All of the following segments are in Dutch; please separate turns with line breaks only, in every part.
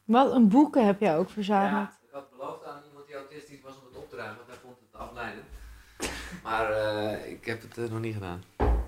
Wat een boeken heb jij ook verzameld.
Ja, ik had beloofd aan iemand die autistisch was om het op te ruimen, want hij vond het afleidend. Maar ik heb het nog niet gedaan.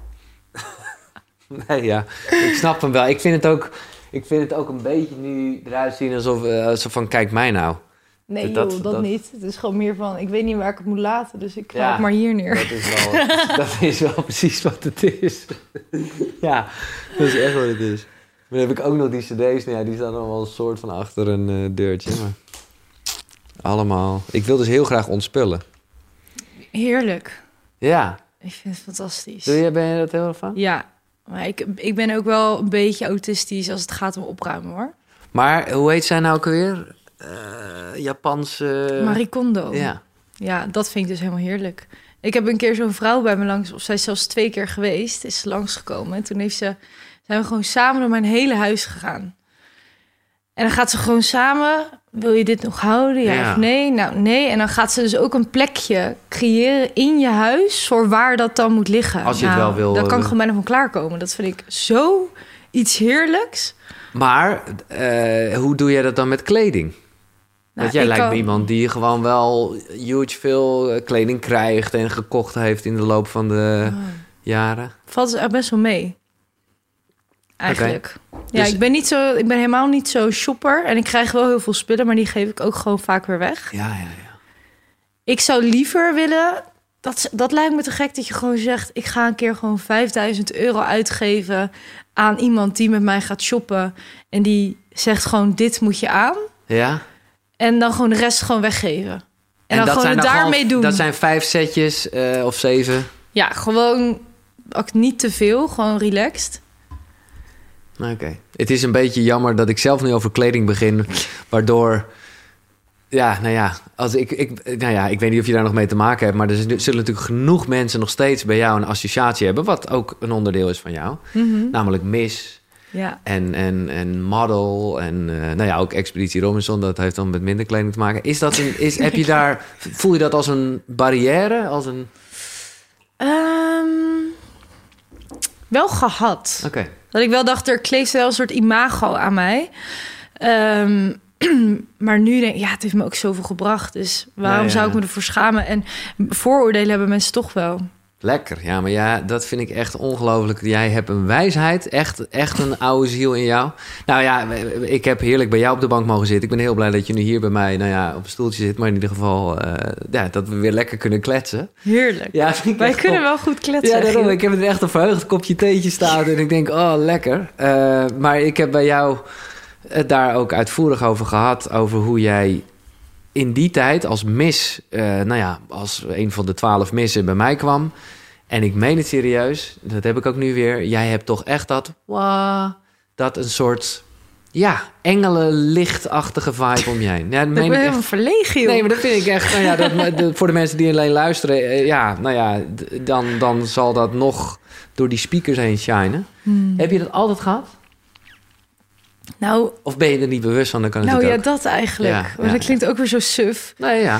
Nee, ja. Ik snap hem wel. Ik vind het ook een beetje nu eruit zien alsof van, kijk mij nou.
Nee, dat niet. Het is gewoon meer van, ik weet niet waar ik het moet laten, dus ik ga het maar hier neer.
Dat is wel precies wat het is. Ja, dat is echt wat het is. Dan heb ik ook nog die cd's. Nou ja, die staan dan wel een soort van achter een deurtje. Maar allemaal. Ik wil dus heel graag ontspullen.
Heerlijk.
Ja.
Ik vind het fantastisch.
Ben je dat heel erg van?
Ja, maar ik ben ook wel een beetje autistisch als het gaat om opruimen, hoor.
Maar hoe heet zij nou ook alweer? Japanse...
Marie Kondo.
Ja.
Ja, dat vind ik dus helemaal heerlijk. Ik heb een keer zo'n vrouw bij me langs, of zij is zelfs 2 keer geweest, is ze langsgekomen. En toen zijn we gewoon samen door mijn hele huis gegaan. En dan gaat ze gewoon samen, wil je dit nog houden, ja of nee? Nou, nee. En dan gaat ze dus ook een plekje creëren in je huis voor waar dat dan moet liggen.
Als je het wel wil.
Daar kan ik gewoon bijna van klaarkomen. Dat vind ik zo iets heerlijks.
Maar hoe doe jij dat dan met kleding? Want jij lijkt me iemand die gewoon wel huge veel kleding krijgt en gekocht heeft in de loop van de jaren.
Valt dus best wel mee. Eigenlijk.
Okay.
Ja,
dus...
ik ben helemaal niet zo shopper. En ik krijg wel heel veel spullen, maar die geef ik ook gewoon vaak weer weg.
Ja.
Ik zou liever willen... Dat lijkt me te gek dat je gewoon zegt... ik ga een keer gewoon €5.000 uitgeven aan iemand die met mij gaat shoppen. En die zegt gewoon, dit moet je aan.
Ja.
En dan gewoon de rest gewoon weggeven. En dan gewoon het daarmee doen.
Dat zijn 5 setjes of 7?
Ja, gewoon ook niet te veel. Gewoon relaxed.
Oké. Het is een beetje jammer dat ik zelf nu over kleding begin. Waardoor... Ja, nou ja, ik weet niet of je daar nog mee te maken hebt... maar er zullen natuurlijk genoeg mensen nog steeds bij jou een associatie hebben... wat ook een onderdeel is van jou. Mm-hmm. Namelijk Miss en model en ook Expeditie Robinson. Dat heeft dan met minder kleding te maken. Heb je daar, voel je dat als een barrière? Als een...
Wel gehad.
Okay.
Dat ik wel dacht, er kleeft wel een soort imago aan mij... maar nu denk ik, het heeft me ook zoveel gebracht. Dus waarom zou ik me ervoor schamen? En vooroordelen hebben mensen toch wel.
Lekker, ja, maar ja, dat vind ik echt ongelooflijk. Jij hebt een wijsheid, echt een oude ziel in jou. Nou ja, ik heb heerlijk bij jou op de bank mogen zitten. Ik ben heel blij dat je nu hier bij mij op een stoeltje zit. Maar in ieder geval, dat we weer lekker kunnen kletsen.
Heerlijk.
Ja,
wij kunnen wel goed kletsen.
Ja, daarom. Ik heb er echt een verheugd kopje theetje staan. En ik denk, oh, lekker. Maar ik heb bij jou... het daar ook uitvoerig over gehad... over hoe jij in die tijd als Miss... als een van de 12 missen bij mij kwam... en ik meen het serieus, dat heb ik ook nu weer... jij hebt toch echt dat een soort... engelenlichtachtige vibe om je heen. Ja,
ik ben helemaal verlegen, joh.
Nee, maar dat vind ik echt... voor de mensen die alleen luisteren... dan zal dat nog door die speakers heen shinen. Heb je dat altijd gehad?
Nou,
of ben je er niet bewust van? Dan kan het ook.
Dat eigenlijk. Maar dat klinkt ook weer zo suf.
Nee, ja.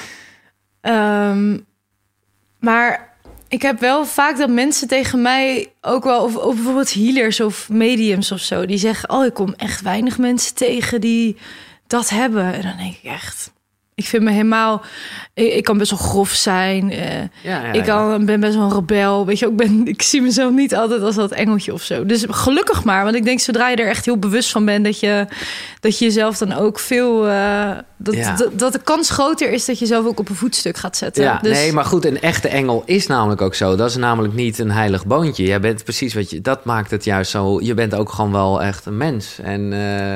Maar ik heb wel vaak dat mensen tegen mij ook wel... of bijvoorbeeld healers of mediums of zo... die zeggen, ik kom echt weinig mensen tegen die dat hebben. En dan denk ik echt... Ik vind me helemaal... Ik kan best wel grof zijn. Ik ben best wel een rebel. Weet je, ik zie mezelf niet altijd als dat engeltje of zo. Dus gelukkig maar. Want ik denk, zodra je er echt heel bewust van bent... dat je jezelf dan ook veel... dat de kans groter is dat je zelf ook op een voetstuk gaat zetten.
Ja, dus... nee, maar goed, een echte engel is namelijk ook zo. Dat is namelijk niet een heilig boontje. Jij bent precies wat je... Dat maakt het juist zo... Je bent ook gewoon wel echt een mens. En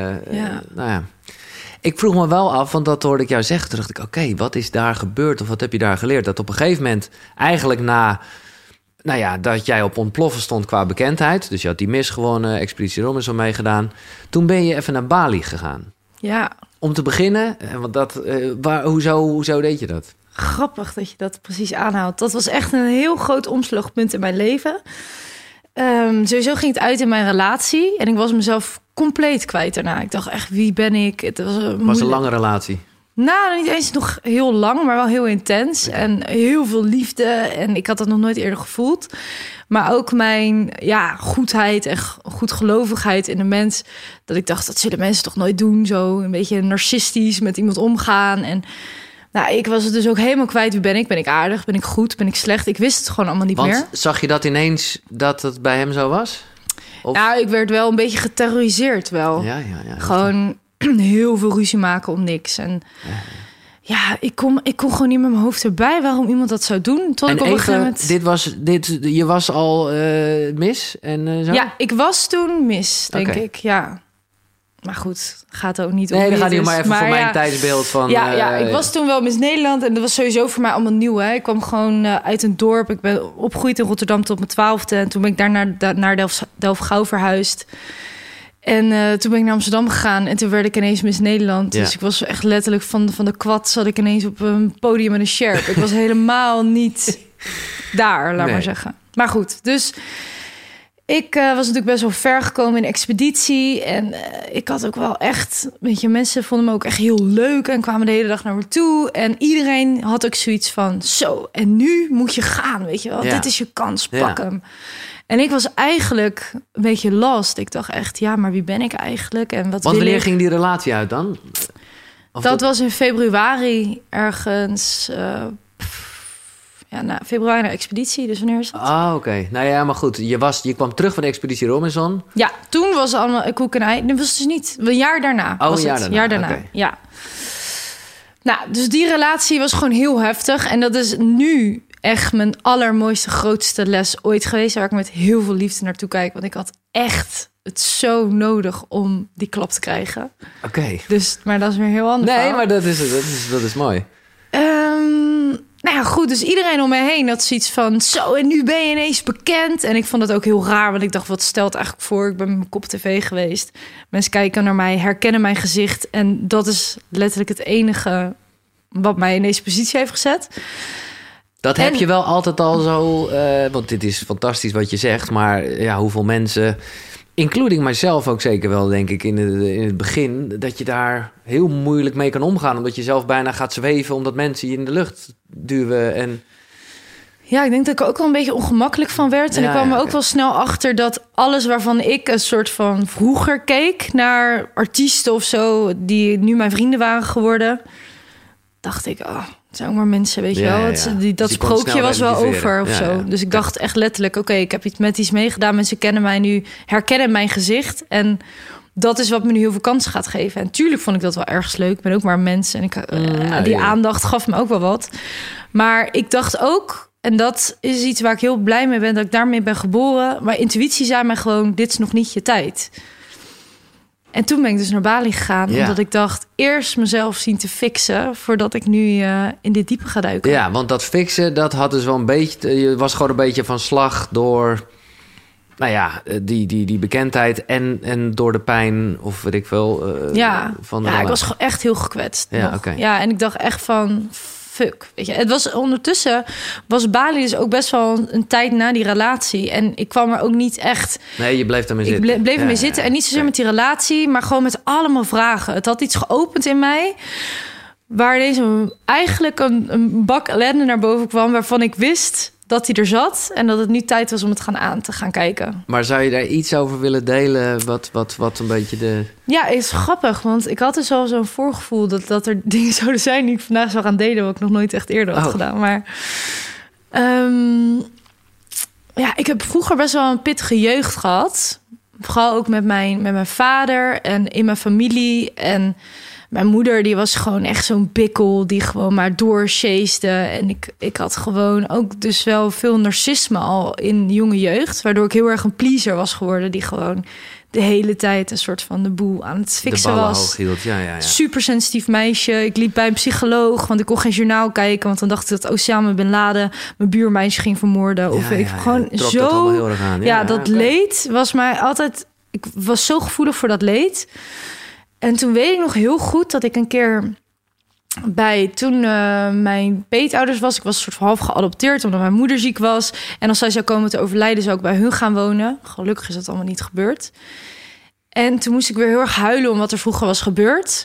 ik vroeg me wel af, want dat hoorde ik jou zeggen. Toen dacht ik, oké, wat is daar gebeurd? Of wat heb je daar geleerd? Dat op een gegeven moment, eigenlijk dat jij op ontploffen stond qua bekendheid. Dus je had die Miss gewonnen, Expeditie Robinson meegedaan. Toen ben je even naar Bali gegaan.
Ja.
Om te beginnen, want hoezo deed je dat?
Grappig dat je dat precies aanhaalt. Dat was echt een heel groot omslagpunt in mijn leven. Sowieso ging het uit in mijn relatie. En ik was mezelf compleet kwijt daarna. Ik dacht echt, wie ben ik? Het was
een lange relatie.
Nou, niet eens nog heel lang, maar wel heel intens. En heel veel liefde. En ik had dat nog nooit eerder gevoeld. Maar ook mijn goedheid en goedgelovigheid in de mens. Dat ik dacht, dat zullen mensen toch nooit doen. Zo een beetje narcistisch met iemand omgaan. En nou, ik was het dus ook helemaal kwijt. Wie ben ik? Ben ik aardig? Ben ik goed? Ben ik slecht? Ik wist het gewoon allemaal niet meer.
Zag je dat ineens dat het bij hem zo was? Of?
Nou, ik werd wel een beetje geterroriseerd wel.
Ja.
Gewoon heel veel ruzie maken om niks. En ik kon gewoon niet met mijn hoofd erbij waarom iemand dat zou doen. Tot
en
ik op een gegeven moment...
je was al mis en zo?
Ja, ik was toen mis, denk ik, ja. Maar goed, gaat ook niet om.
Nee, dan gaat hij maar even voor mijn tijdsbeeld van...
ik was toen wel Miss Nederland en dat was sowieso voor mij allemaal nieuw. Hè. Ik kwam gewoon uit een dorp. Ik ben opgegroeid in Rotterdam tot mijn 12e. En toen ben ik daar naar Delft-Gouw verhuisd. En toen ben ik naar Amsterdam gegaan en toen werd ik ineens Miss Nederland. Ja. Dus ik was echt letterlijk van de kwad zat ik ineens op een podium met een sjerp. Ik was helemaal niet daar, laat maar zeggen. Maar goed, dus ik was natuurlijk best wel ver gekomen in de expeditie. En ik had ook wel echt... Weet je, mensen vonden me ook echt heel leuk en kwamen de hele dag naar me toe. En iedereen had ook zoiets van... Zo, en nu moet je gaan, weet je wel. Ja. Dit is je kans, pak hem. En ik was eigenlijk een beetje lost. Ik dacht echt, maar wie ben ik eigenlijk? En wat
wanneer ging die relatie uit dan?
Dat was in februari ergens... februari naar expeditie, dus wanneer is dat?
Ah, oké. Nou ja, maar goed. Je kwam terug van de expeditie Robinson.
Ja, toen was het allemaal koek en ei. Dat was dus niet... Een jaar daarna was het. Een jaar daarna, okay. Ja. Nou, dus die relatie was gewoon heel heftig. En dat is nu echt mijn allermooiste, grootste les ooit geweest. Waar ik met heel veel liefde naartoe kijk. Want ik had echt het zo nodig om die klap te krijgen.
Oké.
Dus, maar dat is weer heel anders.
Nee, maar dat is mooi.
Nou ja, goed, dus iedereen om me heen had zoiets van... Zo, en nu ben je ineens bekend. En ik vond dat ook heel raar, want ik dacht, wat stelt eigenlijk voor? Ik ben met mijn kop tv geweest. Mensen kijken naar mij, herkennen mijn gezicht. En dat is letterlijk het enige wat mij in deze positie heeft gezet.
Dat heb je wel altijd al zo... want dit is fantastisch wat je zegt, maar ja, hoeveel mensen... Including mijzelf ook zeker wel, denk ik, in het begin... dat je daar heel moeilijk mee kan omgaan... omdat je zelf bijna gaat zweven... omdat mensen je in de lucht duwen en...
Ja, ik denk dat ik ook wel een beetje ongemakkelijk van werd. En ik kwam er ook wel snel achter dat alles waarvan ik een soort van vroeger keek... naar artiesten of zo, die nu mijn vrienden waren geworden... dacht ik, het zijn ook maar mensen, weet je wel. Dat sprookje was wel over of zo. Dus ik dacht echt letterlijk, oké, ik heb iets meegedaan. Mensen kennen mij nu, herkennen mijn gezicht. En dat is wat me nu heel veel kansen gaat geven. En tuurlijk vond ik dat wel ergens leuk. Ik ben ook maar een mens. En die aandacht gaf me ook wel wat. Maar ik dacht ook, en dat is iets waar ik heel blij mee ben... dat ik daarmee ben geboren. Maar intuïtie zei mij gewoon, dit is nog niet je tijd. En toen ben ik dus naar Bali gegaan. Omdat ik dacht, eerst mezelf zien te fixen... voordat ik nu in dit diepe ga duiken.
Ja, want dat fixen, dat had dus wel een beetje... Je was gewoon een beetje van slag door... Nou ja, die bekendheid en door de pijn... of weet ik veel. Van de
ik was gewoon echt heel gekwetst.
Ja, okay.
Ja, en ik dacht echt van... Fuck, weet je. Het was ondertussen was Bali dus ook best wel een tijd na die relatie. En ik kwam er ook niet echt...
Nee, je bleef ermee zitten.
Ik bleef ermee zitten. En niet zozeer met die relatie, maar gewoon met allemaal vragen. Het had iets geopend in mij... waar ineens eigenlijk een bak ellende naar boven kwam... waarvan ik wist dat hij er zat... en dat het nu tijd was om het te gaan kijken.
Maar zou je daar iets over willen delen? Wat een beetje de...
Ja, het is grappig, want ik had dus al zo'n voorgevoel... dat er dingen zouden zijn die ik vandaag zou gaan delen... wat ik nog nooit echt eerder had gedaan. Maar ik heb vroeger best wel een pittige jeugd gehad. Vooral ook met mijn vader en in mijn familie... en mijn moeder, die was gewoon echt zo'n bikkel... die gewoon maar doorsjeesde. En ik had gewoon ook dus wel veel narcisme al in jonge jeugd... waardoor ik heel erg een pleaser was geworden... die gewoon de hele tijd een soort van de boel aan het fixen was.
Hoog hield. Ja.
Super sensitief meisje. Ik liep bij een psycholoog, want ik kon geen journaal kijken... want dan dacht ik dat Osama Bin Laden mijn buurmeisje ging vermoorden. Of gewoon
trok
zo...
dat allemaal heel erg aan.
Dat leed was mij altijd... Ik was zo gevoelig voor dat leed... En toen weet ik nog heel goed dat ik een keer toen mijn peetouders was... ik was een soort van half geadopteerd omdat mijn moeder ziek was. En als zij zou komen te overlijden, zou ik bij hun gaan wonen. Gelukkig is dat allemaal niet gebeurd. En toen moest ik weer heel erg huilen om wat er vroeger was gebeurd.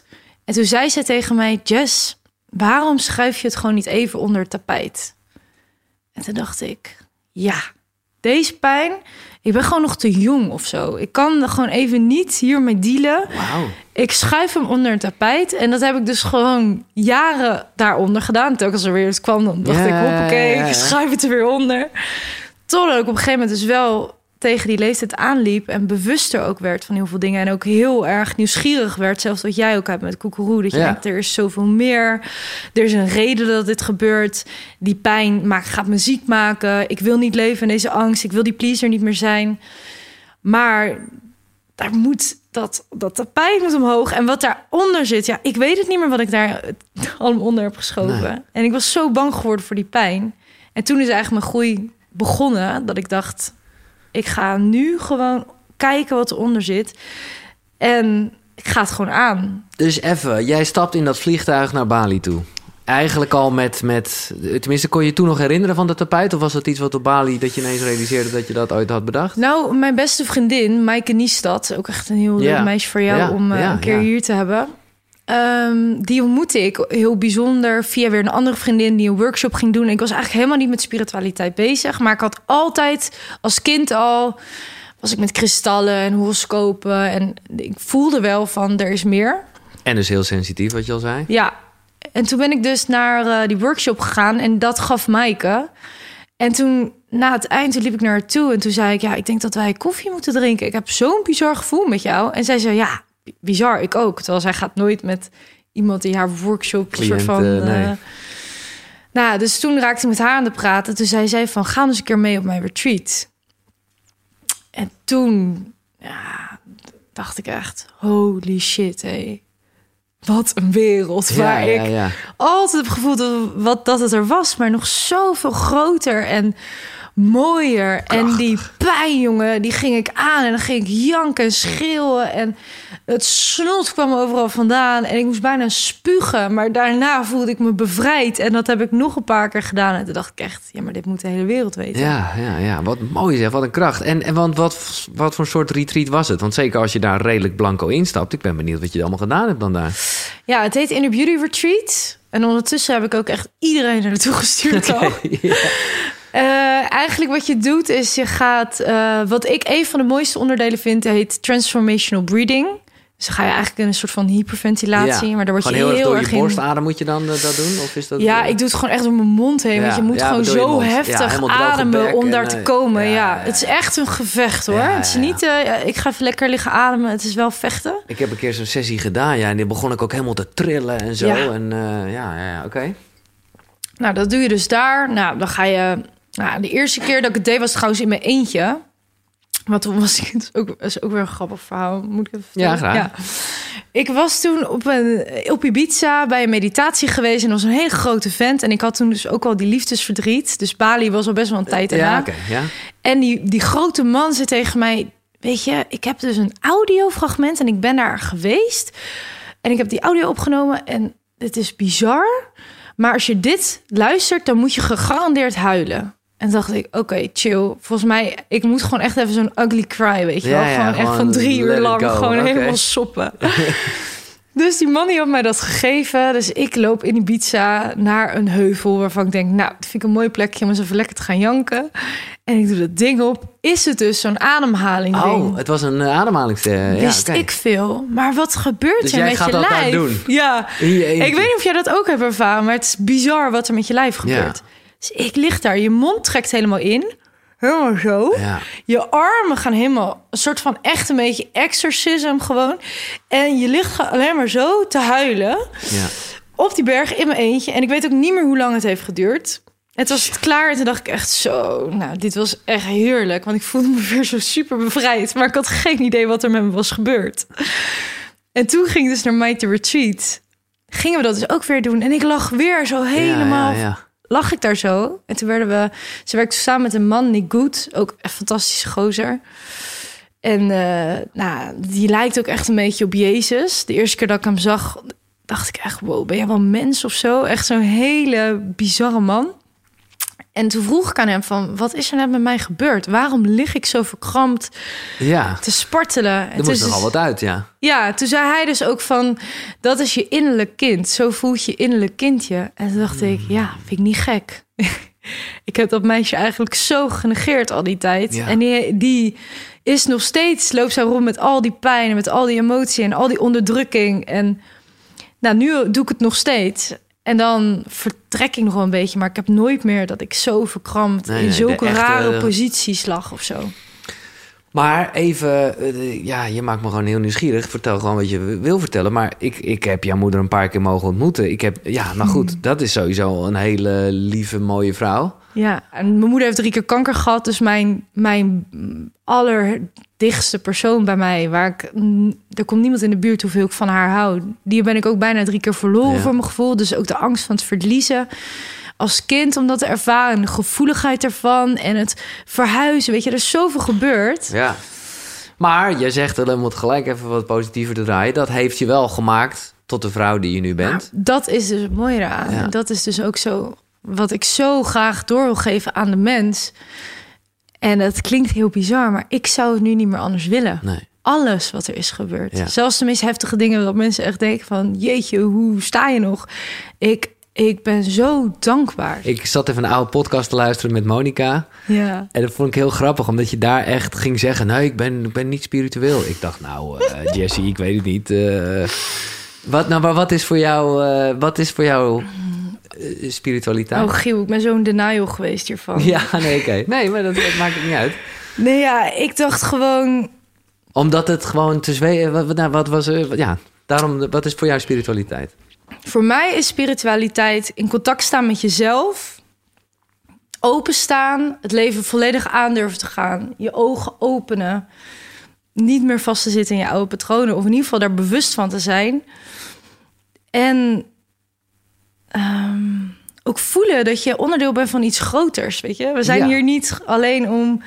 En toen zei ze tegen mij... Jess, waarom schuif je het gewoon niet even onder het tapijt? En toen dacht ik... Ja, deze pijn... Ik ben gewoon nog te jong of zo. Ik kan er gewoon even niet hiermee dealen.
Wauw.
Ik schuif hem onder het tapijt. En dat heb ik dus gewoon jaren daaronder gedaan. Telkens er weer iets kwam, dan dacht ik... hoppakee, ik schuif het er weer onder. Totdat ik op een gegeven moment dus wel... tegen die leeftijd aanliep en bewuster ook werd van heel veel dingen. En ook heel erg nieuwsgierig werd. Zelfs wat jij ook hebt met Koekeroe. Dat je denkt, er is zoveel meer. Er is een reden dat dit gebeurt. Die pijn gaat me ziek maken. Ik wil niet leven in deze angst. Ik wil die pleaser niet meer zijn. Maar daar moet dat pijn moet omhoog. En wat daaronder zit, ja, ik weet het niet meer wat ik daar allemaal onder heb geschoven. Nee. En ik was zo bang geworden voor die pijn. En toen is eigenlijk mijn groei begonnen. Dat ik dacht... Ik ga nu gewoon kijken wat eronder zit. En ik ga het gewoon aan.
Dus even, jij stapt in dat vliegtuig naar Bali toe. Eigenlijk al met... Tenminste, kon je toen nog herinneren van dat tapijt? Of was dat iets wat op Bali, dat je ineens realiseerde dat je dat ooit had bedacht?
Nou, mijn beste vriendin, Maaike Niestad... ook echt een heel leuk meisje voor jou om een keer hier te hebben... die ontmoette ik heel bijzonder via weer een andere vriendin die een workshop ging doen. Ik was eigenlijk helemaal niet met spiritualiteit bezig, maar ik had altijd als kind al was ik met kristallen en horoscopen en ik voelde wel van er is meer.
En dus heel sensitief wat je al zei.
Ja, en toen ben ik dus naar die workshop gegaan en dat gaf Maaike. En toen na het eind liep ik naar haar toe en toen zei ik ja, ik denk dat wij koffie moeten drinken. Ik heb zo'n bizar gevoel met jou. En zij zei ja. Bizar, ik ook. Terwijl zij gaat nooit met iemand die haar workshop...
Cliënt,
soort van,
nee.
Nou, dus toen raakte ik met haar aan de praten. Toen zei zij van, ga eens een keer mee op mijn retreat. En toen dacht ik echt... Holy shit, hé. Wat een wereld waar ik altijd heb gevoeld dat het er was. Maar nog zoveel groter en... mooier. Krachtig. En die pijn, jongen, die ging ik aan en dan ging ik janken en schreeuwen en het snot kwam overal vandaan en ik moest bijna spugen, maar daarna voelde ik me bevrijd en dat heb ik nog een paar keer gedaan en toen dacht ik echt, ja, maar dit moet de hele wereld weten.
Ja, wat mooi zeg, wat een kracht. En want wat voor soort retreat was het? Want zeker als je daar redelijk blanco instapt, ik ben benieuwd wat je allemaal gedaan hebt dan daar. Ja,
het heet Inner Beauty Retreat en ondertussen heb ik ook echt iedereen er naartoe gestuurd al. Eigenlijk wat je doet is je gaat... wat ik een van de mooiste onderdelen vind... heet Transformational Breathing. Dus dan ga je eigenlijk in een soort van hyperventilatie. Maar daar word je heel erg
door je borstadem moet je dan dat doen? Of is dat,
ik doe het gewoon echt door mijn mond heen. Want je moet gewoon zo heftig ademen om daar te komen. Het is echt een gevecht hoor. Het is niet, ik ga even lekker liggen ademen. Het is wel vechten.
Ik heb een keer zo'n sessie gedaan. Ja, en die begon ik ook helemaal te trillen en zo. En oké.
Nou, dat doe je dus daar. Nou, dan ga je... Nou, de eerste keer dat ik het deed was trouwens in mijn eentje. Want toen was ik... Dat is ook weer een grappig verhaal. Moet ik even vertellen?
Ja, graag. Ja.
Ik was toen op Ibiza bij een meditatie geweest. En dat was een hele grote vent. En ik had toen dus ook al die liefdesverdriet. Dus Bali was al best wel een tijd daarna.
Ja.
En die grote man zei tegen mij... Weet je, ik heb dus een audiofragment. En ik ben daar geweest. En ik heb die audio opgenomen. En het is bizar. Maar als je dit luistert, dan moet je gegarandeerd huilen. En dacht ik, oké, chill. Volgens mij, ik moet gewoon echt even zo'n ugly cry, weet je wel. Gewoon echt van 3 uur lang gewoon helemaal soppen. Dus die man die had mij dat gegeven. Dus ik loop in Ibiza naar een heuvel waarvan ik denk... nou, dat vind ik een mooi plekje om eens even lekker te gaan janken. En ik doe dat ding op. Is het dus zo'n ademhaling ding?
Oh, het was een ademhalings...
Wist ik veel. Maar wat gebeurt
dus
er met je lijf?
Dat doen.
Ja, ik weet niet of jij dat ook hebt ervaren... maar het is bizar wat er met je lijf gebeurt. Ja. Dus ik lig daar, je mond trekt helemaal in... helemaal zo. Ja. Je armen gaan helemaal... een soort van echt een beetje exorcism gewoon. En je ligt alleen maar zo te huilen... Ja. Op die berg in mijn eentje. En ik weet ook niet meer hoe lang het heeft geduurd. Het was het klaar en toen dacht ik echt zo... nou, dit was echt heerlijk. Want ik voelde me weer zo super bevrijd. Maar ik had geen idee wat er met me was gebeurd. En toen ging ik dus naar Mighty Retreat. Gingen we dat dus ook weer doen. En ik lag weer zo helemaal... Ja. Lag ik daar zo. En toen ze werkte samen met een man, Nick Good. Ook een fantastische gozer. En die lijkt ook echt een beetje op Jezus. De eerste keer dat ik hem zag, dacht ik echt... wow, ben jij wel mens of zo? Echt zo'n hele bizarre man. En toen vroeg ik aan hem van, wat is er net met mij gebeurd? Waarom lig ik zo verkrampt te spartelen?
Er moest nogal wat uit, ja.
Ja, toen zei hij dus ook van, dat is je innerlijk kind. Zo voelt je innerlijk kindje. En toen dacht ik, ja, vind ik niet gek. Ik heb dat meisje eigenlijk zo genegeerd al die tijd. Ja. En die is nog steeds, loopt zij rond met al die pijn en met al die emotie en al die onderdrukking. En nou, nu doe ik het nog steeds. En dan vertrek ik nog wel een beetje. Maar ik heb nooit meer dat ik zo verkrampt in zulke rare posities lag of zo. Maar
even, je maakt me gewoon heel nieuwsgierig. Vertel gewoon wat je wil vertellen. Maar ik heb jouw moeder een paar keer mogen ontmoeten. Goed, dat is sowieso een hele lieve, mooie vrouw.
Ja, en mijn moeder heeft 3 keer kanker gehad. Dus mijn allerdichtste persoon bij mij, er komt niemand in de buurt hoeveel ik van haar hou. Die ben ik ook bijna 3 keer verloren voor mijn gevoel. Dus ook de angst van het verliezen als kind om dat te ervaren. En de gevoeligheid ervan en het verhuizen. Weet je, er is zoveel gebeurd.
Ja. Maar je zegt, om het gelijk even wat positiever te draaien, dat heeft je wel gemaakt tot de vrouw die je nu bent.
Nou, dat is dus het mooie eraan. Ja. En dat is dus ook zo wat ik zo graag door wil geven aan de mens. En het klinkt heel bizar, maar ik zou het nu niet meer anders willen.
Nee.
Alles wat er is gebeurd. Ja. Zelfs de meest heftige dingen dat mensen echt denken van, jeetje, hoe sta je nog? Ik ben zo dankbaar.
Ik zat even een oude podcast te luisteren met Monica.
Ja.
En dat vond ik heel grappig, omdat je daar echt ging zeggen, nee, ik ben niet spiritueel. Ik dacht, Jessie, ik weet het niet. Wat is voor jou spiritualiteit?
Oh, Giel, ik ben zo'n denial geweest hiervan.
Ja, nee, oké. Nee, maar dat maakt het niet uit.
Nee, ja, ik dacht gewoon,
omdat het gewoon te zweven. Wat was er? Ja, daarom. Wat is voor jou spiritualiteit?
Voor mij is spiritualiteit in contact staan met jezelf, openstaan, het leven volledig aandurven te gaan, je ogen openen, niet meer vast te zitten in je oude patronen, of in ieder geval daar bewust van te zijn. En ook voelen dat je onderdeel bent van iets groters, weet je. We zijn hier niet alleen om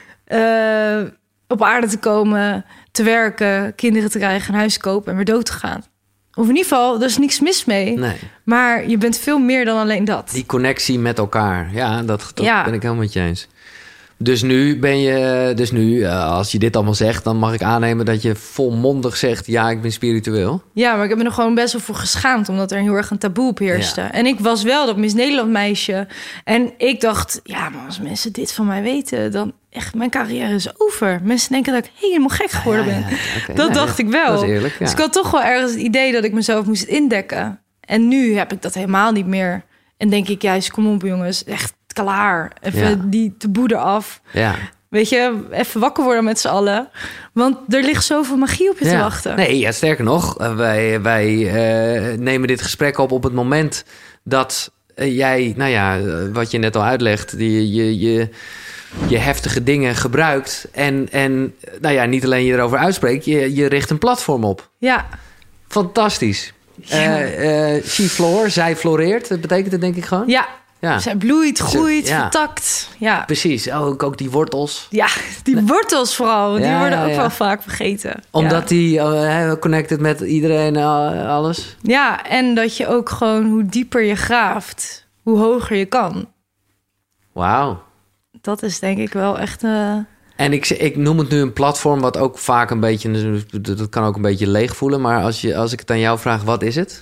op aarde te komen, te werken, kinderen te krijgen, een huis te kopen en weer dood te gaan. Of in ieder geval, er is niks mis mee.
Nee.
Maar je bent veel meer dan alleen dat.
Die connectie met elkaar. Ja, dat ben ik helemaal met je eens. Dus nu, als je dit allemaal zegt, dan mag ik aannemen dat je volmondig zegt, ja, ik ben spiritueel.
Ja, maar ik heb me er gewoon best wel voor geschaamd, omdat er heel erg een taboe op heerste. Ja. En ik was wel dat Miss Nederland meisje. En ik dacht, ja, maar als mensen dit van mij weten, dan echt, mijn carrière is over. Mensen denken dat ik helemaal gek geworden ben. Okay. Dat dacht ik wel.
Dat is eerlijk, ja.
Dus ik had toch wel ergens het idee dat ik mezelf moest indekken. En nu heb ik dat helemaal niet meer. En denk ik juist, kom op jongens, echt klaar. Even die taboe eraf.
Ja.
Weet je, even wakker worden met z'n allen. Want er ligt zoveel magie op je te wachten.
Nee, ja, sterker nog, wij nemen dit gesprek op het moment dat jij, wat je net al uitlegt, je heftige dingen gebruikt. En niet alleen je erover uitspreekt, je richt een platform op.
Ja.
Fantastisch. She floor, zij floreert, dat betekent het denk ik gewoon?
Ja. Zij bloeit, groeit, vertakt. Ja.
Precies, ook die wortels.
Ja, die wortels vooral. Die worden ook wel vaak vergeten.
Omdat die connected met iedereen en alles.
Ja, en dat je ook gewoon, hoe dieper je graaft, hoe hoger je kan.
Wauw.
Dat is denk ik wel echt...
En ik noem het nu een platform wat ook vaak een beetje... Dat kan ook een beetje leeg voelen. Maar als ik het aan jou vraag, wat is het?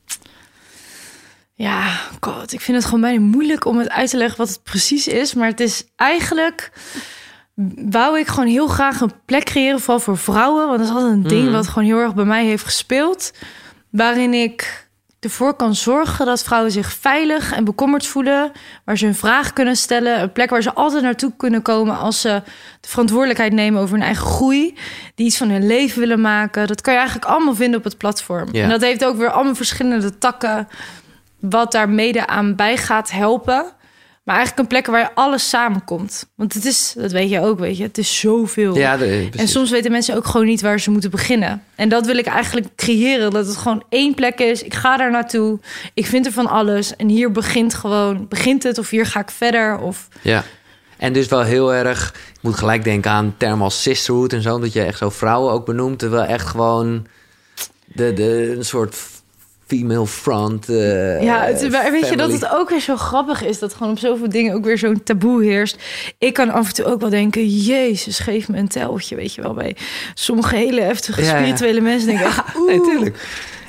Ja, god, ik vind het gewoon bijna moeilijk om het uit te leggen wat het precies is. Maar het is eigenlijk... wou ik gewoon heel graag een plek creëren, vooral voor vrouwen. Want dat is altijd een ding wat gewoon heel erg bij mij heeft gespeeld. Waarin ik ervoor kan zorgen dat vrouwen zich veilig en bekommerd voelen. Waar ze hun vraag kunnen stellen. Een plek waar ze altijd naartoe kunnen komen als ze de verantwoordelijkheid nemen over hun eigen groei. Die iets van hun leven willen maken. Dat kan je eigenlijk allemaal vinden op het platform. Ja. En dat heeft ook weer allemaal verschillende takken. Wat daar mede aan bij gaat helpen. Maar eigenlijk een plek waar je alles samenkomt. Want het is, dat weet je ook, het is zoveel.
Ja,
en soms weten mensen ook gewoon niet waar ze moeten beginnen. En dat wil ik eigenlijk creëren. Dat het gewoon één plek is. Ik ga daar naartoe. Ik vind er van alles. En hier begint het. Of hier ga ik verder. Of...
Ja. En dus wel heel erg... Ik moet gelijk denken aan termen als sisterhood en zo. Dat je echt zo vrouwen ook benoemt. Terwijl echt gewoon een soort female front.
Weet je dat het ook weer zo grappig is... dat gewoon op zoveel dingen ook weer zo'n taboe heerst. Ik kan af en toe ook wel denken... Jezus, geef me een teltje, weet je wel. Bij sommige hele heftige spirituele mensen denk ik echt...
Nee, tuurlijk.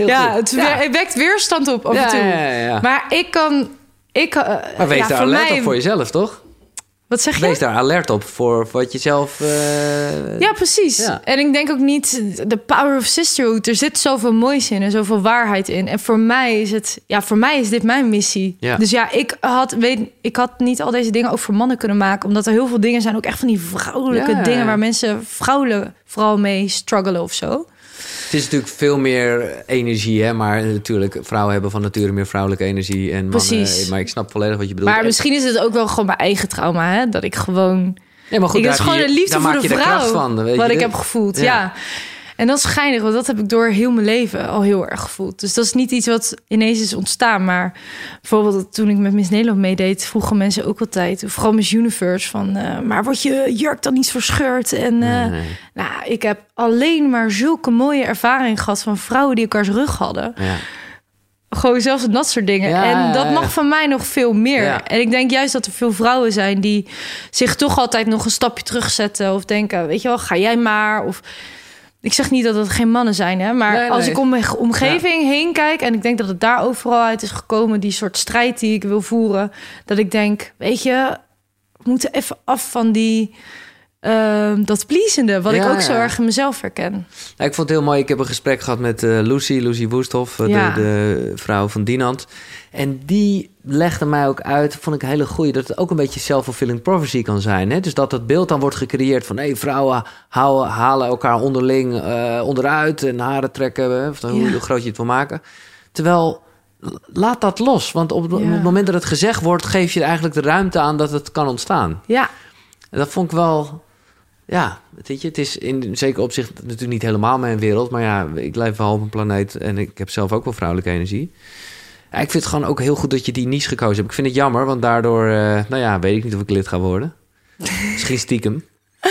Het wekt weerstand op af en toe.
Ja.
Maar ik kan...
Maar wees daar alert op voor jezelf, toch?
Wat zeg je?
Wees daar alert op voor wat je zelf...
Ja, precies. Ja. En ik denk ook niet de power of sisterhood. Er zit zoveel moois in en zoveel waarheid in. En voor mij is het... Ja, voor mij is dit mijn missie. Ja. Dus ja, ik had niet al deze dingen ook voor mannen kunnen maken. Omdat er heel veel dingen zijn. Ook echt van die vrouwelijke dingen... waar mensen vrouwen vooral mee struggelen of zo.
Het is natuurlijk veel meer energie, hè? Maar natuurlijk, vrouwen hebben van nature meer vrouwelijke energie. En mannen, maar ik snap volledig wat je bedoelt.
Maar misschien is het ook wel gewoon mijn eigen trauma, hè? Dat ik gewoon...
Ja, maar goed,
dat is gewoon een liefde voor de vrouw, wat ik heb gevoeld. Ja. En dat is geinig, want dat heb ik door heel mijn leven al heel erg gevoeld. Dus dat is niet iets wat ineens is ontstaan. Maar bijvoorbeeld toen ik met Miss Nederland meedeed... vroegen mensen ook altijd, vooral Miss Universe... van, maar wordt je jurk dan niet verscheurd? En nou, ik heb alleen maar zulke mooie ervaringen gehad... van vrouwen die elkaars rug hadden. Ja. Gewoon zelfs dat soort dingen. En dat mag van mij nog veel meer. Ja. En ik denk juist dat er veel vrouwen zijn... die zich toch altijd nog een stapje terugzetten... of denken, weet je wel, ga jij maar... of ik zeg niet dat het geen mannen zijn, hè, maar als ik om mijn omgeving heen kijk... en ik denk dat het daar overal uit is gekomen... die soort strijd die ik wil voeren... dat ik denk, weet je, we moeten even af van die... dat pleasende, wat ik ook zo erg in mezelf herken.
Nou, ik vond het heel mooi. Ik heb een gesprek gehad met Lucy Woesthoff... de vrouw van Dinant. En die legde mij ook uit, vond ik een hele goeie... dat het ook een beetje self-fulfilling prophecy kan zijn. Hè? Dus dat het beeld dan wordt gecreëerd van... vrouwen halen elkaar onderling onderuit... en haren trekken, of hoe groot je het wil maken. Terwijl, laat dat los. Want op het moment dat het gezegd wordt... geef je eigenlijk de ruimte aan dat het kan ontstaan.
Ja.
En dat vond ik wel... Ja, weet je, het is in zeker opzicht natuurlijk niet helemaal mijn wereld... maar ja, ik leef wel op een planeet... en ik heb zelf ook wel vrouwelijke energie... Ja, ik vind het gewoon ook heel goed dat je die niche gekozen hebt. Ik vind het jammer, want daardoor... weet ik niet of ik lid ga worden. Misschien stiekem.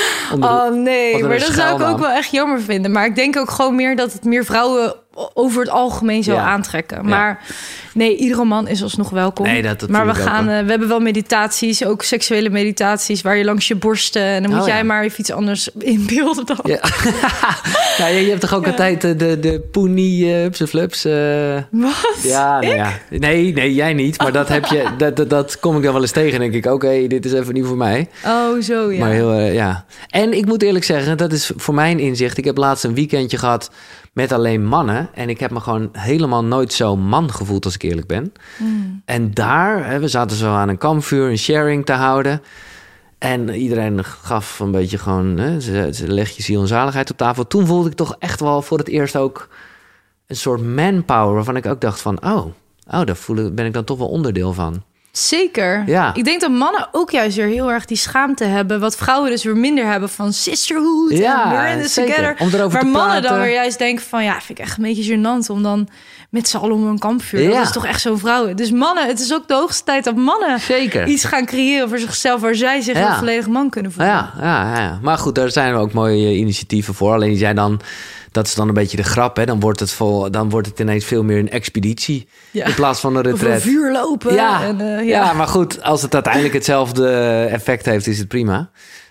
Nee, maar dat zou ik ook wel echt jammer vinden. Maar ik denk ook gewoon meer dat het meer vrouwen... over het algemeen zou aantrekken. Maar nee, iedere man is alsnog welkom.
Nee, dat
maar we hebben wel meditaties, ook seksuele meditaties... waar je langs je borsten... en dan moet jij maar even iets anders inbeelden dan. Ja.
Je hebt toch ook altijd de poenie, hupseflups.
Wat?
Ja, nou ja. Nee, jij niet. Maar dat heb je. Dat kom ik dan wel eens tegen. En denk ik, oké, dit is even niet voor mij.
Oh, zo ja.
Maar heel, En ik moet eerlijk zeggen, dat is voor mijn inzicht. Ik heb laatst een weekendje gehad met alleen mannen. En ik heb me gewoon helemaal nooit zo man gevoeld, als ik eerlijk ben. En daar, we zaten zo aan een kampvuur, een sharing te houden. En iedereen gaf een beetje gewoon... ze leg je ziel en zaligheid op tafel. Toen voelde ik toch echt wel voor het eerst ook... een soort manpower, waarvan ik ook dacht van... daar ben ik dan toch wel onderdeel van.
Zeker. Ja. Ik denk dat mannen ook juist weer heel erg die schaamte hebben... wat vrouwen dus weer minder hebben van sisterhood... en we're in this together. Maar mannen dan weer juist denken van... vind ik echt een beetje gênant om dan met z'n allen om een kampvuur... Ja. Dat is toch echt zo'n vrouw. Dus mannen, het is ook de hoogste tijd dat mannen... iets gaan creëren voor zichzelf... waar zij zich een volledig man kunnen voelen.
Ja. Maar goed, daar zijn ook mooie initiatieven voor. Alleen die zijn dan... Dat is dan een beetje de grap, hè? Dan wordt het ineens veel meer een expeditie... in plaats van een retreat.
Of een vuur lopen.
Ja, maar goed, als het uiteindelijk hetzelfde effect heeft... is het prima.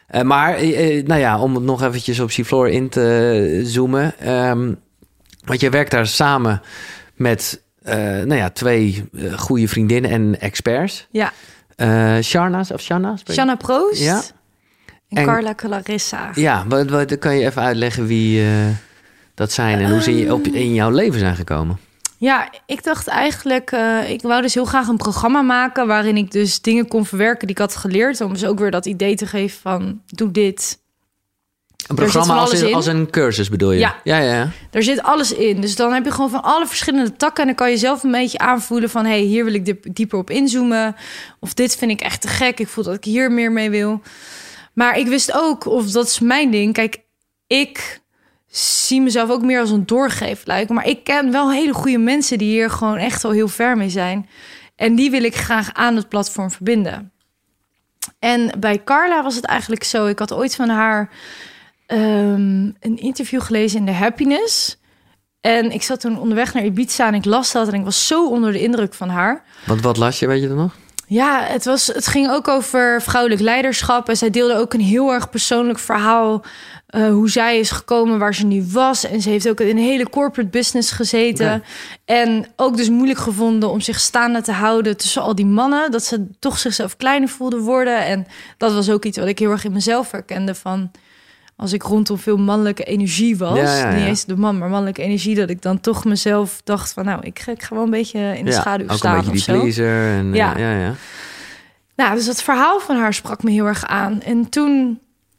Om het nog eventjes op Chiflor in te zoomen... want je werkt daar samen met 2 goede vriendinnen en experts.
Ja.
Shanna
Proost.
Ja.
En Carla Clarissa.
Ja, wat kan je even uitleggen wie... dat zijn en hoe ze in jouw leven zijn gekomen?
Ja, ik dacht eigenlijk... ik wou dus heel graag een programma maken... waarin ik dus dingen kon verwerken die ik had geleerd... om dus ook weer dat idee te geven van... doe dit.
Een programma als een cursus bedoel je?
Ja. Daar zit alles in. Dus dan heb je gewoon van alle verschillende takken... en dan kan je zelf een beetje aanvoelen van... hier wil ik dieper op inzoomen. Of dit vind ik echt te gek. Ik voel dat ik hier meer mee wil. Maar ik wist ook, of dat is mijn ding... Kijk, ik... zie mezelf ook meer als een doorgeefluik. Maar ik ken wel hele goede mensen... die hier gewoon echt al heel ver mee zijn. En die wil ik graag aan het platform verbinden. En bij Carla was het eigenlijk zo... ik had ooit van haar een interview gelezen in The Happiness. En ik zat toen onderweg naar Ibiza en ik las dat en ik was zo onder de indruk van haar.
Wat las je, weet je dat nog?
Ja, het ging ook over vrouwelijk leiderschap. En zij deelde ook een heel erg persoonlijk verhaal. Hoe zij is gekomen waar ze nu was. En ze heeft ook in een hele corporate business gezeten.
Ja.
En ook dus moeilijk gevonden om zich staande te houden tussen al die mannen. Dat ze toch zichzelf kleiner voelde worden. En dat was ook iets wat ik heel erg in mezelf herkende van... Als ik rondom veel mannelijke energie was, niet eens de man, maar mannelijke energie, dat ik dan toch mezelf dacht van, nou, ik ga wel een beetje in de schaduw staan.
Ook een beetje die pleaser. En, ja.
Nou, dus dat verhaal van haar sprak me heel erg aan. En toen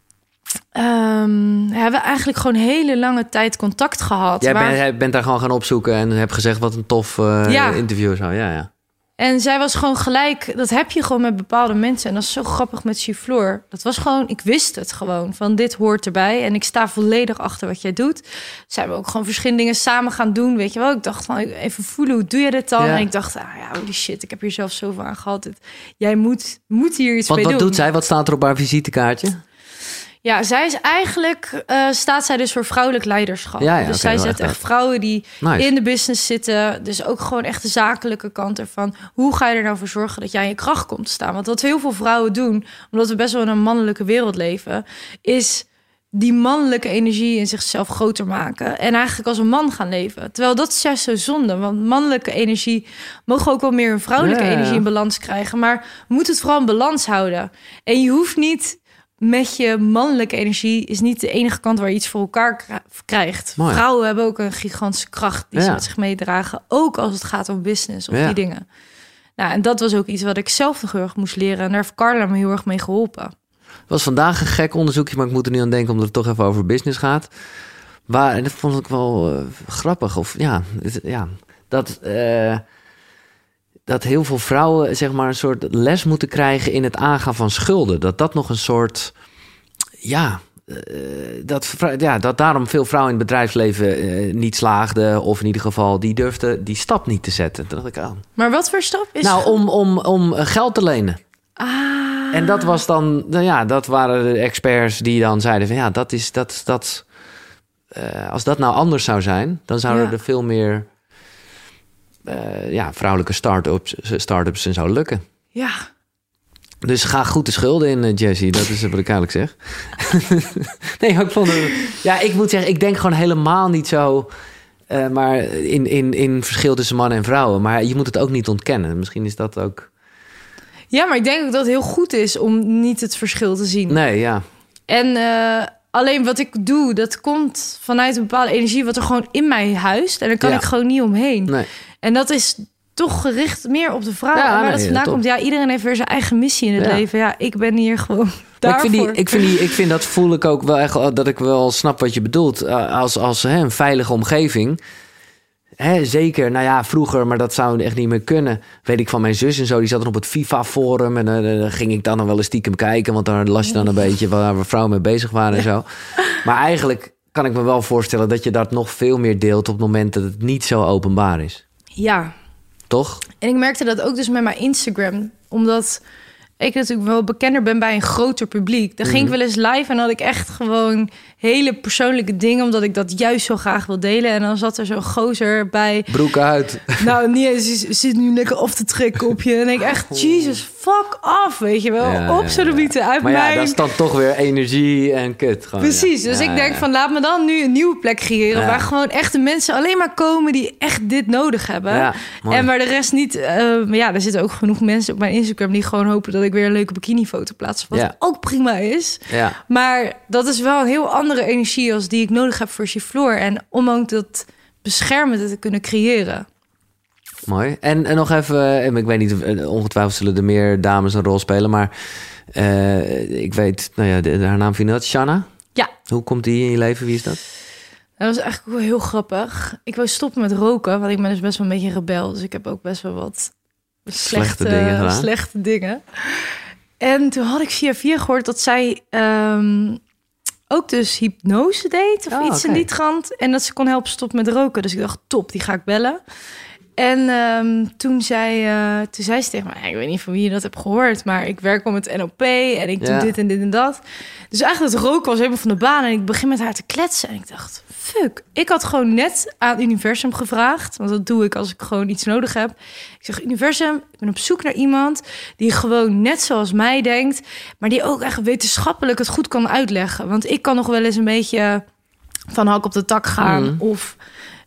hebben we eigenlijk gewoon hele lange tijd contact gehad.
Jij bent daar gewoon gaan opzoeken en hebt gezegd wat een tof interview zo. Ja.
En zij was gewoon gelijk, dat heb je gewoon met bepaalde mensen. En dat is zo grappig met Chiflor. Dat was gewoon, ik wist het gewoon, van dit hoort erbij. En ik sta volledig achter wat jij doet. Zijn we ook gewoon verschillende dingen samen gaan doen, weet je wel. Ik dacht van, even voelen, hoe doe je dit dan? Ja. En ik dacht, holy shit, ik heb hier zelf zoveel aan gehad. Jij moet hier iets mee doen.
Wat doet zij? Wat staat er op haar visitekaartje?
Ja, zij is eigenlijk, staat zij dus voor vrouwelijk leiderschap. Dus zij zet echt vrouwen die in de business zitten. Dus ook gewoon echt de zakelijke kant ervan. Hoe ga je er nou voor zorgen dat jij in je kracht komt te staan? Want wat heel veel vrouwen doen, omdat we best wel in een mannelijke wereld leven, is die mannelijke energie in zichzelf groter maken. En eigenlijk als een man gaan leven. Terwijl dat is juist zo zonde. Want mannelijke energie mogen ook wel meer een vrouwelijke energie in balans krijgen. Maar we moeten het vooral in balans houden. En je hoeft niet... met je mannelijke energie is niet de enige kant waar je iets voor elkaar krijgt.
Mooi.
Vrouwen hebben ook een gigantische kracht die ze met zich meedragen. Ook als het gaat om business of die dingen. Nou, en dat was ook iets wat ik zelf nog heel erg moest leren. En daar heeft Carla me heel erg mee geholpen. Het
was vandaag een gek onderzoekje, maar ik moet er nu aan denken omdat het toch even over business gaat. En dat vond ik wel grappig. Dat heel veel vrouwen zeg maar een soort les moeten krijgen in het aangaan van schulden. Dat nog een soort... dat daarom veel vrouwen in het bedrijfsleven niet slaagden. Of in ieder geval, die durfden die stap niet te zetten. Dat dacht ik aan.
Maar wat voor stap is
nou, om geld te lenen. En dat was dan... dat waren de experts die dan zeiden van... als dat nou anders zou zijn... dan zouden er veel meer... vrouwelijke start-ups en zou lukken.
Ja.
Dus ga goed de schulden in, Jessie. Dat is wat ik eigenlijk zeg. Nee, ik vond het... Ja, ik moet zeggen, ik denk gewoon helemaal niet zo... maar in verschil tussen mannen en vrouwen. Maar je moet het ook niet ontkennen. Misschien is dat ook...
Ja, maar ik denk ook dat het heel goed is om niet het verschil te zien.
Nee, ja.
En alleen wat ik doe, dat komt vanuit een bepaalde energie... wat er gewoon in mij huist. En daar kan ik gewoon niet omheen. Nee. En dat is toch gericht meer op de vrouw. Ja, waar dat vandaan komt, iedereen heeft weer zijn eigen missie in het leven. Ja, ik ben hier gewoon daarvoor.
Ik vind dat voel ik ook wel echt... dat ik wel snap wat je bedoelt. Als een veilige omgeving... zeker, vroeger, maar dat zou echt niet meer kunnen. Weet ik van mijn zus en zo, die zat dan op het FIFA-forum... en dan ging ik dan nog wel eens stiekem kijken... want daar las je dan een beetje waar we vrouwen mee bezig waren en zo. Maar eigenlijk kan ik me wel voorstellen... dat je dat nog veel meer deelt op het moment dat het niet zo openbaar is.
Ja.
Toch?
En ik merkte dat ook dus met mijn Instagram. Omdat ik natuurlijk wel bekender ben bij een groter publiek. Dan ging ik wel eens live en had ik echt gewoon hele persoonlijke dingen... omdat ik dat juist zo graag wil delen. En dan zat er zo'n gozer bij...
Broek uit.
Nou, niet eens, zit nu lekker af te trekken op je. En ik echt, Jesus, fuck off, weet je wel. Op zo'n bieten uit
maar
mijn...
dat is dan toch weer energie en kut. Gewoon,
precies, dus ik denk van laat me dan nu een nieuwe plek creëren... waar gewoon echt de mensen alleen maar komen die echt dit nodig hebben. Ja, en waar de rest niet... er zitten ook genoeg mensen op mijn Instagram... die gewoon hopen dat ik weer een leuke bikinifoto plaats. Wat ook prima is. Ja. Maar dat is wel een heel andere energie als die ik nodig heb voor Chiflor. En om ook dat beschermende te kunnen creëren.
Mooi. En nog even, ik weet niet, ongetwijfeld zullen er meer dames een rol spelen, maar ik weet, haar naam vind je dat? Shanna?
Ja.
Hoe komt die in je leven? Wie is dat?
Dat was eigenlijk ook wel heel grappig. Ik wou stoppen met roken, want ik ben dus best wel een beetje een rebel. Dus ik heb ook best wel wat slechte dingen gedaan. Slechte dingen. En toen had ik via gehoord dat zij ook dus hypnose deed of iets in die trant. En dat ze kon helpen stoppen met roken. Dus ik dacht, top, die ga ik bellen. En toen zei ze tegen mij... ik weet niet van wie je dat hebt gehoord... maar ik werk al met NLP en ik doe dit en dit en dat. Dus eigenlijk het roken was helemaal van de baan... en ik begin met haar te kletsen en ik dacht... fuck, ik had gewoon net aan het universum gevraagd... want dat doe ik als ik gewoon iets nodig heb. Ik zeg, universum, ik ben op zoek naar iemand... die gewoon net zoals mij denkt... maar die ook echt wetenschappelijk het goed kan uitleggen. Want ik kan nog wel eens een beetje van hak op de tak gaan... of...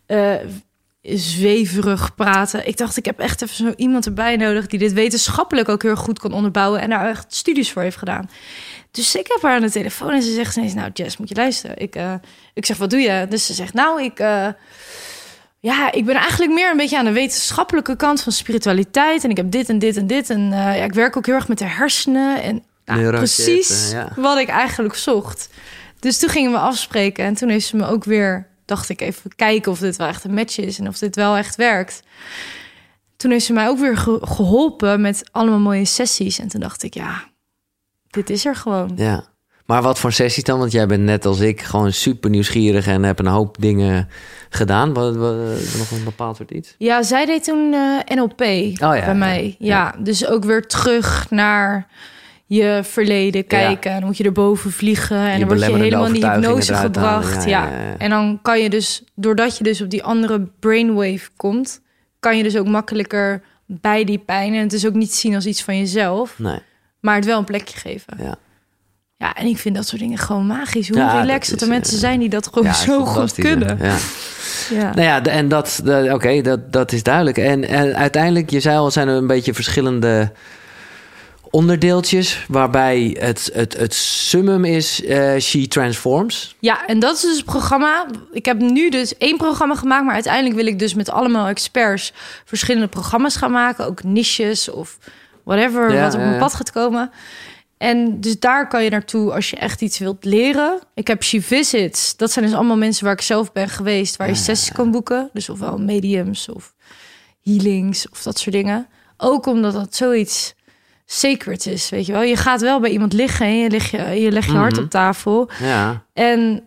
zweverig praten. Ik dacht, ik heb echt even zo iemand erbij nodig... die dit wetenschappelijk ook heel goed kan onderbouwen... en daar echt studies voor heeft gedaan. Dus ik heb haar aan de telefoon en ze zegt ineens... nou, Jess, moet je luisteren. Ik zeg, wat doe je? Dus ze zegt, nou, ik ben eigenlijk meer een beetje aan de wetenschappelijke kant... van spiritualiteit en ik heb dit en dit en dit. En ik werk ook heel erg met de hersenen. En precies wat ik eigenlijk zocht. Dus toen gingen we afspreken en toen heeft ze me ook weer... dacht ik even kijken of dit wel echt een match is... en of dit wel echt werkt. Toen heeft ze mij ook weer geholpen met allemaal mooie sessies. En toen dacht ik, dit is er gewoon.
Ja, maar wat voor sessies dan? Want jij bent net als ik gewoon super nieuwsgierig... en heb een hoop dingen gedaan. Wat nog een bepaald soort iets?
Ja, zij deed toen NLP bij mij. Ja, dus ook weer terug naar... je verleden kijken. En dan moet je erboven vliegen. En dan word je helemaal in die hypnose gebracht. Ja. En dan kan je dus, doordat je dus op die andere brainwave komt... kan je dus ook makkelijker bij die pijn... en het is ook niet zien als iets van jezelf...
Nee.
maar het wel een plekje geven. Ja, en ik vind dat soort dingen gewoon magisch. Hoe relaxed dat er mensen zijn die dat gewoon zo goed kunnen.
Ja. Nou ja, en dat is duidelijk. En uiteindelijk, je zei al, zijn er een beetje verschillende... onderdeeltjes, waarbij het summum is She Transforms.
Ja, en dat is dus het programma. Ik heb nu dus 1 programma gemaakt... maar uiteindelijk wil ik dus met allemaal experts... verschillende programma's gaan maken. Ook niches of whatever wat op mijn pad gaat komen. En dus daar kan je naartoe als je echt iets wilt leren. Ik heb She Visits. Dat zijn dus allemaal mensen waar ik zelf ben geweest... waar je sessies kan boeken. Dus ofwel mediums of healings of dat soort dingen. Ook omdat dat zoiets... sacred is, weet je wel. Je gaat wel bij iemand liggen en je legt je hart op tafel.
Ja.
En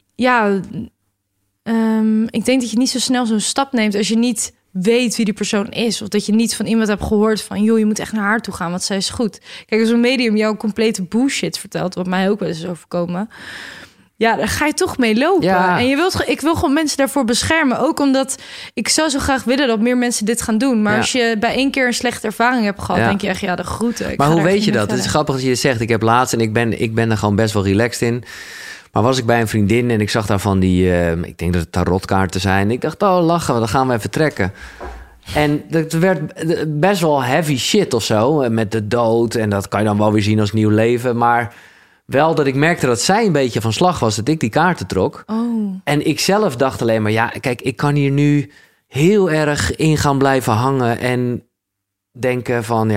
ik denk dat je niet zo snel zo'n stap neemt... als je niet weet wie die persoon is. Of dat je niet van iemand hebt gehoord van... joh, je moet echt naar haar toe gaan, want zij is goed. Kijk, als een medium jou complete bullshit vertelt... wat mij ook wel eens is overkomen... ja, daar ga je toch mee lopen. Ja. En ik wil gewoon mensen daarvoor beschermen. Ook omdat ik zou zo graag willen dat meer mensen dit gaan doen. Maar als je bij 1 keer een slechte ervaring hebt gehad... denk je echt, de groeten.
Maar hoe weet je dat? Het is grappig dat je het zegt. Ik heb laatst, en ik ben er gewoon best wel relaxed in... maar was ik bij een vriendin en ik zag daar van die... ik denk dat het tarotkaarten zijn. Ik dacht, lachen, dan gaan we even trekken. En het werd best wel heavy shit of zo. Met de dood. En dat kan je dan wel weer zien als nieuw leven. Maar... wel dat ik merkte dat zij een beetje van slag was... dat ik die kaarten trok.
Oh.
En ik zelf dacht alleen maar... kijk, ik kan hier nu heel erg in gaan blijven hangen... en denken van...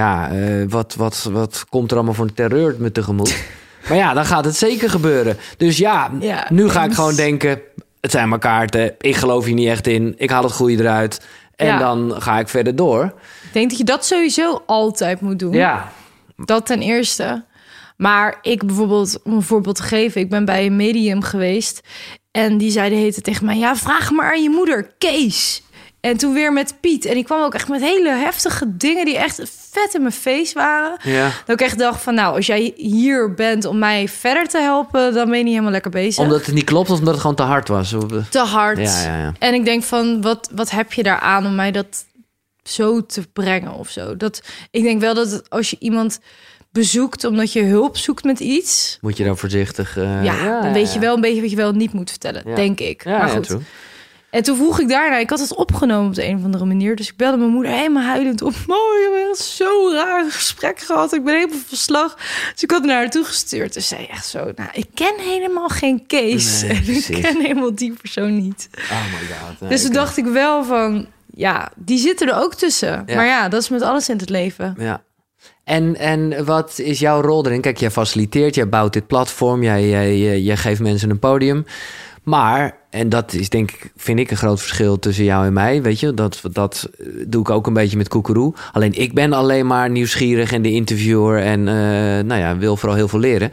wat komt er allemaal voor een terreur me tegemoet? Maar dan gaat het zeker gebeuren. Dus nu ga ik gewoon denken... het zijn maar kaarten, ik geloof hier niet echt in... ik haal het goede eruit en dan ga ik verder door.
Ik denk dat je dat sowieso altijd moet doen.
Ja.
Dat ten eerste... Maar ik bijvoorbeeld, om een voorbeeld te geven... ik ben bij een medium geweest... en die zei de hele tijd tegen mij... ja, vraag maar aan je moeder, Kees. En toen weer met Piet. En ik kwam ook echt met hele heftige dingen... die echt vet in mijn face waren. Ja. Dat ik echt dacht van... nou, als jij hier bent om mij verder te helpen... dan ben je niet helemaal lekker bezig.
Omdat het niet klopt of omdat het gewoon te hard was?
Te hard.
Ja.
En ik denk van, wat heb je daaraan om mij dat zo te brengen of zo? Ik denk wel dat als je iemand... bezoekt omdat je hulp zoekt met iets...
moet je dan voorzichtig...
dan weet je wel een beetje wat je wel niet moet vertellen, denk ik.
Ja,
maar goed. En toen vroeg ik daarna... ik had het opgenomen op de een of andere manier... dus ik belde mijn moeder helemaal huilend op... ik heb echt zo'n raar gesprek gehad. Ik ben helemaal van slag. Dus ik had naar haar toegestuurd. Dus zei echt zo... nou, ik ken helemaal geen Kees.
Nee,
en ik ken helemaal die persoon niet.
Oh my god. Nee,
dus toen dacht ik wel van... ja, die zitten er ook tussen. Ja. Maar dat is met alles in het leven.
Ja. En wat is jouw rol erin? Kijk, jij faciliteert, jij bouwt dit platform, jij geeft mensen een podium. Maar, en dat is vind ik een groot verschil tussen jou en mij, weet je. Dat doe ik ook een beetje met Koekeroe. Alleen ik ben alleen maar nieuwsgierig en de interviewer en wil vooral heel veel leren.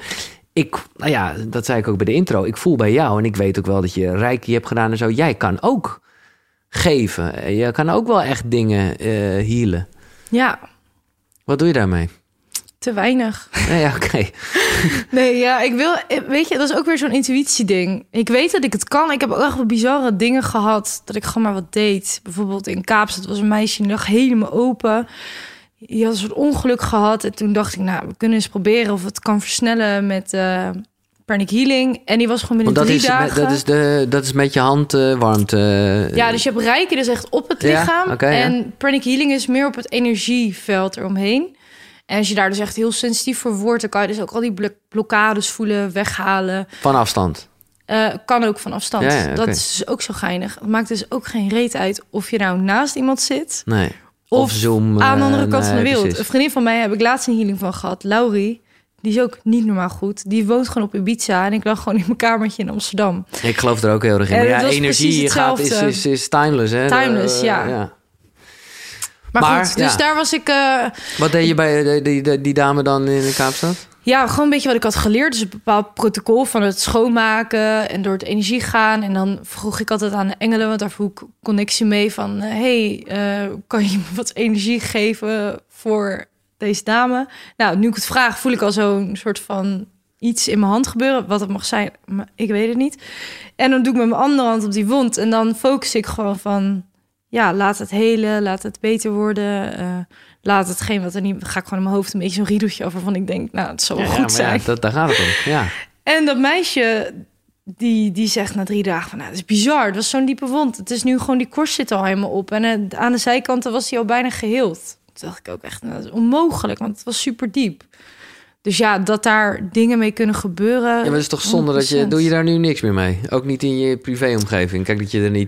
Dat zei ik ook bij de intro. Ik voel bij jou en ik weet ook wel dat je Reiki hebt gedaan en zo. Jij kan ook geven. Je kan ook wel echt dingen healen.
Ja.
Wat doe je daarmee?
Te weinig.
Ja, oké.
Nee, ja, weet je, dat is ook weer zo'n intuïtieding. Ik weet dat ik het kan. Ik heb ook echt wel bizarre dingen gehad dat ik gewoon maar wat deed. Bijvoorbeeld in Kaapstad was een meisje die lag helemaal open. Die had een soort ongeluk gehad. En toen dacht ik, nou, we kunnen eens proberen of het kan versnellen met pranic healing. En die was gewoon binnen 3 dagen.
Dat is met je hand warmte.
Ja, dus je hebt Reiki dus echt op het lichaam.
Okay,
en pranic healing is meer op het energieveld eromheen. En als je daar dus echt heel sensitief voor wordt, dan kan je dus ook al die blokkades voelen, weghalen.
Van afstand?
Kan ook van afstand.
Ja, okay.
Dat is dus ook zo geinig. Het maakt dus ook geen reet uit of je nou naast iemand zit.
Nee.
Of
Zoom,
aan de andere kant van de wereld.
Precies.
Een vriendin van mij heb ik laatst een healing van gehad. Laurie, die is ook niet normaal goed. Die woont gewoon op Ibiza en ik lag gewoon in mijn kamertje in Amsterdam.
Ik geloof er ook heel erg in. Maar ja, energie is timeless, hè?
Timeless, ja. Maar goed, dus daar was ik...
Wat deed je bij die dame dan in Kaapstad?
Ja, gewoon een beetje wat ik had geleerd. Dus een bepaald protocol van het schoonmaken en door het energie gaan. En dan vroeg ik altijd aan de engelen, want daar voel ik connectie mee van... kan je me wat energie geven voor deze dame? Nou, nu ik het vraag, voel ik al zo'n soort van iets in mijn hand gebeuren. Wat het mag zijn, maar ik weet het niet. En dan doe ik met mijn andere hand op die wond. En dan focus ik gewoon van... Ja, laat het helen, laat het beter worden. Laat hetgeen wat er niet... Ga ik gewoon in mijn hoofd een beetje zo'n riedeltje over van ik denk, nou, het zal wel goed zijn.
Ja, daar gaat het om, ja.
En dat meisje, die zegt na 3 dagen van, nou, dat is bizar. Het was zo'n diepe wond. Het is nu gewoon, die korst zit al helemaal op. En aan de zijkanten was die al bijna geheeld. Toen dacht ik ook echt, nou, dat is onmogelijk, want het was super diep. Dus ja, dat daar dingen mee kunnen gebeuren. Ja, maar
het is toch zonde 100%. Dat je... Doe je daar nu niks meer mee? Ook niet in je privéomgeving? Kijk, dat je er niet...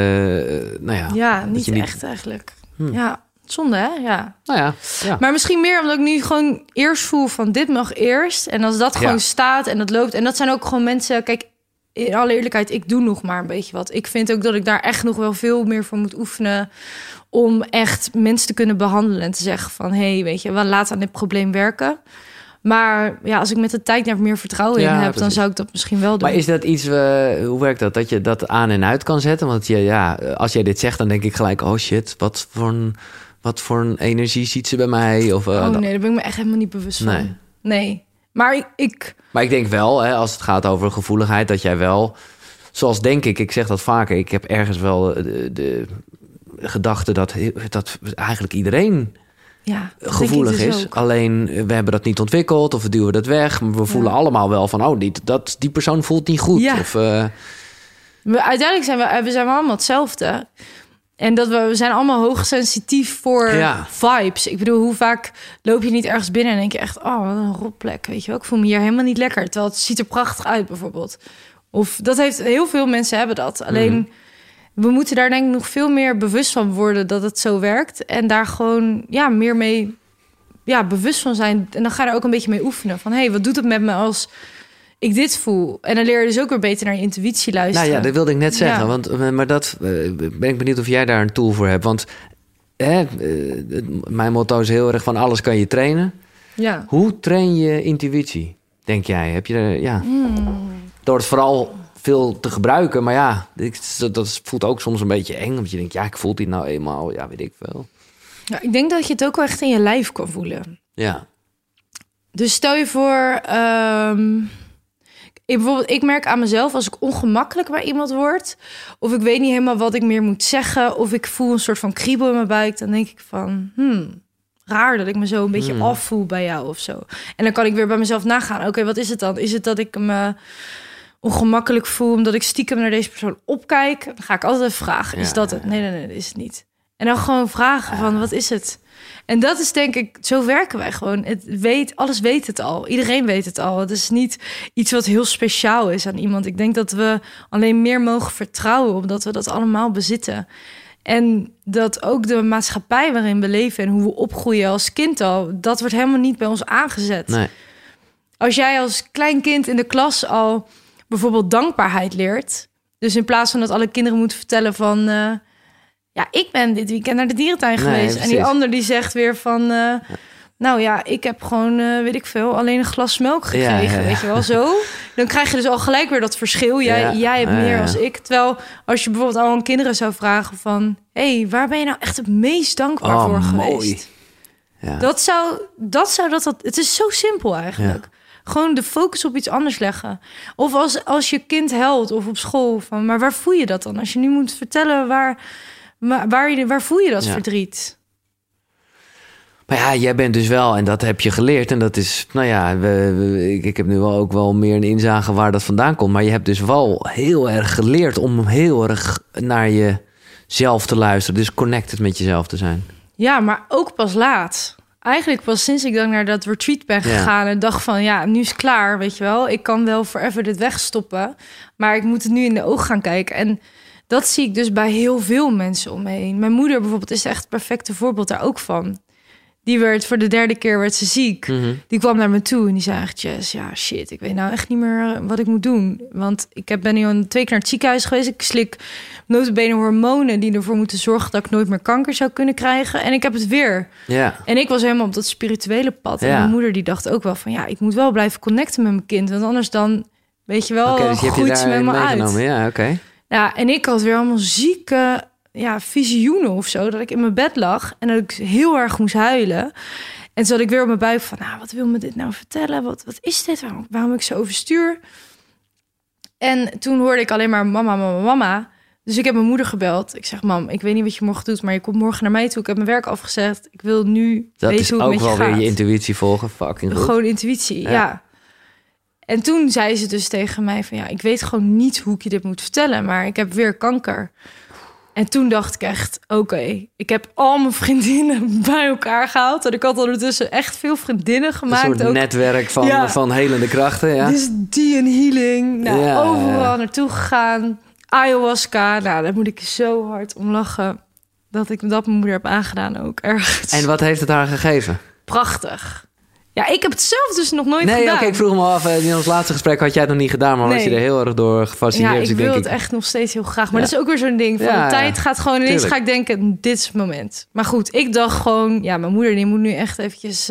Ja, niet echt niet... eigenlijk. Ja, zonde, hè? Ja.
Nou ja.
Maar misschien meer omdat ik nu gewoon eerst voel van dit mag eerst. En als dat gewoon staat en dat loopt... En dat zijn ook gewoon mensen... Kijk, in alle eerlijkheid, ik doe nog maar een beetje wat. Ik vind ook dat ik daar echt nog wel veel meer voor moet oefenen... om echt mensen te kunnen behandelen en te zeggen van... hey, weet je, wel laat aan dit probleem werken... Maar ja, als ik met de tijd daar meer vertrouwen in heb... Precies. Dan zou ik dat misschien wel doen.
Maar is dat iets... hoe werkt dat? Dat je dat aan en uit kan zetten? Want als jij dit zegt, dan denk ik gelijk... oh shit, wat voor een energie ziet ze bij mij? Of,
nee, daar ben ik me echt helemaal niet bewust van. Nee. Maar
Maar ik denk wel, hè, als het gaat over gevoeligheid... dat jij wel, zoals denk ik zeg dat vaker... ik heb ergens wel de gedachte dat eigenlijk iedereen... gevoelig
dus
is. Alleen, we hebben dat niet ontwikkeld of we duwen dat weg. Maar we voelen allemaal wel van... die persoon voelt niet goed.
Ja.
Of,
uiteindelijk zijn we allemaal hetzelfde. En we zijn allemaal hoogsensitief voor vibes. Ik bedoel, hoe vaak loop je niet ergens binnen... en denk je echt, oh, wat een rotplek. Weet je wel, ik voel me hier helemaal niet lekker. Terwijl het ziet er prachtig uit, bijvoorbeeld. Of dat heeft... Heel veel mensen hebben dat. Alleen... We moeten daar denk ik nog veel meer bewust van worden dat het zo werkt. En daar gewoon meer mee bewust van zijn. En dan ga je er ook een beetje mee oefenen. Van, hey, wat doet het met me als ik dit voel? En dan leer je dus ook weer beter naar je intuïtie luisteren.
Nou ja, dat wilde ik net zeggen. Ja. Maar dat ben ik benieuwd of jij daar een tool voor hebt. Want mijn motto is heel erg van alles kan je trainen.
Ja.
Hoe train je intuïtie, denk jij? Heb je door het vooral... veel te gebruiken, maar dat voelt ook soms een beetje eng. Want je denkt, ik voel dit nou eenmaal, weet ik veel.
Ja, ik denk dat je het ook wel echt in je lijf kan voelen.
Ja.
Dus stel je voor, ik merk aan mezelf als ik ongemakkelijk bij iemand word, of ik weet niet helemaal wat ik meer moet zeggen, of ik voel een soort van kriebel in mijn buik, dan denk ik van, raar dat ik me zo een beetje afvoel bij jou of zo. En dan kan ik weer bij mezelf nagaan. Oké, wat is het dan? Is het dat ik me ongemakkelijk voel omdat ik stiekem naar deze persoon opkijk? Dan ga ik altijd even vragen, is dat het? Nee, dat is het niet. En dan gewoon vragen van, wat is het? En dat is denk ik, zo werken wij gewoon. Alles weet het al. Iedereen weet het al. Het is niet iets wat heel speciaal is aan iemand. Ik denk dat we alleen meer mogen vertrouwen, omdat we dat allemaal bezitten. En dat ook de maatschappij waarin we leven en hoe we opgroeien als kind al, dat wordt helemaal niet bij ons aangezet.
Nee.
Als jij als klein kind in de klas al bijvoorbeeld dankbaarheid leert, dus in plaats van dat alle kinderen moeten vertellen van, ik ben dit weekend naar de dierentuin geweest. En die ander die zegt weer van, Nou ja, ik heb gewoon, weet ik veel, alleen een glas melk gekregen, weet je wel, zo. Dan krijg je dus al gelijk weer dat verschil. Jij hebt meer als ik. Terwijl als je bijvoorbeeld al aan kinderen zou vragen van... hey, waar ben je nou echt het meest dankbaar voor geweest? Ja. Het is zo simpel eigenlijk. Ja. Gewoon de focus op iets anders leggen. Of als je kind huilt of op school, van, maar waar voel je dat dan? Als je nu moet vertellen, waar voel je dat verdriet?
Maar ja, jij bent dus wel, en dat heb je geleerd. En dat is, nou ja, ik heb nu wel ook wel meer een inzage waar dat vandaan komt. Maar je hebt dus wel heel erg geleerd om heel erg naar jezelf te luisteren. Dus connected met jezelf te zijn.
Ja, maar ook pas laat. Eigenlijk pas sinds ik dan naar dat retreat ben gegaan... en dacht van, ja, nu is het klaar, weet je wel. Ik kan wel forever dit wegstoppen. Maar ik moet het nu in de ogen gaan kijken. En dat zie ik dus bij heel veel mensen om me heen. Mijn moeder bijvoorbeeld is echt het perfecte voorbeeld daar ook van. Die werd voor de 3e keer werd ze ziek. Mm-hmm. Die kwam naar me toe en die zei echt... Jess, ja, shit, ik weet nou echt niet meer wat ik moet doen. Want ik ben nu 2 keer naar het ziekenhuis geweest. Ik slik nota bene hormonen die ervoor moeten zorgen... dat ik nooit meer kanker zou kunnen krijgen. En ik heb het weer.
Ja.
En ik was helemaal op dat spirituele pad. En mijn moeder die dacht ook wel van... ja, ik moet wel blijven connecten met mijn kind. Want anders dan, weet je wel, dus groeit ze met me uit.
Ja, oké.
Ja, en ik had weer allemaal zieke... visioenen of zo, dat ik in mijn bed lag en dat ik heel erg moest huilen. En toen zat ik weer op mijn buik van, nou, wat wil me dit nou vertellen? Wat is dit? Waarom ik zo overstuur? En toen hoorde ik alleen maar mama, mama, mama. Dus ik heb mijn moeder gebeld. Ik zeg, mam, ik weet niet wat je morgen doet, maar je komt morgen naar mij toe. Ik heb mijn werk afgezegd. Ik wil nu weten hoe het met je gaat. Dat is ook wel weer je
intuïtie volgen. Fucking goed.
Gewoon intuïtie, ja. En toen zei ze dus tegen mij van, ja, ik weet gewoon niet hoe ik je dit moet vertellen, maar ik heb weer kanker. En toen dacht ik echt, oké, ik heb al mijn vriendinnen bij elkaar gehaald. En ik had ondertussen echt veel vriendinnen gemaakt.
Een soort netwerk van helende krachten, ja.
Dus die en healing, overal naartoe gegaan. Ayahuasca, daar moet ik zo hard om lachen... dat ik dat mijn moeder heb aangedaan ook ergens.
En wat heeft het haar gegeven?
Prachtig. Ja, ik heb het zelf dus nog nooit gedaan.
Nee, ik vroeg me af, in ons laatste gesprek had jij het nog niet gedaan... maar was je er heel erg door gefascineerd.
Ja, ik wil het echt nog steeds heel graag. Maar dat is ook weer zo'n ding van de tijd gaat gewoon... ineens ga ik denken, dit is het moment. Maar goed, ik dacht gewoon... ja, mijn moeder die moet nu echt eventjes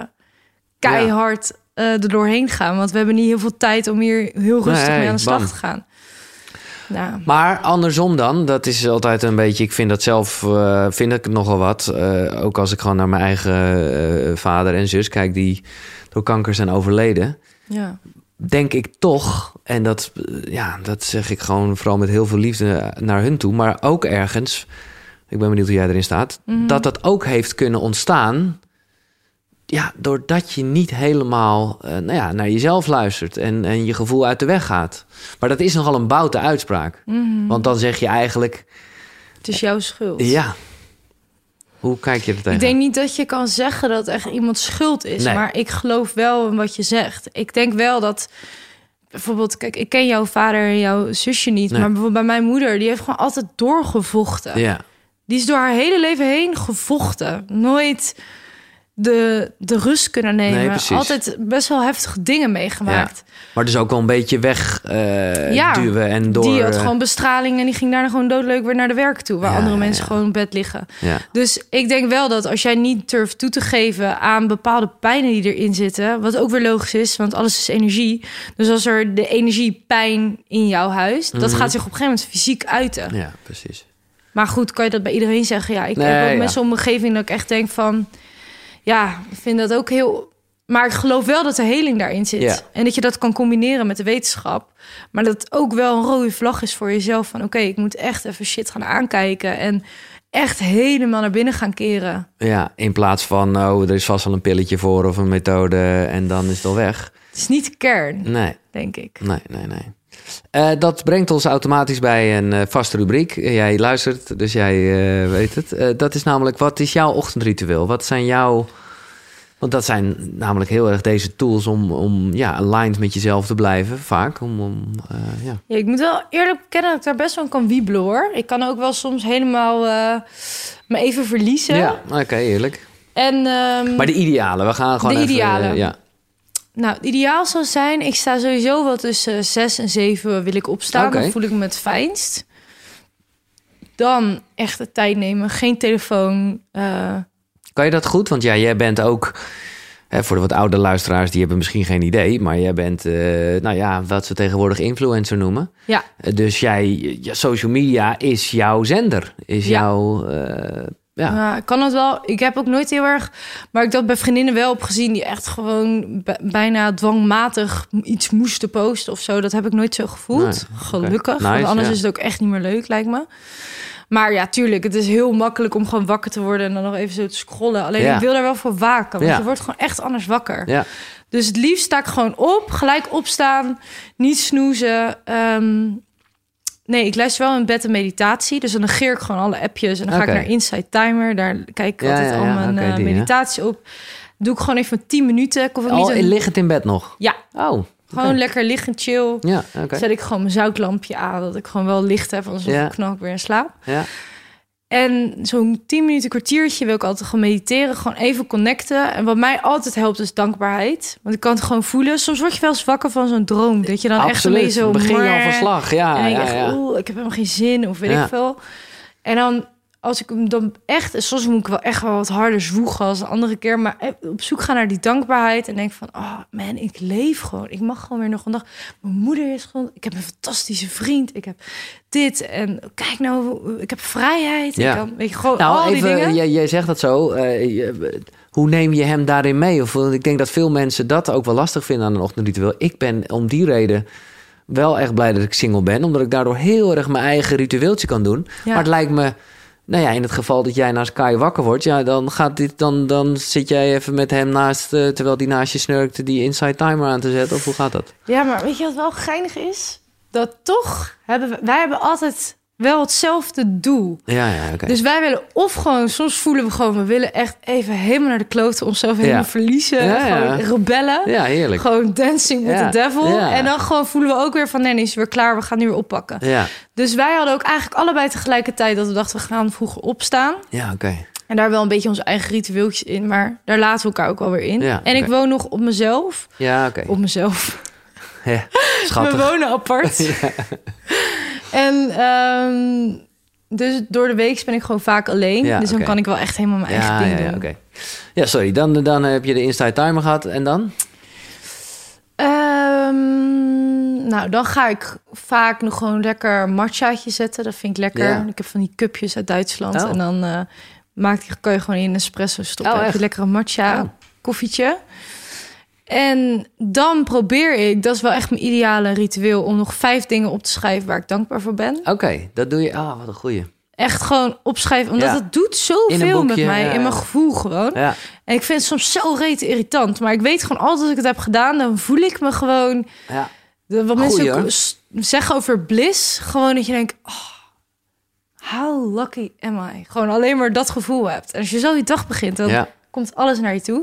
keihard er doorheen gaan. Want we hebben niet heel veel tijd om hier heel rustig mee aan de slag te gaan. Nou.
Maar andersom dan, dat is altijd een beetje... ik vind dat zelf, vind ik het nogal wat. Ook als ik gewoon naar mijn eigen vader en zus kijk... die door kanker zijn overleden. Ja. Denk ik toch, en dat zeg ik gewoon vooral met heel veel liefde naar hun toe... maar ook ergens, ik ben benieuwd hoe jij erin staat... dat ook heeft kunnen ontstaan... ja, doordat je niet helemaal naar jezelf luistert... en je gevoel uit de weg gaat. Maar dat is nogal een boute uitspraak. Mm-hmm. Want dan zeg je eigenlijk...
het is jouw schuld.
Ja. Hoe kijk je er tegen?
Ik denk niet dat je kan zeggen dat echt iemands schuld is. Nee. Maar ik geloof wel in wat je zegt. Ik denk wel dat... bijvoorbeeld, kijk, ik ken jouw vader en jouw zusje niet... maar bijvoorbeeld bij mijn moeder... die heeft gewoon altijd doorgevochten. Ja. Die is door haar hele leven heen gevochten. Nooit... de rust kunnen nemen. Nee, altijd best wel heftige dingen meegemaakt. Ja.
Maar dus ook wel een beetje wegduwen en door...
die had gewoon bestraling en die ging daarna gewoon doodleuk weer naar de werk toe... waar andere mensen gewoon in bed liggen. Ja. Dus ik denk wel dat als jij niet durft toe te geven... aan bepaalde pijnen die erin zitten... wat ook weer logisch is, want alles is energie. Dus als er de energie pijn in jouw huis... dat gaat zich op een gegeven moment fysiek uiten.
Ja, precies.
Maar goed, kan je dat bij iedereen zeggen? Ja, ik heb ook mensen om mijn omgeving dat ik echt denk van... ja, ik vind dat ook heel... maar ik geloof wel dat de heling daarin zit. Ja. En dat je dat kan combineren met de wetenschap. Maar dat het ook wel een rode vlag is voor jezelf. Van oké, ik moet echt even shit gaan aankijken. En echt helemaal naar binnen gaan keren.
Ja, in plaats van... er is vast wel een pilletje voor of een methode... en dan is het al weg.
Het is niet de kern, denk ik.
Nee. Dat brengt ons automatisch bij een vaste rubriek. Jij luistert, dus jij weet het. Dat is namelijk, wat is jouw ochtendritueel? Wat zijn jouw... want dat zijn namelijk heel erg deze tools om aligned met jezelf te blijven, vaak. Ja, ik
moet wel eerlijk bekennen dat ik daar best wel kan wiebelen, hoor. Ik kan ook wel soms helemaal me even verliezen.
Ja, oké, eerlijk.
En,
maar de idealen, we gaan gewoon even...
De idealen. Nou, het ideaal zou zijn... ik sta sowieso wel tussen 6 en 7 wil ik opstaan. Dan voel ik me het fijnst. Dan echt de tijd nemen. Geen telefoon.
Kan je dat goed? Want ja, jij bent ook... voor de wat oude luisteraars, die hebben misschien geen idee... maar jij bent, wat ze tegenwoordig influencer noemen.
Ja.
Dus social media is jouw zender. Is jouw...
Ja, ik kan het wel. Ik heb ook nooit heel erg... Maar ik dat bij vriendinnen wel op gezien... die echt gewoon bijna dwangmatig iets moesten posten of zo. Dat heb ik nooit zo gevoeld. Nee, gelukkig. Okay. Nice, want anders is het ook echt niet meer leuk, lijkt me. Maar ja, tuurlijk, het is heel makkelijk om gewoon wakker te worden... en dan nog even zo te scrollen. Alleen ik wil daar wel voor waken. Want je wordt gewoon echt anders wakker. Ja. Dus het liefst sta ik gewoon op. Gelijk opstaan. Niet snoezen. Nee, ik luister wel in bed een meditatie. Dus dan negeer ik gewoon alle appjes. En dan ga ik naar Insight Timer. Daar kijk ik altijd al mijn meditatie op. Doe ik gewoon even 10 minuten.
Liggend in bed nog?
Ja.
Oh.
Gewoon lekker liggen, chill.
Ja,
Zet ik gewoon mijn zoutlampje aan. Dat ik gewoon wel licht heb. Anders knal ik weer in slaap.
Ja.
En zo'n 10 minuten, kwartiertje wil ik altijd gewoon mediteren. Gewoon even connecten. En wat mij altijd helpt is dankbaarheid. Want ik kan het gewoon voelen. Soms word je wel eens wakker van zo'n droom. Dat je dan echt mee zo...
begin je al van slag. Ja,
en ik heb helemaal geen zin. Of weet ik veel. En dan... Als ik hem dan echt... Soms moet ik wel echt wel wat harder zwoegen als de andere keer. Maar op zoek gaan naar die dankbaarheid. En denk van, oh man, ik leef gewoon. Ik mag gewoon weer nog een dag. Mijn moeder is gewoon... Ik heb een fantastische vriend. Ik heb dit. En kijk nou, ik heb vrijheid.
Ja.
Ik kan, weet je, gewoon al die dingen.
Jij zegt dat zo. Hoe neem je hem daarin mee? Of ik denk dat veel mensen dat ook wel lastig vinden aan een ochtendritueel. Ik ben om die reden... wel echt blij dat ik single ben. Omdat ik daardoor heel erg mijn eigen ritueeltje kan doen. Ja. Maar het lijkt me... Nou ja, in het geval dat jij naast Kai wakker wordt... ja, dan zit jij even met hem naast... terwijl die naast je snurkt die Insight Timer aan te zetten. Of hoe gaat dat?
Ja, maar weet je wat wel geinig is? Dat toch wij hebben altijd wel hetzelfde doel.
Ja, okay.
Dus wij willen of gewoon... Soms voelen we gewoon... we willen echt even helemaal naar de kloten... onszelf helemaal verliezen. Gewoon rebellen.
Ja, heerlijk.
Gewoon dancing with the devil. Ja. En dan gewoon voelen we ook weer van... nee, is weer klaar, we gaan nu weer oppakken.
Ja.
Dus wij hadden ook eigenlijk allebei tegelijkertijd... dat we dachten, we gaan vroeger opstaan.
Ja, oké.
En daar wel een beetje onze eigen ritueeltjes in. Maar daar laten we elkaar ook wel weer in. Ja, en ik woon nog op mezelf.
Ja, oké.
Op mezelf.
Ja, schattig.
We wonen apart. Ja. En dus door de week ben ik gewoon vaak alleen. Ja, dus dan kan ik wel echt helemaal mijn eigen ding doen.
Okay. Ja, sorry. Dan heb je de Insight Timer gehad. En dan?
Nou, dan ga ik vaak nog gewoon lekker matchaatje zetten. Dat vind ik lekker. Ja. Ik heb van die cupjes uit Duitsland. Oh. En dan kan je gewoon in een espresso stoppen. Heb je lekker een matcha koffietje. En dan probeer ik, dat is wel echt mijn ideale ritueel... om nog 5 dingen op te schrijven waar ik dankbaar voor ben.
Oké, dat doe je. Wat een goeie.
Echt gewoon opschrijven, omdat het doet zoveel met mij, in mijn gevoel gewoon. Ja. En ik vind het soms zo rete irritant. Maar ik weet gewoon altijd als ik het heb gedaan, dan voel ik me gewoon... Ja. Wat mensen ook zeggen over bliss, gewoon dat je denkt... how lucky am I? Gewoon alleen maar dat gevoel hebt. En als je zo die dag begint, dan komt alles naar je toe.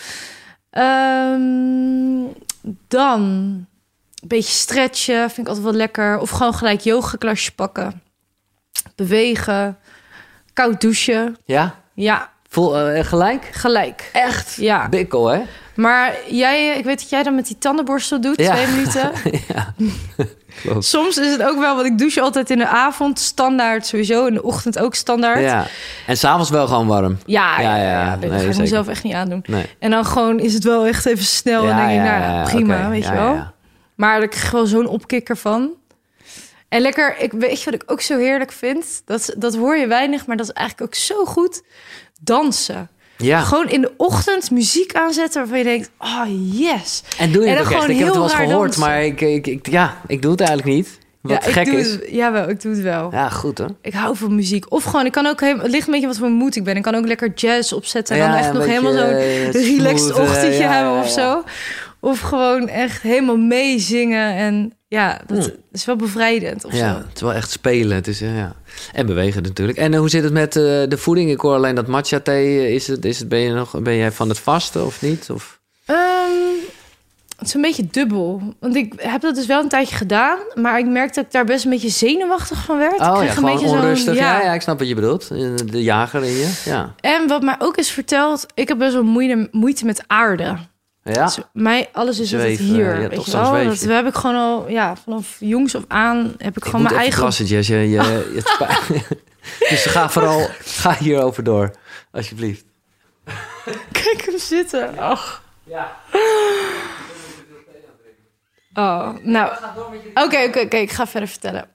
Dan een beetje stretchen, vind ik altijd wel lekker. Of gewoon gelijk yogaklasje pakken. Bewegen. Koud douchen.
Ja?
Ja.
Gelijk?
Gelijk.
Echt?
Ja.
Bikkel, hè?
Maar ik weet dat jij dan met die tandenborstel doet, 2 minuten.
Ja.
Soms is het ook wel, want ik douche altijd in de avond standaard sowieso. In de ochtend ook standaard.
Ja. En s'avons wel gewoon warm.
Ja. Dat ga ik mezelf echt niet aandoen. Nee. En dan gewoon is het wel echt even snel. En denk ik, prima, weet je wel. Ja. Maar ik krijg wel zo'n opkikker van. En lekker, weet je wat ik ook zo heerlijk vind? Dat hoor je weinig, maar dat is eigenlijk ook zo goed. Dansen. Ja. Gewoon in de ochtend muziek aanzetten waarvan je denkt, yes.
En doe je het ook echt? Ik heb het wel eens gehoord, dansen. Maar ik doe het eigenlijk niet. Wat gek is.
Ik doe het wel.
Ja, goed hoor.
Ik hou van muziek. Of gewoon, het ligt een beetje wat voor moed ik ben. Ik kan ook lekker jazz opzetten en dan echt nog helemaal zo'n relaxed ochtendje hebben of zo. Of gewoon echt helemaal meezingen. En dat is wel bevrijdend of zo.
Het is wel echt spelen. Het is, En bewegen natuurlijk. En hoe zit het met de voeding? Ik hoor alleen dat matcha thee. Ben jij van het vasten of niet? Of?
Het is een beetje dubbel. Want ik heb dat dus wel een tijdje gedaan. Maar ik merkte dat ik daar best een beetje zenuwachtig van werd.
Gewoon een beetje onrustig. Ja, ik snap wat je bedoelt. De jager in je. Ja.
En wat mij ook is verteld... Ik heb best wel moeite met aarde.
Ja.
Dus alles is altijd hier. Weet je wel? Dat heb ik gewoon al... vanaf jongs af aan heb ik gewoon mijn eigen...
Klassentjes. Dus ga hierover door. Alsjeblieft.
Kijk hem zitten. Ach.
Ja.
Oh, nou. Oké. Ik ga verder vertellen.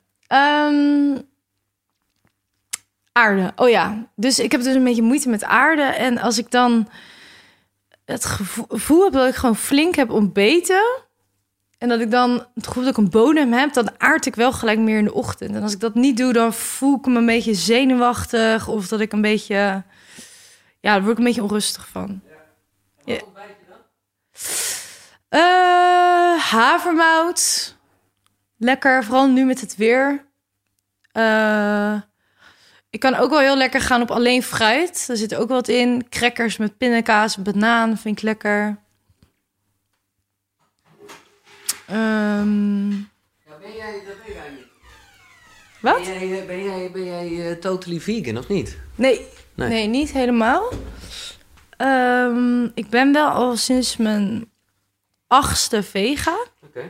Aarde. Oh ja. Dus ik heb dus een beetje moeite met aarde. En als ik dan het gevoel heb dat ik gewoon flink heb ontbeten... en dat ik dan het gevoel dat ik een bodem heb... dan aard ik wel gelijk meer in de ochtend. En als ik dat niet doe, dan voel ik me een beetje zenuwachtig... of dat ik een beetje... ja, daar word ik een beetje onrustig van. Ja. Wat ontbijt je dan? Havermout. Lekker, vooral nu met het weer. Ik kan ook wel heel lekker gaan op alleen fruit. Er zit ook wat in. Crackers met pindakaas, banaan vind ik lekker.
Ja, ben jij niet?
Wat?
Ben jij totally vegan of niet?
Nee, niet helemaal. Ik ben wel al sinds mijn 8e vega.
Oké.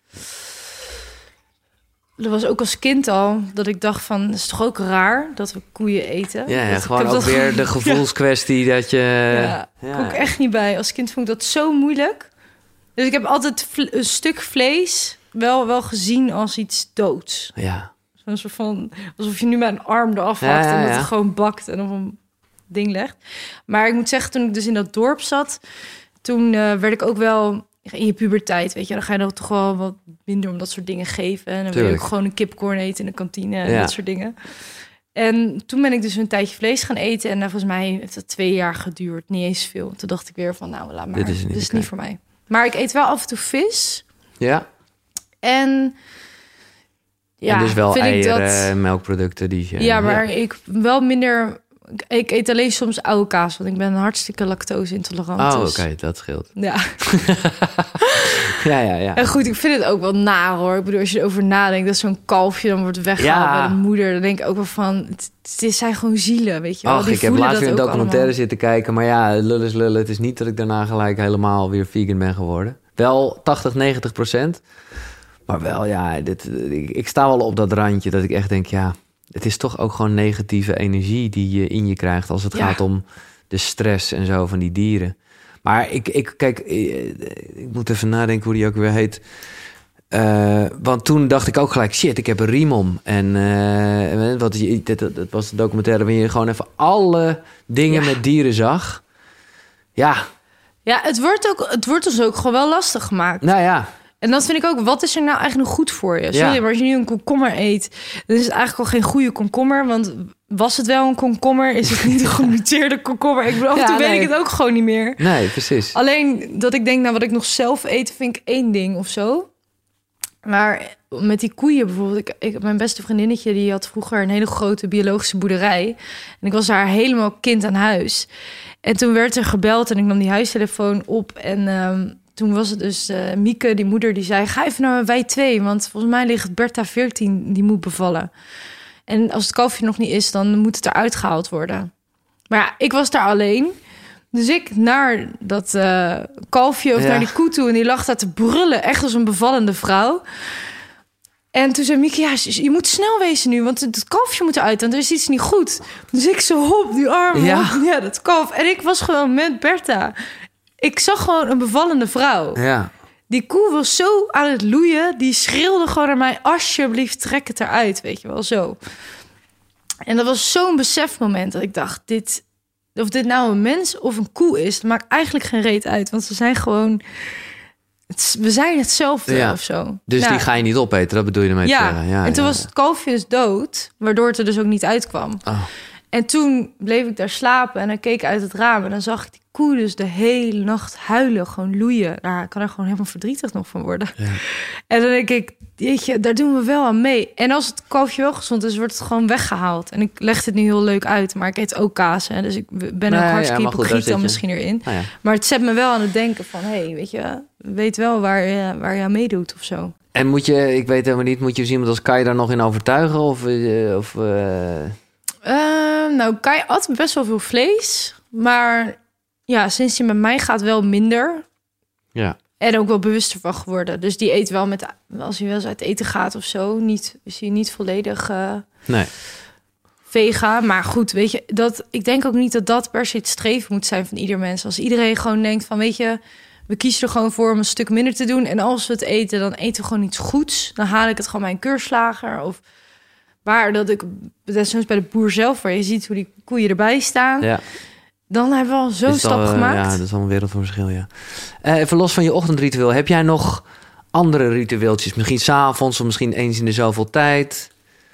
Dat was ook als kind al, dat ik dacht van... het is toch ook raar dat we koeien eten?
Ja, gewoon ook weer de gevoelskwestie dat je...
Ja, kom ik echt niet bij. Als kind vond ik dat zo moeilijk. Dus ik heb altijd een stuk vlees wel gezien als iets doods.
Ja.
Zo'n soort van... alsof je nu mijn arm eraf hakt en dat het gewoon bakt en op een ding legt. Maar ik moet zeggen, toen ik dus in dat dorp zat... toen werd ik ook wel... in je puberteit, weet je, dan ga je dan toch wel wat minder om dat soort dingen geven. En dan wil je ook gewoon een kipcorn eten in de kantine en dat soort dingen. En toen ben ik dus een tijdje vlees gaan eten. En volgens mij heeft dat 2 jaar geduurd, niet eens veel. Toen dacht ik weer van, nou, laat maar. Dit is niet voor mij. Maar ik eet wel af en toe vis.
Ja.
En ja,
en dus wel
vind
eieren,
ik dat...
melkproducten die...
ja, maar ik wel minder... Ik eet alleen soms oude kaas, want ik ben hartstikke lactose-intolerant.
Oh,
dus...
oké, dat scheelt.
Ja.
ja.
En goed, ik vind het ook wel naar, hoor. Ik bedoel, als je erover nadenkt dat zo'n kalfje dan wordt weggehaald bij de moeder... dan denk ik ook wel van, het zijn gewoon zielen, weet je wel.
Ach, ik heb laatst weer een documentaire zitten kijken... maar ja, lullen is lullen. Het is niet dat ik daarna gelijk helemaal weer vegan ben geworden. Wel 80-90%. Maar wel, ja, ik sta wel op dat randje dat ik echt denk, ja... het is toch ook gewoon negatieve energie die je in je krijgt... als het gaat om de stress en zo van die dieren. Maar ik moet even nadenken hoe die ook weer heet. Want toen dacht ik ook gelijk, shit, ik heb een riem om. En dat was de documentaire waarin je gewoon even alle dingen met dieren zag. Ja. Ja,
het wordt dus ook gewoon wel lastig gemaakt.
Nou ja.
En dat vind ik ook, wat is er nou eigenlijk nog goed voor je? Sorry, maar als je nu een komkommer eet... dan is het eigenlijk al geen goede komkommer. Want was het wel een komkommer, is het niet een gemuteerde komkommer. Ik bedoel, af en toe weet ik het ook gewoon niet meer.
Nee, precies.
Alleen dat ik denk, nou, wat ik nog zelf eet, vind ik 1 ding of zo. Maar met die koeien bijvoorbeeld... mijn beste vriendinnetje, die had vroeger een hele grote biologische boerderij. En ik was daar helemaal kind aan huis. En toen werd er gebeld en ik nam die huistelefoon op en... toen was het dus Mieke, die moeder, die zei... ga even naar wij 2, want volgens mij ligt Bertha 14, die moet bevallen. En als het kalfje nog niet is, dan moet het eruit gehaald worden. Maar ja, ik was daar alleen. Dus ik naar dat kalfje of naar die koe toe... en die lag daar te brullen, echt als een bevallende vrouw. En toen zei Mieke, ja, je moet snel wezen nu... want het kalfje moet eruit, want er is iets niet goed. Dus ik zo hop, die arm, ja, dat kalf. En ik was gewoon met Bertha... Ik zag gewoon een bevallende vrouw.
Ja.
Die koe was zo aan het loeien. Die schreeuwde gewoon naar mij... alsjeblieft, trek het eruit, weet je wel, zo. En dat was zo'n besefmoment dat ik dacht... of dit nou een mens of een koe is... dat maakt eigenlijk geen reet uit. Want ze zijn gewoon... we zijn hetzelfde of zo.
Dus die ga je niet opeten, dat bedoel je ermee te zeggen?
Ja, en toen was het kalfje dus dood... waardoor het er dus ook niet uitkwam.
Oh.
En toen bleef ik daar slapen en dan keek ik uit het raam... en dan zag ik die koe dus de hele nacht huilen, gewoon loeien. Nou, ik kan er gewoon helemaal verdrietig nog van worden. Ja. En dan denk ik, jeetje, daar doen we wel aan mee. En als het kalfje wel gezond is, wordt het gewoon weggehaald. En ik leg het nu heel leuk uit, maar ik eet ook kaas. Hè, dus ik ben ook hartstikke hypocriet dan misschien erin. Ah, ja. Maar het zet me wel aan het denken van... hey, weet je, weet wel waar je aan meedoet of zo.
En moet je, ik weet helemaal niet, moet je dus iemand als Kai daar nog in overtuigen?
Nou, Kai at best wel veel vlees. Maar ja, sinds hij met mij gaat wel minder.
Ja.
En ook wel bewuster van geworden. Dus die eet wel als hij wel eens uit eten gaat of zo. Is hij niet volledig vega. Maar goed, weet je, ik denk ook niet dat dat per se het streven moet zijn van ieder mens. Als iedereen gewoon denkt van, weet je, we kiezen er gewoon voor om een stuk minder te doen. En als we het eten, dan eten we gewoon iets goeds. Dan haal ik het gewoon bij een keurslager. Of dat is soms bij de boer zelf, waar je ziet hoe die koeien erbij staan.
Ja.
Dan hebben we al zo'n stap gemaakt.
Ja, dat is al een wereld van verschil, ja. Even los van je ochtendritueel. Heb jij nog andere ritueeltjes? Misschien 's avonds of misschien eens in de zoveel tijd?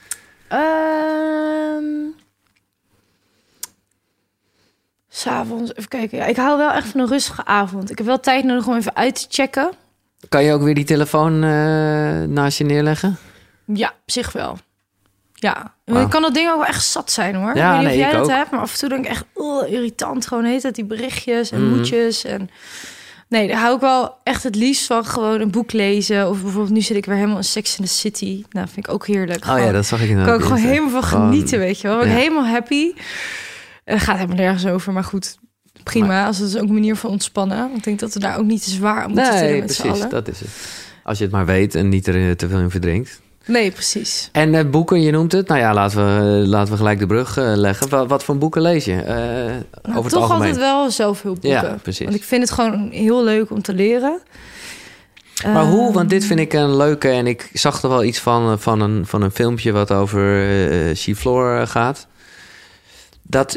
's avonds, even kijken. Ja, ik hou wel echt van een rustige avond. Ik heb wel tijd nodig om even uit te checken.
Kan je ook weer die telefoon naast je neerleggen?
Ja, op zich wel. Ja,
Wow.
ik kan dat ding ook wel echt zat zijn, hoor.
Ja,
ik weet niet
nee,
of jij
ik
dat
ook.
hebt, maar af en toe denk ik echt irritant. Gewoon heet het die berichtjes en moedjes. En nee, daar hou ik wel echt het liefst van gewoon een boek lezen. Of bijvoorbeeld nu zit ik weer helemaal in Sex in the City. Nou, vind ik ook heerlijk.
Oh ja, dat zag ik inderdaad.
Kan ik gewoon helemaal van genieten, weet je wel. Ben ik
Ja.
helemaal happy. Het gaat helemaal nergens over, maar goed. Prima, als het is ook een manier van ontspannen. Want ik denk dat we daar ook niet te zwaar aan moeten tillen met z'n
precies,
allen.
dat is het. Als je het maar weet en niet er te veel in verdrinkt.
Nee, precies.
En boeken, je noemt het. Nou ja, laten we gelijk de brug leggen. Wat voor boeken lees je? Over het
toch
algemeen.
altijd wel zelfhulpboeken.
Ja, precies.
Want ik vind het gewoon heel leuk om te leren.
Maar hoe? Want dit vind ik een leuke... En ik zag er wel iets van een filmpje wat over Chiflor gaat. Dat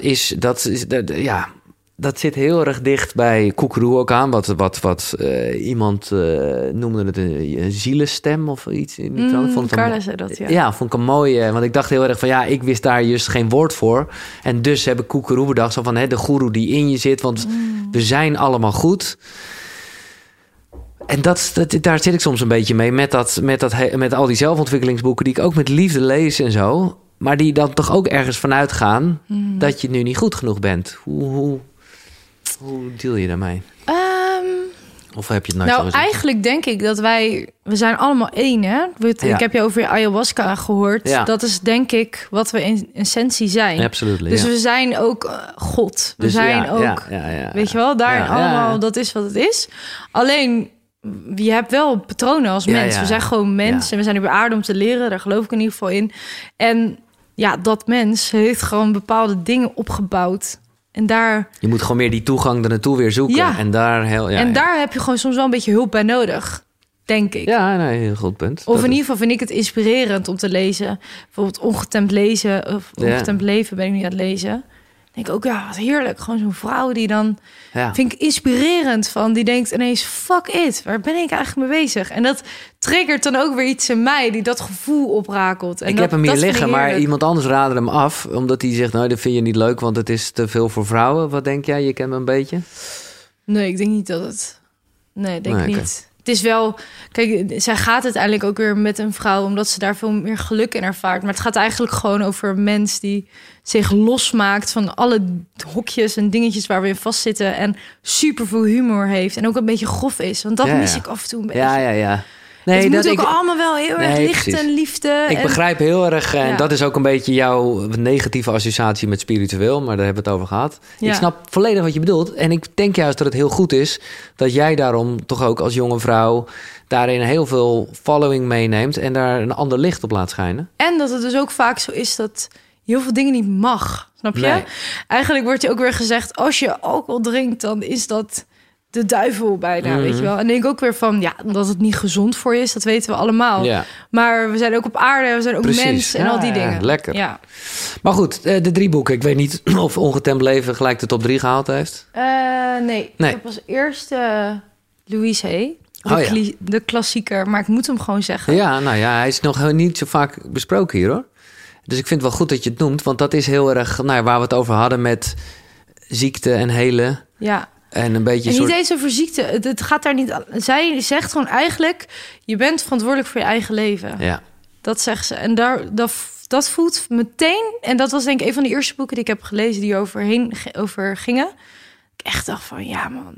zit heel erg dicht bij Koekeroe ook aan. Wat iemand noemde het een zielenstem of iets. In die trant. Vond het
Carla zei dat, ja.
Ja, vond ik een mooie. Want ik dacht heel erg van ja, ik wist daar juist geen woord voor. En dus heb ik Koekeroe bedacht. Zo van de goeroe die in je zit. Want we zijn allemaal goed. En daar zit ik soms een beetje mee. Met al die zelfontwikkelingsboeken die ik ook met liefde lees en zo. Maar die dan toch ook ergens vanuit gaan dat je nu niet goed genoeg bent. Hoe deal je daarmee? Of heb je het nooit zo
Nou,
gezien?
eigenlijk denk ik dat we zijn allemaal één, hè? Ik heb je over je ayahuasca gehoord.
Ja.
Dat is denk ik wat we in essentie zijn.
Absoluut.
Dus we zijn ook God. We zijn ook, weet je wel, daarin allemaal, dat is wat het is. Alleen, je hebt wel patronen als mens. We zijn gewoon mens en we zijn op aarde om te leren. Daar geloof ik in ieder geval in. En ja, dat mens heeft gewoon bepaalde dingen opgebouwd. En daar...
Je moet gewoon meer die toegang er naartoe weer zoeken.
Ja.
En daar
heb je gewoon soms wel een beetje hulp bij nodig, denk ik.
Ja, nee, heel goed punt.
Of in ieder geval vind ik het inspirerend om te lezen. Bijvoorbeeld Ongetemd lezen of Ongetemd leven ben ik nu aan het lezen. Denk ik ook, ja, wat heerlijk. Gewoon zo'n vrouw die dan... Vind ik inspirerend van. Die denkt ineens, fuck it. Waar ben ik eigenlijk mee bezig? En dat triggert dan ook weer iets in mij die dat gevoel oprakelt. En
ik heb hem hier liggen, maar iemand anders raadde hem af. Omdat hij zegt, nou, dat vind je niet leuk, want het is te veel voor vrouwen. Wat denk jij? Je kent me een beetje?
Nee, ik denk niet dat het... Nee, denk ik niet. Het is wel... Kijk, zij gaat uiteindelijk ook weer met een vrouw... omdat ze daar veel meer geluk in ervaart. Maar het gaat eigenlijk gewoon over een mens... die zich losmaakt van alle hokjes en dingetjes... waar we in vastzitten en superveel humor heeft. En ook een beetje grof is. Want dat mis ik af en toe een beetje.
Ja. Nee,
het moet ook allemaal wel heel erg licht en liefde.
Ik begrijp heel erg, en dat is ook een beetje jouw negatieve associatie met spiritueel, maar daar hebben we het over gehad. Ja. Ik snap volledig wat je bedoelt. En ik denk juist dat het heel goed is dat jij daarom toch ook als jonge vrouw daarin heel veel following meeneemt en daar een ander licht op laat schijnen.
En dat het dus ook vaak zo is dat heel veel dingen niet mag. Snap je? Nee. Eigenlijk wordt je ook weer gezegd, als je alcohol drinkt, dan is dat de duivel bijna, weet je wel. En denk ook weer van, ja, dat het niet gezond voor je is, dat weten we allemaal. Ja. Maar we zijn ook op aarde, we zijn ook mens en al die dingen.
Lekker.
Ja.
Maar goed, de 3 boeken. Ik weet niet of Ongetemd leven gelijk de top 3 gehaald heeft.
Nee. Ik heb als eerste Louise Hay. De klassieker, maar ik moet hem gewoon zeggen.
Ja, nou ja, hij is nog niet zo vaak besproken hier, hoor. Dus ik vind het wel goed dat je het noemt, want dat is heel erg waar we het over hadden met ziekte en helen. Ja. En een beetje.
En niet eens over ziekte. Het gaat daar niet. Zij zegt gewoon eigenlijk: je bent verantwoordelijk voor je eigen leven. Ja. Dat zegt ze. En dat voelt meteen. En dat was denk ik een van de eerste boeken die ik heb gelezen die over gingen. Ik echt dacht van ja, man.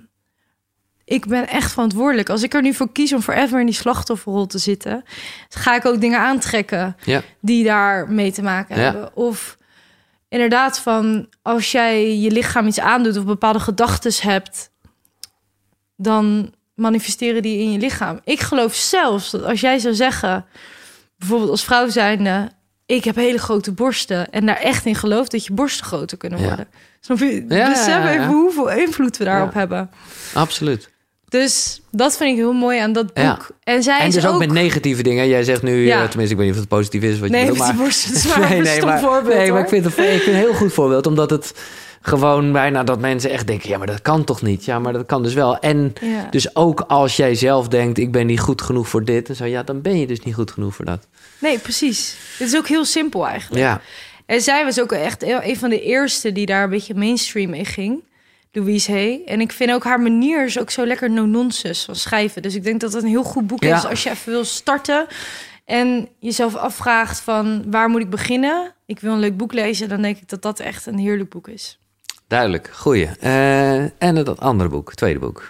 Ik ben echt verantwoordelijk. Als ik er nu voor kies om forever in die slachtofferrol te zitten, ga ik ook dingen aantrekken die daar mee te maken hebben. Of inderdaad van, als jij je lichaam iets aandoet of bepaalde gedachten hebt, dan manifesteren die in je lichaam. Ik geloof zelfs dat als jij zou zeggen, bijvoorbeeld als vrouw zijnde, ik heb hele grote borsten en daar echt in geloof dat je borsten groter kunnen worden. Snap je? Besef even hoeveel invloed we daarop hebben.
Absoluut.
Dus dat vind ik heel mooi aan dat boek.
Ja.
En zij
en
is
dus ook met negatieve dingen. Jij zegt nu, tenminste, ik weet niet of het positief is wat je bedoelt, maar
borsten, het is maar een stom voorbeeld.
Nee, maar ik vind het een heel goed voorbeeld, omdat het gewoon bijna dat mensen echt denken, ja, maar dat kan toch niet? Ja, maar dat kan dus wel. En dus ook als jij zelf denkt, ik ben niet goed genoeg voor dit en zo, ja, dan ben je dus niet goed genoeg voor dat.
Nee, precies. Het is ook heel simpel eigenlijk.
Ja.
En zij was ook echt een van de eerste die daar een beetje mainstream mee ging. Louise Hay. En ik vind ook haar manier is ook zo lekker no-nonsense van schrijven. Dus ik denk dat het een heel goed boek is als je even wil starten en jezelf afvraagt van waar moet ik beginnen? Ik wil een leuk boek lezen, dan denk ik dat dat echt een heerlijk boek is.
Duidelijk, goeie. En dat andere boek, tweede boek.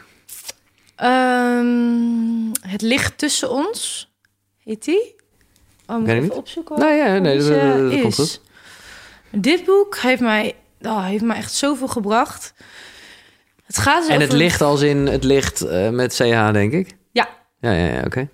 Het licht tussen ons, heet die? Moet ik even opzoeken?
Nee, dat komt goed.
Dit boek heeft mij echt zoveel gebracht. Het gaat dus
en
over...
het licht als in het licht met CH, denk ik?
Ja.
Ja, oké.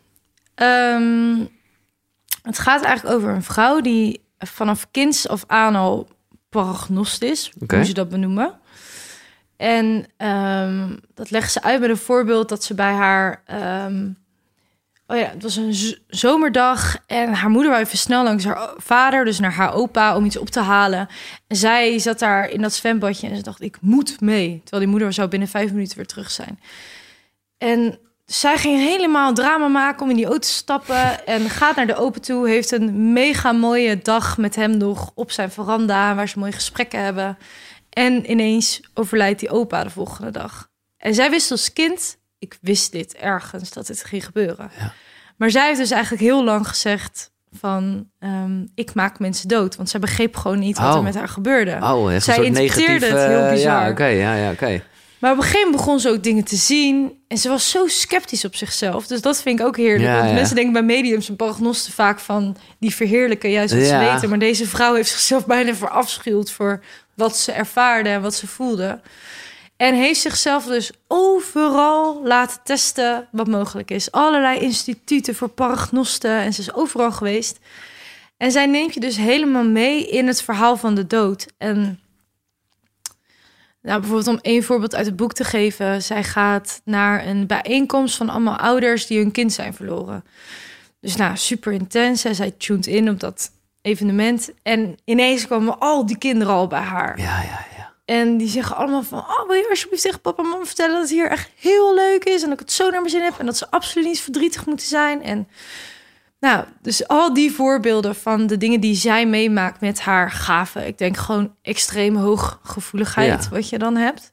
Het gaat eigenlijk over een vrouw die vanaf kinds af aan al paragnost is, hoe ze dat benoemen. En dat legt ze uit met een voorbeeld dat ze bij haar... het was een zomerdag en haar moeder wou even snel langs haar vader, dus naar haar opa, om iets op te halen. En zij zat daar in dat zwembadje en ze dacht, ik moet mee. Terwijl die moeder zou binnen 5 minuten weer terug zijn. En zij ging helemaal drama maken om in die auto te stappen en gaat naar de opa toe, heeft een mega mooie dag met hem nog op zijn veranda, waar ze mooie gesprekken hebben. En ineens overlijdt die opa de volgende dag. En zij wist als kind, ik wist dit ergens, dat dit ging gebeuren. Ja. Maar zij heeft dus eigenlijk heel lang gezegd van, ik maak mensen dood. Want zij begreep gewoon niet wat er met haar gebeurde.
Echt
zij interpreteerde het heel bizar.
Ja, oké.
Maar op een gegeven moment begon ze ook dingen te zien. En ze was zo sceptisch op zichzelf. Dus dat vind ik ook heerlijk. Want mensen denken bij mediums en paragnosten vaak van, die verheerlijken juist wat ze weten. Maar deze vrouw heeft zichzelf bijna verafschuwd voor wat ze ervaarde en wat ze voelde. En heeft zichzelf dus overal laten testen wat mogelijk is. Allerlei instituten voor paragnosten. En ze is overal geweest. En zij neemt je dus helemaal mee in het verhaal van de dood. En bijvoorbeeld om 1 voorbeeld uit het boek te geven. Zij gaat naar een bijeenkomst van allemaal ouders die hun kind zijn verloren. Dus super intens. En zij tuned in op dat evenement. En ineens kwamen al die kinderen al bij haar.
Ja.
En die zeggen allemaal van, wil je alsjeblieft tegen papa en mama vertellen dat het hier echt heel leuk is en dat ik het zo naar mijn zin heb en dat ze absoluut niet verdrietig moeten zijn. En dus al die voorbeelden van de dingen die zij meemaakt met haar gaven. Ik denk gewoon extreem hooggevoeligheid wat je dan hebt.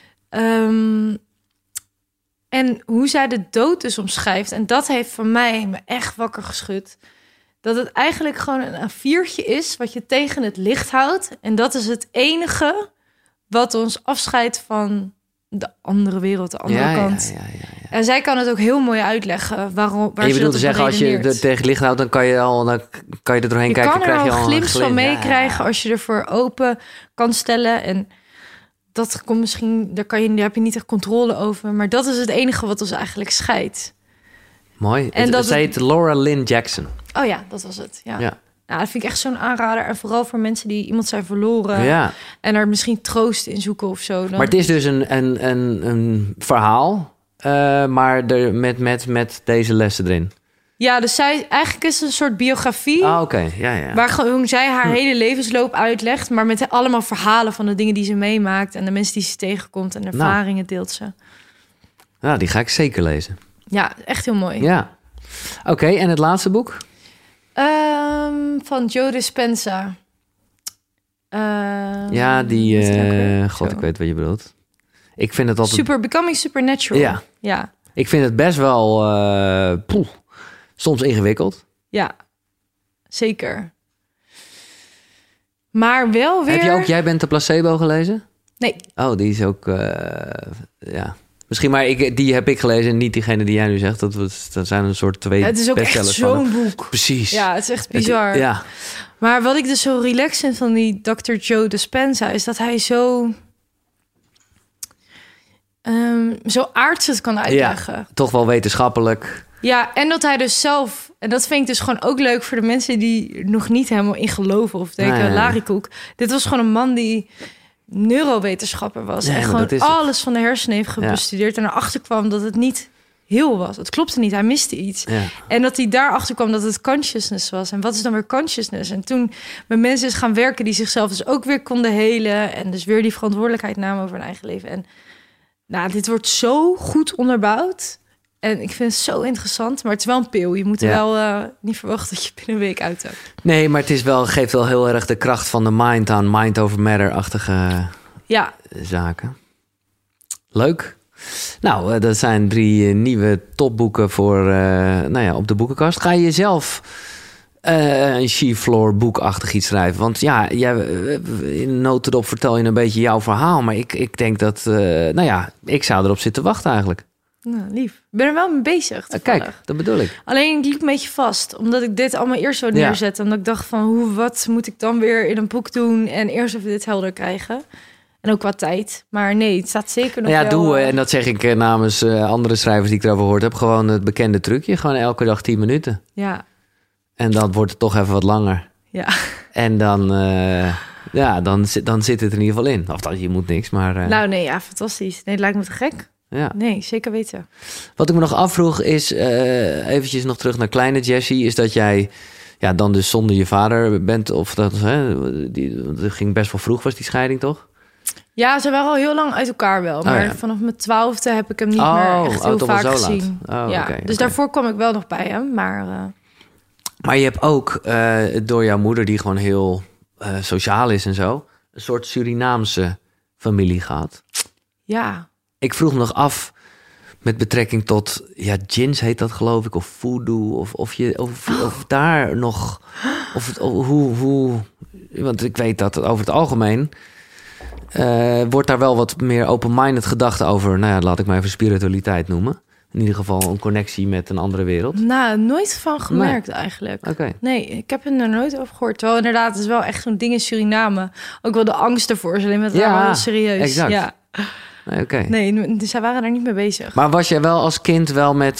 En hoe zij de dood dus omschrijft. En dat heeft voor mij me echt wakker geschud. Dat het eigenlijk gewoon een A4'tje is wat je tegen het licht houdt. En dat is het enige wat ons afscheidt van de andere wereld, de andere kant. Ja. En zij kan het ook heel mooi uitleggen waarom. Waar
en je
ze
bedoelt te zeggen, als je het tegen het licht houdt, dan kan je er doorheen kijken.
Je kan er al een glimp van meekrijgen
Ja.
als je ervoor open kan stellen. En dat komt misschien, daar heb je niet echt controle over. Maar dat is het enige wat ons eigenlijk scheidt.
Mooi. En dat heet Laura Lynn Jackson.
Oh ja, dat was het. Ja. Nou, dat vind ik echt zo'n aanrader. En vooral voor mensen die iemand zijn verloren. Ja. En er misschien troost in zoeken of zo. Dan...
Maar het is dus een verhaal. Maar met deze lessen erin.
Ja, dus eigenlijk is het een soort biografie.
Oké. Ja.
Waar gewoon zij haar hele levensloop uitlegt. Maar met allemaal verhalen van de dingen die ze meemaakt. En de mensen die ze tegenkomt. En de ervaringen deelt ze.
Nou, die ga ik zeker lezen.
Ja, echt heel mooi.
Ja. Oké, en het laatste boek?
Van Joe Dispenza.
God, ik weet wat je bedoelt. Ik vind het altijd...
Becoming Supernatural. Ja.
Ik vind het best wel... soms ingewikkeld.
Ja, zeker. Maar wel weer...
Heb je ook Jij bent de placebo gelezen?
Nee.
Oh, die is ook... Misschien, maar die heb ik gelezen en niet diegene die jij nu zegt. Dat zijn een soort 2 bestsellers.
Het is ook echt zo'n boek.
Precies.
Ja, het is echt bizar.
Ja.
Maar wat ik dus zo relaxed vind van die Dr. Joe Dispenza... is dat hij zo aards het kan uitleggen.
Ja, toch wel wetenschappelijk.
Ja, en dat hij dus zelf... En dat vind ik dus gewoon ook leuk voor de mensen die er nog niet helemaal in geloven. Of denken,
Nee.
Larikoek. Dit was gewoon een man die neurowetenschapper was.
Ja,
en
maar
gewoon
dat is het.
alles van de hersenen heeft bestudeerd. En erachter kwam dat het niet heel was. Het klopte niet, hij miste iets.
Ja.
En dat hij daarachter kwam dat het consciousness was. En wat is dan weer consciousness? En toen met mensen is gaan werken die zichzelf dus ook weer konden helen. En dus weer die verantwoordelijkheid namen over hun eigen leven. En nou, dit wordt zo goed onderbouwd. En ik vind het zo interessant. Maar het is wel een pil. Je moet er wel niet verwachten dat je binnen een week uit hebt.
Nee, maar het is wel, geeft wel heel erg de kracht van de mind aan mind over matter-achtige zaken. Leuk. Nou, dat zijn 3 nieuwe topboeken voor, op de boekenkast. Ga je jezelf een she-floor boekachtig iets schrijven? Want ja, jij, in een notendop vertel je een beetje jouw verhaal. Maar ik denk dat, ik zou erop zitten wachten eigenlijk.
Nou, lief. Ik ben er wel mee bezig.
Kijk, dat bedoel ik.
Alleen ik liep een beetje vast. Omdat ik dit allemaal eerst zo neerzette. Omdat ik dacht van, wat moet ik dan weer in een boek doen? En eerst even dit helder krijgen. En ook qua tijd. Maar nee, het staat zeker nog wel...
doe, en dat zeg ik namens andere schrijvers die ik erover gehoord heb. Gewoon het bekende trucje. Gewoon elke dag 10 minuten.
Ja.
En dan wordt het toch even wat langer.
Ja.
En dan zit het er in ieder geval in. Of dat, je moet niks, maar...
Nou nee, ja, fantastisch. Nee, het lijkt me te gek.
Ja.
Nee, zeker weten.
Wat ik me nog afvroeg is, eventjes nog terug naar kleine Jessie, is dat jij dan dus zonder je vader bent, of dat ging best wel vroeg, was die scheiding toch?
Ja, ze waren al heel lang uit elkaar wel. Maar vanaf mijn 12e heb ik hem niet meer echt heel vaak gezien. Dus daarvoor kwam ik wel nog bij hem, maar...
Maar je hebt ook door jouw moeder, die gewoon heel sociaal is en zo, een soort Surinaamse familie gehad.
Ja.
Ik vroeg me nog af, met betrekking tot, djinns heet dat geloof ik, of voodoo, of daar nog, hoe, want ik weet dat over het algemeen wordt daar wel wat meer open-minded gedacht over, laat ik maar even spiritualiteit noemen. In ieder geval een connectie met een andere wereld.
Nou, nooit van gemerkt eigenlijk.
Okay.
Nee, ik heb er nooit over gehoord. Terwijl inderdaad, het is wel echt zo'n ding in Suriname. Ook wel de angst ervoor. Ze alleen met het wel serieus.
Exact.
Ja. Nee, dus zij waren daar niet mee bezig.
Maar was jij wel als kind wel met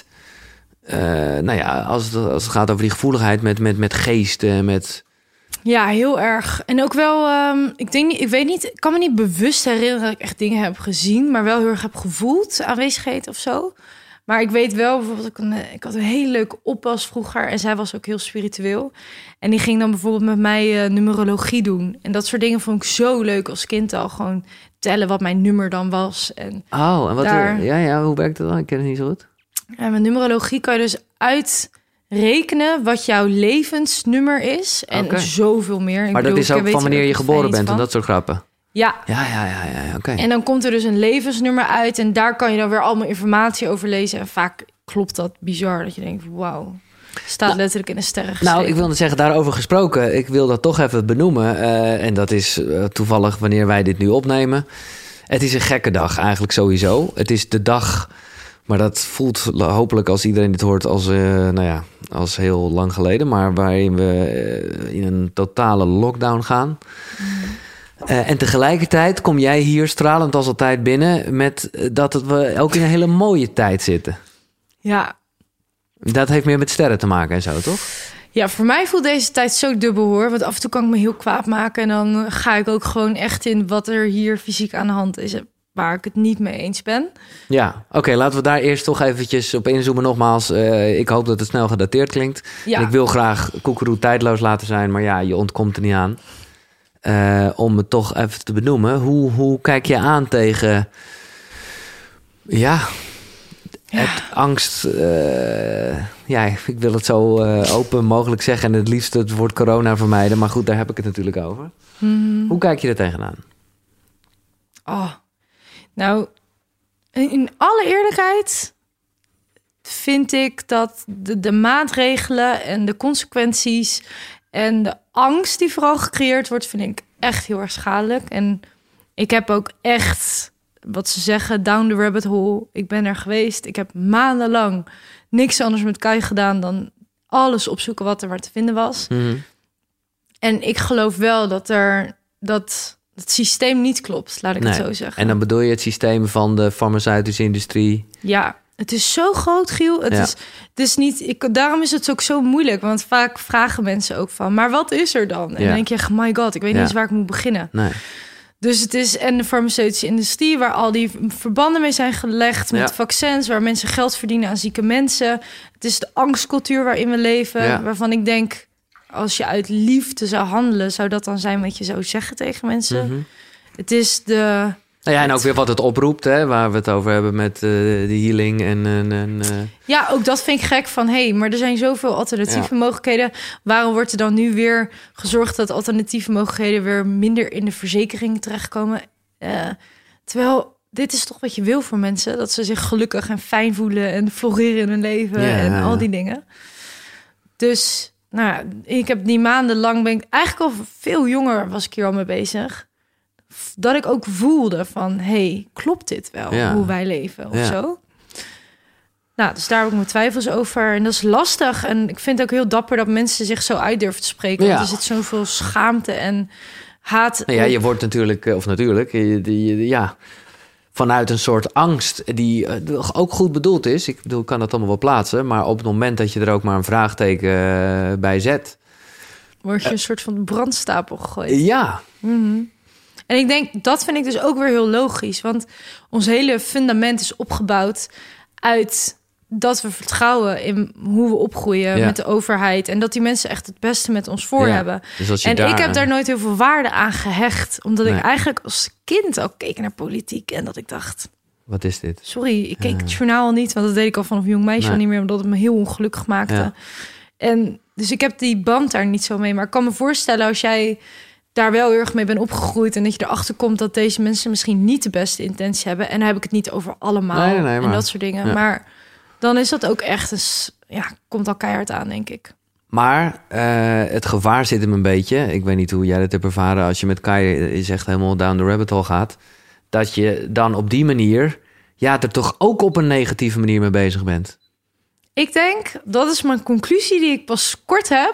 als het gaat over die gevoeligheid met geesten, met...
Ja, heel erg. En ook wel, ik kan me niet bewust herinneren dat ik echt dingen heb gezien, maar wel heel erg heb gevoeld, aanwezigheid of zo. Maar ik weet wel, bijvoorbeeld, ik had een hele leuke oppas vroeger en zij was ook heel spiritueel. En die ging dan bijvoorbeeld met mij numerologie doen. En dat soort dingen vond ik zo leuk als kind al. Gewoon tellen wat mijn nummer dan was. En
en wat? Hoe werkt dat dan? Ik ken het niet zo goed.
En met numerologie kan je dus uitrekenen wat jouw levensnummer is. En zoveel meer.
Maar dat is ook van wanneer je geboren bent en dat soort grappen.
Ja.
Oké.
En dan komt er dus een levensnummer uit en daar kan je dan weer allemaal informatie over lezen. En vaak klopt dat bizar, dat je denkt, wauw, staat letterlijk in de sterren geschreven.
Nou, ik wilde zeggen, daarover gesproken, ik wil dat toch even benoemen. En dat is toevallig wanneer wij dit nu opnemen. Het is een gekke dag eigenlijk sowieso. Het is de dag, maar dat voelt hopelijk als iedereen dit hoort als heel lang geleden. Maar waarin we in een totale lockdown gaan. En tegelijkertijd kom jij hier stralend als altijd binnen met dat we ook in een hele mooie tijd zitten.
Ja.
Dat heeft meer met sterren te maken en zo, toch?
Ja, voor mij voelt deze tijd zo dubbel hoor. Want af en toe kan ik me heel kwaad maken. En dan ga ik ook gewoon echt in wat er hier fysiek aan de hand is. Waar ik het niet mee eens ben.
Ja, oké, laten we daar eerst toch eventjes op inzoomen. Nogmaals, ik hoop dat het snel gedateerd klinkt. Ja. En ik wil graag Koekeroe tijdloos laten zijn. Maar ja, je ontkomt er niet aan. Om het toch even te benoemen. Hoe kijk je aan tegen... Het angst... ik wil het zo open mogelijk zeggen... en het liefst het woord corona vermijden. Maar goed, daar heb ik het natuurlijk over. Mm-hmm. Hoe kijk je er tegenaan?
Nou, in alle eerlijkheid... vind ik dat de maatregelen en de consequenties... en de angst die vooral gecreëerd wordt... vind ik echt heel erg schadelijk. En ik heb ook echt... wat ze zeggen, down the rabbit hole. Ik ben er geweest. Ik heb maandenlang niks anders met Kai gedaan... dan alles opzoeken wat er maar te vinden was. Mm-hmm. En ik geloof wel dat het systeem niet klopt, laat ik het zo zeggen.
En dan bedoel je het systeem van de farmaceutische industrie?
Ja, Het is zo groot, Giel. Het is niet. Daarom is het ook zo moeilijk. Want vaak vragen mensen ook van... maar wat is er dan? En dan denk je, my god, ik weet niet eens waar ik moet beginnen.
Nee.
Dus het is en de farmaceutische industrie... waar al die verbanden mee zijn gelegd met vaccins... waar mensen geld verdienen aan zieke mensen. Het is de angstcultuur waarin we leven... waarvan ik denk, als je uit liefde zou handelen... zou dat dan zijn wat je zou zeggen tegen mensen. Mm-hmm. Het is de...
Nou ja, en ook weer wat het oproept, hè, waar we het over hebben met de healing en
Ja, ook dat vind ik gek van... maar er zijn zoveel alternatieve mogelijkheden. Waarom wordt er dan nu weer gezorgd... dat alternatieve mogelijkheden weer minder in de verzekering terechtkomen? Terwijl dit is toch wat je wil voor mensen... dat ze zich gelukkig en fijn voelen... en floreren in hun leven en al die dingen. Dus, nou, ik heb die maandenlang... ben ik eigenlijk al veel jonger was ik hier al mee bezig... dat ik ook voelde van... klopt dit wel, hoe wij leven of zo? Nou, dus daar heb ik mijn twijfels over. En dat is lastig. En ik vind het ook heel dapper dat mensen zich zo uit durven te spreken. Want er zit zoveel schaamte en haat.
Nou ja, je wordt natuurlijk... vanuit een soort angst die ook goed bedoeld is. Ik bedoel, ik kan dat allemaal wel plaatsen. Maar op het moment dat je er ook maar een vraagteken bij zet...
word je een soort van brandstapel gegooid.
Ja.
Mm-hmm. En ik denk, dat vind ik dus ook weer heel logisch. Want ons hele fundament is opgebouwd uit dat we vertrouwen in hoe we opgroeien met de overheid. En dat die mensen echt het beste met ons voor hebben.
Dus
en ik heb daar nooit heel veel waarde aan gehecht. Omdat ik eigenlijk als kind al keek naar politiek. En dat ik dacht...
Wat is dit?
Sorry, ik keek het journaal al niet. Want dat deed ik al vanaf jong meisje al niet meer. Omdat het me heel ongelukkig maakte. Ja. En dus ik heb die band daar niet zo mee. Maar ik kan me voorstellen als jij... daar wel heel erg mee ben opgegroeid... en dat je erachter komt dat deze mensen misschien niet de beste intentie hebben. En dan heb ik het niet over allemaal en dat soort dingen. Ja. Maar dan is dat ook echt komt al keihard aan, denk ik.
Maar het gevaar zit hem een beetje. Ik weet niet hoe jij dat hebt ervaren... als je met Kai is echt helemaal down the rabbit hole gaat... dat je dan op die manier... er toch ook op een negatieve manier mee bezig bent.
Ik denk, dat is mijn conclusie die ik pas kort heb...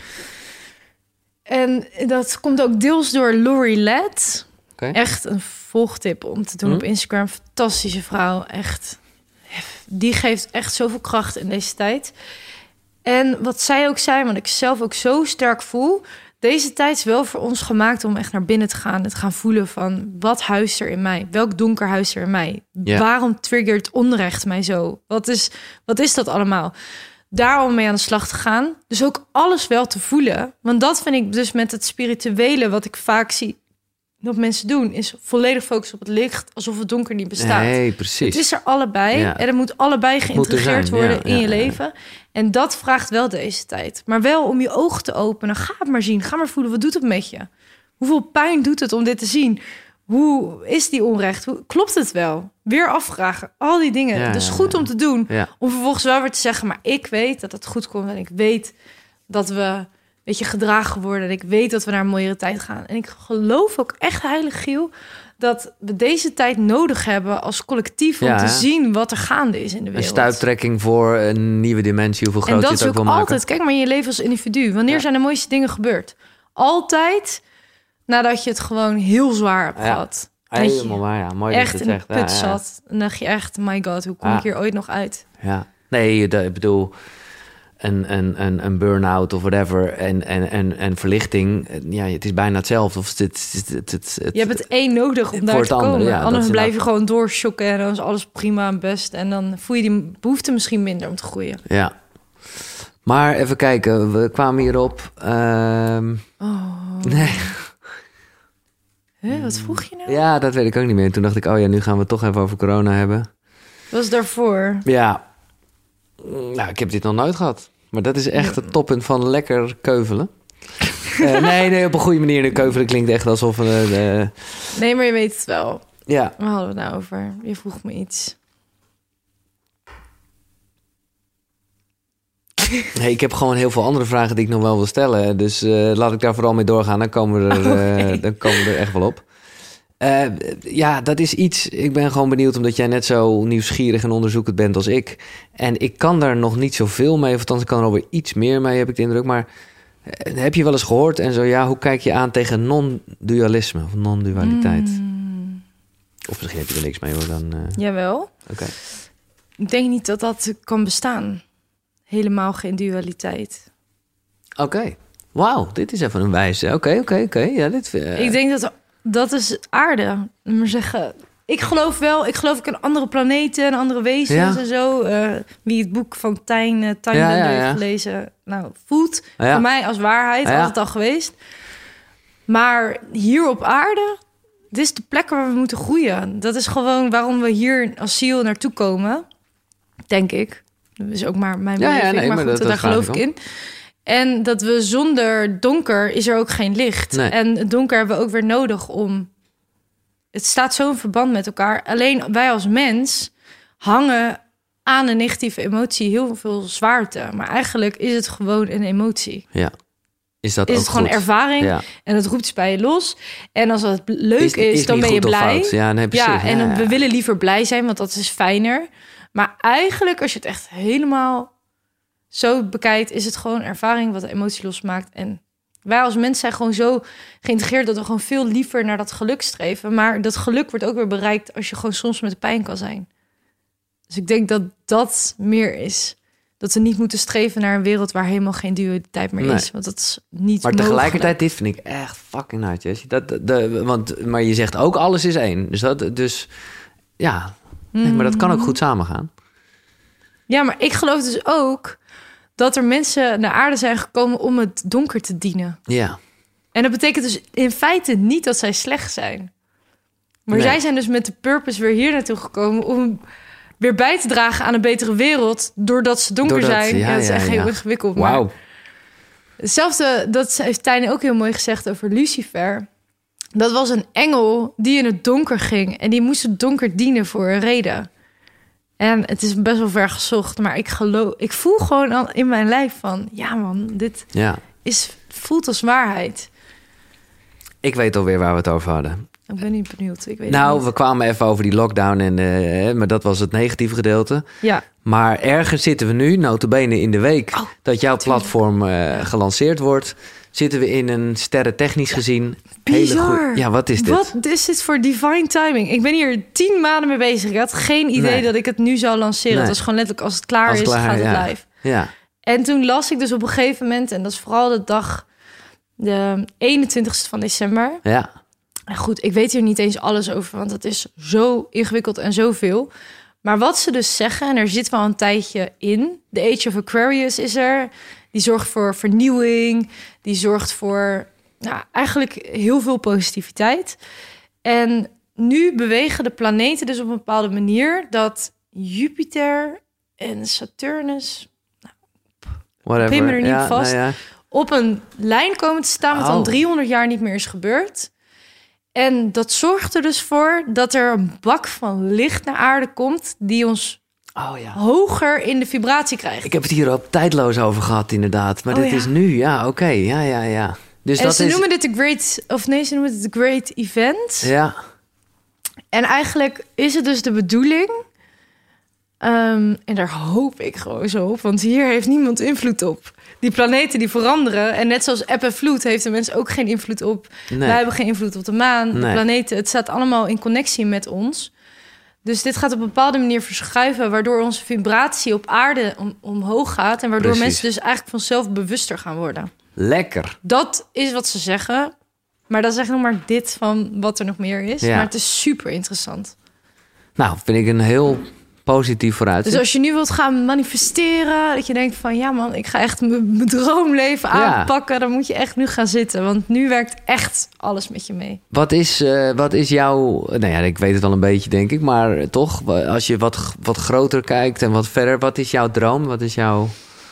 En dat komt ook deels door Lori Led. Okay. Echt een volgtip om te doen op Instagram. Fantastische vrouw, echt. Die geeft echt zoveel kracht in deze tijd. En wat zij ook zei, wat ik zelf ook zo sterk voel... deze tijd is wel voor ons gemaakt om echt naar binnen te gaan... en te gaan voelen van, wat huist er in mij? Welk donker huist er in mij? Yeah. Waarom triggert onrecht mij zo? Wat is dat allemaal? Daarom mee aan de slag te gaan. Dus ook alles wel te voelen. Want dat vind ik dus met het spirituele... wat ik vaak zie dat mensen doen... is volledig focussen op het licht... alsof het donker niet bestaat.
Nee, precies.
Het is er allebei. Ja. En het moet allebei geïntegreerd worden in je leven. En dat vraagt wel deze tijd. Maar wel om je ogen te openen. Ga het maar zien. Ga maar voelen. Wat doet het met je? Hoeveel pijn doet het om dit te zien? Hoe is die onrecht? Klopt het wel? Weer afvragen. Al die dingen. Het is goed om te doen. Ja. Om vervolgens wel weer te zeggen... maar ik weet dat het goed komt. En ik weet dat we gedragen worden. En ik weet dat we naar een mooiere tijd gaan. En ik geloof ook echt, heilig Giel... dat we deze tijd nodig hebben als collectief... om te zien wat er gaande is in de wereld.
Een stuiptrekking voor een nieuwe dimensie. Hoeveel groot je het ook wil maken. En dat is ook altijd...
Kijk maar in je leven als individu. Wanneer zijn de mooiste dingen gebeurd? Altijd... nadat je het gewoon heel zwaar hebt gehad.
Helemaal waar, Mooi
echt
dat je het
zegt. Echt een put zat. En dan dacht je echt, my god, hoe kom ik hier ooit nog uit?
Ja, nee, ik bedoel... een burn-out of whatever en verlichting... het is bijna hetzelfde. Of je
hebt het één nodig om daar te komen. Anders blijf je gewoon doorschokken... en dan is alles prima en best. En dan voel je die behoefte misschien minder om te groeien.
Ja. Maar even kijken, we kwamen hierop... Nee...
Wat vroeg je nou?
Ja, dat weet ik ook niet meer. Toen dacht ik, nu gaan we het toch even over corona hebben.
Wat was daarvoor?
Ja, nou, ik heb dit nog nooit gehad. Maar dat is echt het toppunt van lekker keuvelen. Nee, op een goede manier. De keuvelen klinkt echt alsof...
Nee, maar je weet het wel.
Ja.
Waar hadden we het nou over? Je vroeg me iets.
Hey, ik heb gewoon heel veel andere vragen die ik nog wel wil stellen. Dus laat ik daar vooral mee doorgaan. Dan komen we er echt wel op. Dat is iets... Ik ben gewoon benieuwd omdat jij net zo nieuwsgierig en onderzoekend bent als ik. En ik kan daar nog niet zoveel mee. Of althans, ik kan er alweer iets meer mee, heb ik de indruk. Maar heb je wel eens gehoord? En zo ja, hoe kijk je aan tegen non-dualisme of non-dualiteit? Of misschien heb je er niks mee hoor. Dan,
Jawel.
Oké.
ik denk niet dat dat kan bestaan. Helemaal geen dualiteit.
Oké. Wauw, dit is even een wijze. Oké. Ja,
Ik denk dat is aarde. Maar zeggen, ik geloof ook in andere planeten en andere wezens en zo. Wie het boek van Tijn heeft gelezen, nou, voelt voor mij als waarheid, altijd al geweest. Maar hier op aarde, dit is de plek waar we moeten groeien. Dat is gewoon waarom we hier als ziel naartoe komen, denk ik. Dat is ook maar mijn beleving, maar goed, daar geloof ik in. En dat we zonder donker is er ook geen licht.
Nee.
En het donker hebben we ook weer nodig om... Het staat zo in verband met elkaar. Alleen wij als mens hangen aan een negatieve emotie heel veel zwaarte. Maar eigenlijk is het gewoon een emotie.
Ja. Is het
gewoon ervaring en het roept bij je los. En als het leuk is dan ben je blij.
Ja, nee, precies.
Ja, en we willen liever blij zijn, want dat is fijner. Maar eigenlijk, als je het echt helemaal zo bekijkt, is het gewoon ervaring wat de emotie losmaakt. En wij als mensen zijn gewoon zo geïntegreerd dat we gewoon veel liever naar dat geluk streven. Maar dat geluk wordt ook weer bereikt als je gewoon soms met de pijn kan zijn. Dus ik denk dat dat meer is. Dat we niet moeten streven naar een wereld waar helemaal geen dualiteit meer is. Want dat is niet
maar
mogelijk.
Tegelijkertijd, dit vind ik echt fucking hard. Maar je zegt ook alles is één. Dus ja, nee, maar dat kan ook goed samengaan.
Ja, maar ik geloof dus ook dat er mensen naar aarde zijn gekomen om het donker te dienen.
Ja.
En dat betekent dus in feite niet dat zij slecht zijn. Maar zij zijn dus met de purpose weer hier naartoe gekomen om weer bij te dragen aan een betere wereld doordat ze donker zijn. Ja, dat is echt heel ingewikkeld.
Wauw.
Maar hetzelfde, dat heeft Tijn ook heel mooi gezegd over Lucifer. Dat was een engel die in het donker ging en die moest het donker dienen voor een reden. En het is best wel ver gezocht, maar ik voel gewoon al in mijn lijf van, ja man, dit voelt als waarheid.
Ik weet alweer waar we het over hadden.
Ik ben niet benieuwd.
We kwamen even over die lockdown maar dat was het negatieve gedeelte.
Ja.
Maar ergens zitten we nu, nota bene in de week dat jouw platform gelanceerd wordt, zitten we in een sterrentechnisch gezien.
Bizar.
Ja, wat is dit?
Wat is dit voor divine timing? Ik ben hier 10 maanden mee bezig. Ik had geen idee dat ik het nu zou lanceren.
Nee.
Het was gewoon letterlijk als het klaar is, gaat het live.
Ja.
En toen las ik dus op een gegeven moment, en dat is vooral de dag, de 21ste van december.
Ja.
En goed, ik weet hier niet eens alles over, want het is zo ingewikkeld en zoveel. Maar wat ze dus zeggen, en er zit wel een tijdje in. De Age of Aquarius is er. Die zorgt voor vernieuwing. Die zorgt voor eigenlijk heel veel positiviteit. En nu bewegen de planeten dus op een bepaalde manier dat Jupiter en Saturnus, ik pin me er niet vast, op een lijn komen te staan wat al 300 jaar niet meer is gebeurd. En dat zorgt er dus voor dat er een bak van licht naar aarde komt die ons hoger in de vibratie krijgt.
Ik heb het hier op Tijdloos over gehad, inderdaad. Maar dit is nu, oké. Ja. Dus
en ze noemen dit ze noemen het The Great Event.
Ja.
En eigenlijk is het dus de bedoeling, en daar hoop ik gewoon zo op, want hier heeft niemand invloed op. Die planeten die veranderen. En net zoals eb en vloed heeft de mens ook geen invloed op. Nee. Wij hebben geen invloed op de maan, de planeten. Het staat allemaal in connectie met ons. Dus dit gaat op een bepaalde manier verschuiven, waardoor onze vibratie op aarde omhoog gaat. En waardoor mensen dus eigenlijk vanzelf bewuster gaan worden.
Lekker.
Dat is wat ze zeggen. Maar dat is echt nog maar dit van wat er nog meer is. Ja. Maar het is super interessant.
Nou, vind ik een heel positief vooruitzicht.
Dus als je nu wilt gaan manifesteren, dat je denkt van ja man, ik ga echt mijn droomleven aanpakken, dan moet je echt nu gaan zitten, want nu werkt echt alles met je mee.
Wat is jouw, ik weet het al een beetje denk ik, maar toch, als je wat groter kijkt en wat verder, wat is jouw droom? Wat is jouw...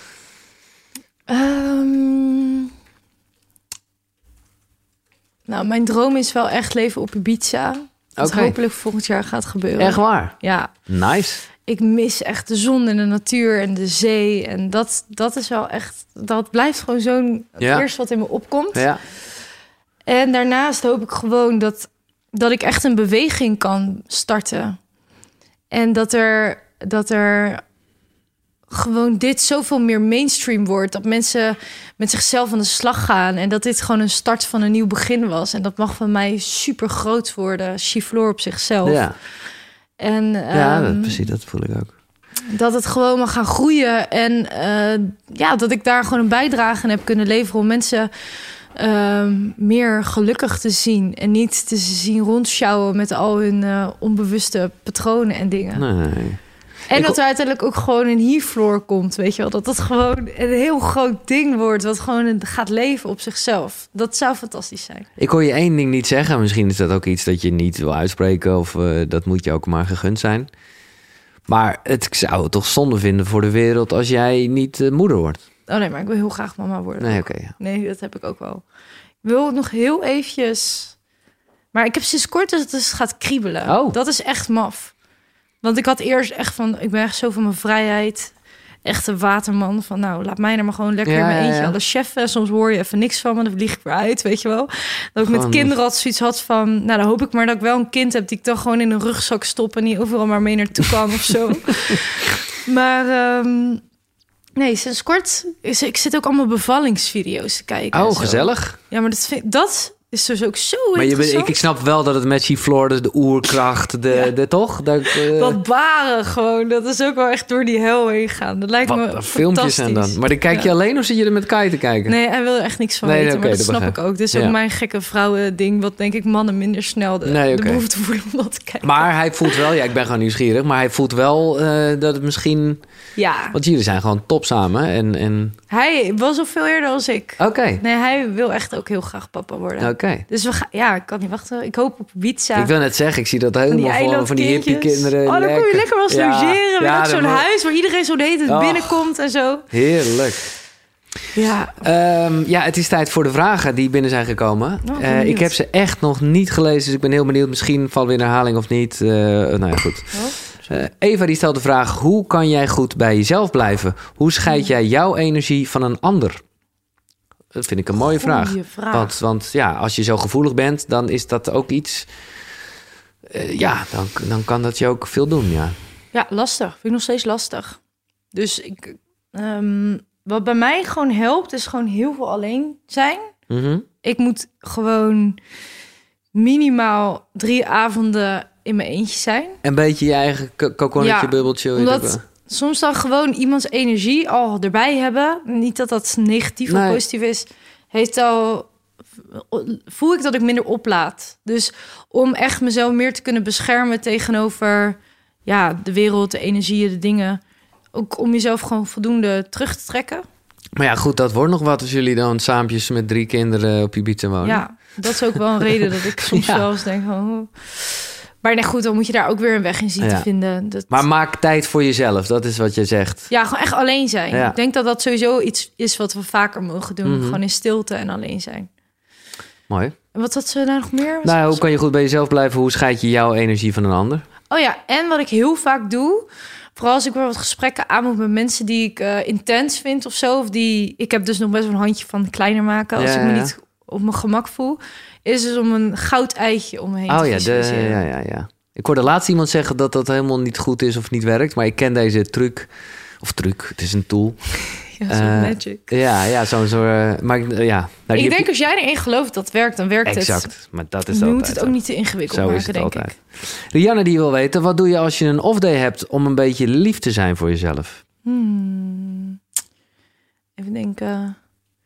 mijn droom is wel echt leven op Ibiza. Dat hopelijk volgend jaar gaat gebeuren.
Echt waar?
Ja.
Nice.
Ik mis echt de zon en de natuur en de zee. En dat is wel echt... Dat blijft gewoon zo'n... Het eerste wat in me opkomt.
Ja.
En daarnaast hoop ik gewoon dat ik echt een beweging kan starten. En dat er gewoon dit zoveel meer mainstream wordt. Dat mensen met zichzelf aan de slag gaan. En dat dit gewoon een start van een nieuw begin was. En dat mag van mij super groot worden. Chifloor op zichzelf.
Ja.
En,
precies, dat voel ik ook.
dat het gewoon mag gaan groeien. En dat ik daar gewoon een bijdrage aan heb kunnen leveren om mensen meer gelukkig te zien. En niet te zien rondsjouwen met al hun onbewuste patronen en dingen.
Nee.
En dat er uiteindelijk ook gewoon een hierfloor komt, weet je wel. Dat gewoon een heel groot ding wordt, wat gewoon gaat leven op zichzelf. Dat zou fantastisch zijn.
Ik hoor je één ding niet zeggen. Misschien is dat ook iets dat je niet wil uitspreken. Of dat moet je ook maar gegund zijn. Maar ik zou het toch zonde vinden voor de wereld als jij niet moeder wordt.
Oh nee, maar ik wil heel graag mama worden.
Nee, oké. Ja.
Nee, dat heb ik ook wel. Ik wil nog heel eventjes... Maar ik heb sinds kort dat het dus gaat kriebelen.
Oh.
Dat is echt maf. Want ik had eerst echt van... Ik ben echt zo van mijn vrijheid. Echt een waterman. Van nou, laat mij er maar gewoon lekker in mijn eentje alles cheffen. Soms hoor je even niks van me. Dan vlieg ik weer uit, weet je wel. Dat ik met kinderen altijd zoiets had van... Nou, dan hoop ik maar dat ik wel een kind heb... die ik dan gewoon in een rugzak stop... en die overal maar mee naartoe kan of zo. Maar... Nee, sinds kort... Ik zit ook allemaal bevallingsvideo's te kijken.
Oh, gezellig.
Ja, maar dat is dus ook zo interessant.
Ik snap wel dat het met G-Floor, de oerkracht, toch?
Dat baren gewoon, dat is ook wel echt door die hel heen gaan. Dat lijkt me
filmpjes en dan. Maar dan kijk je alleen of zit je er met Kai te kijken?
Nee, hij wil er echt niks van weten, maar dat snap ik ook. Dit is ook mijn gekke vrouwen ding, wat denk ik mannen minder snel de behoefte voelen om dat te kijken.
Maar hij voelt wel, ik ben gewoon nieuwsgierig, maar hij voelt wel dat het misschien...
Ja.
Want jullie zijn gewoon top samen. En...
Hij was al veel eerder als ik.
Oké.
Nee, hij wil echt ook heel graag papa worden.
Oké.
Dus we gaan, ik kan niet wachten. Ik hoop op Ibiza.
Ik wil net zeggen, ik zie dat helemaal voor van die hippie kinderen.
Oh, dan kom je lekker wel logeren. Met ook zo'n huis waar iedereen zo de hele tijd binnenkomt en zo.
Heerlijk.
Ja.
Het is tijd voor de vragen die binnen zijn gekomen. Ik heb ze echt nog niet gelezen, dus ik ben heel benieuwd. Misschien valt weer in herhaling of niet. Nou ja, goed. Eva die stelt de vraag: hoe kan jij goed bij jezelf blijven? Hoe scheid jij jouw energie van een ander? Dat vind ik een mooie vraag. Want als je zo gevoelig bent, dan is dat ook iets... dan kan dat je ook veel doen,
Ja, lastig. Vind ik nog steeds lastig. Dus wat bij mij gewoon helpt, is gewoon heel veel alleen zijn.
Mm-hmm.
Ik moet gewoon minimaal 3 avonden in mijn eentje zijn.
Een beetje je eigen kokonnetje, bubbeltje.
Omdat soms dan gewoon iemands energie al erbij hebben. Niet dat dat negatief of positief is. Voel ik dat ik minder oplaad. Dus om echt mezelf meer te kunnen beschermen tegenover de wereld, de energieën, de dingen. Ook om jezelf gewoon voldoende terug te trekken.
Maar ja, goed, dat wordt nog wat als jullie dan saampjes met 3 kinderen op Ibiza wonen.
Ja, dat is ook wel een reden dat ik soms wel eens denk van... Maar nee, goed, dan moet je daar ook weer een weg in zien te vinden.
Maar maak tijd voor jezelf, dat is wat je zegt.
Ja, gewoon echt alleen zijn. Ja. Ik denk dat dat sowieso iets is wat we vaker mogen doen.
Mm-hmm.
Gewoon in stilte en alleen zijn.
Mooi.
En wat had ze daar nog meer?
Hoe kan je goed bij jezelf blijven? Hoe scheid je jouw energie van een ander?
Oh ja, en wat ik heel vaak doe... Vooral als ik weer wat gesprekken aan moet met mensen die ik intens vind of zo. Of ik heb dus nog best wel een handje van kleiner maken. Als ik me niet op mijn gemak voel. Is dus om een goud eitje om me heen te visualiseren.
Ja. Ik hoorde laatst iemand zeggen dat dat helemaal niet goed is of niet werkt. Maar ik ken deze truc. Het is een tool.
Zo'n magic.
Zo'n soort...
ik denk als jij erin gelooft dat werkt, dan werkt het.
Exact, maar dat is
je
altijd
moet het ook niet te ingewikkeld
zo
maken,
is het
denk
altijd.
ik.
Rianne die wil weten, wat doe je als je een off-day hebt... om een beetje lief te zijn voor jezelf?
Even denken.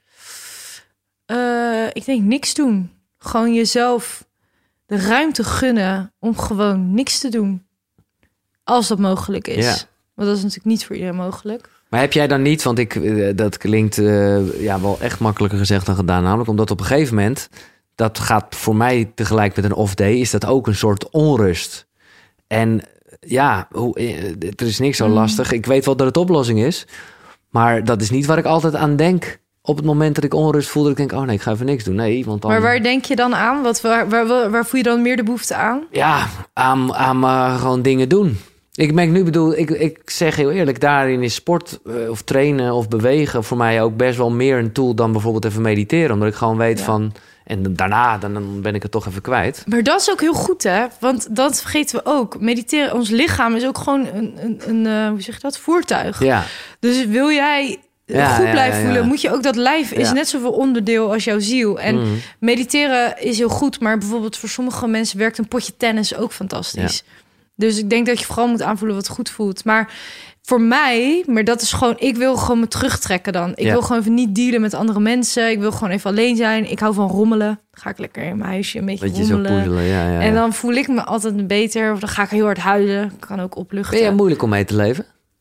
Ik denk niks doen. Gewoon jezelf de ruimte gunnen om gewoon niks te doen. Als dat mogelijk is. Want dat is natuurlijk niet voor iedereen mogelijk.
Maar heb jij dan niet, want dat klinkt wel echt makkelijker gezegd dan gedaan. Namelijk omdat op een gegeven moment, dat gaat voor mij tegelijk met een off-day, is dat ook een soort onrust. En er is niks zo lastig. Ik weet wel dat het oplossing is, maar dat is niet waar ik altijd aan denk. Op het moment dat ik onrust voel, dat ik denk, oh nee, ik ga even niks doen. Nee, want dan...
Maar waar denk je dan aan? Waar voel je dan meer de behoefte aan?
Ja, aan gewoon dingen doen. Ik merk nu, ik zeg heel eerlijk, daarin is sport of trainen of bewegen voor mij ook best wel meer een tool dan bijvoorbeeld even mediteren. Omdat ik gewoon weet van, en daarna dan ben ik het toch even kwijt.
Maar dat is ook heel goed, hè? Want dat vergeten we ook. Mediteren, ons lichaam is ook gewoon een hoe zeg je dat, voertuig.
Ja.
Dus wil jij goed blijven voelen, moet je ook dat lijf is net zoveel onderdeel als jouw ziel. En mediteren is heel goed, maar bijvoorbeeld voor sommige mensen werkt een potje tennis ook fantastisch. Ja. Dus ik denk dat je vooral moet aanvoelen wat goed voelt. Maar voor mij, maar dat is gewoon... Ik wil gewoon me terugtrekken dan. Ik wil gewoon even niet dealen met andere mensen. Ik wil gewoon even alleen zijn. Ik hou van rommelen. Dan ga ik lekker in mijn huisje een beetje rommelen.
Zo poezelen, ja.
En dan voel ik me altijd beter. Of dan ga ik heel hard huilen. Kan ook opluchten.
Ben jij moeilijk om mee te leven?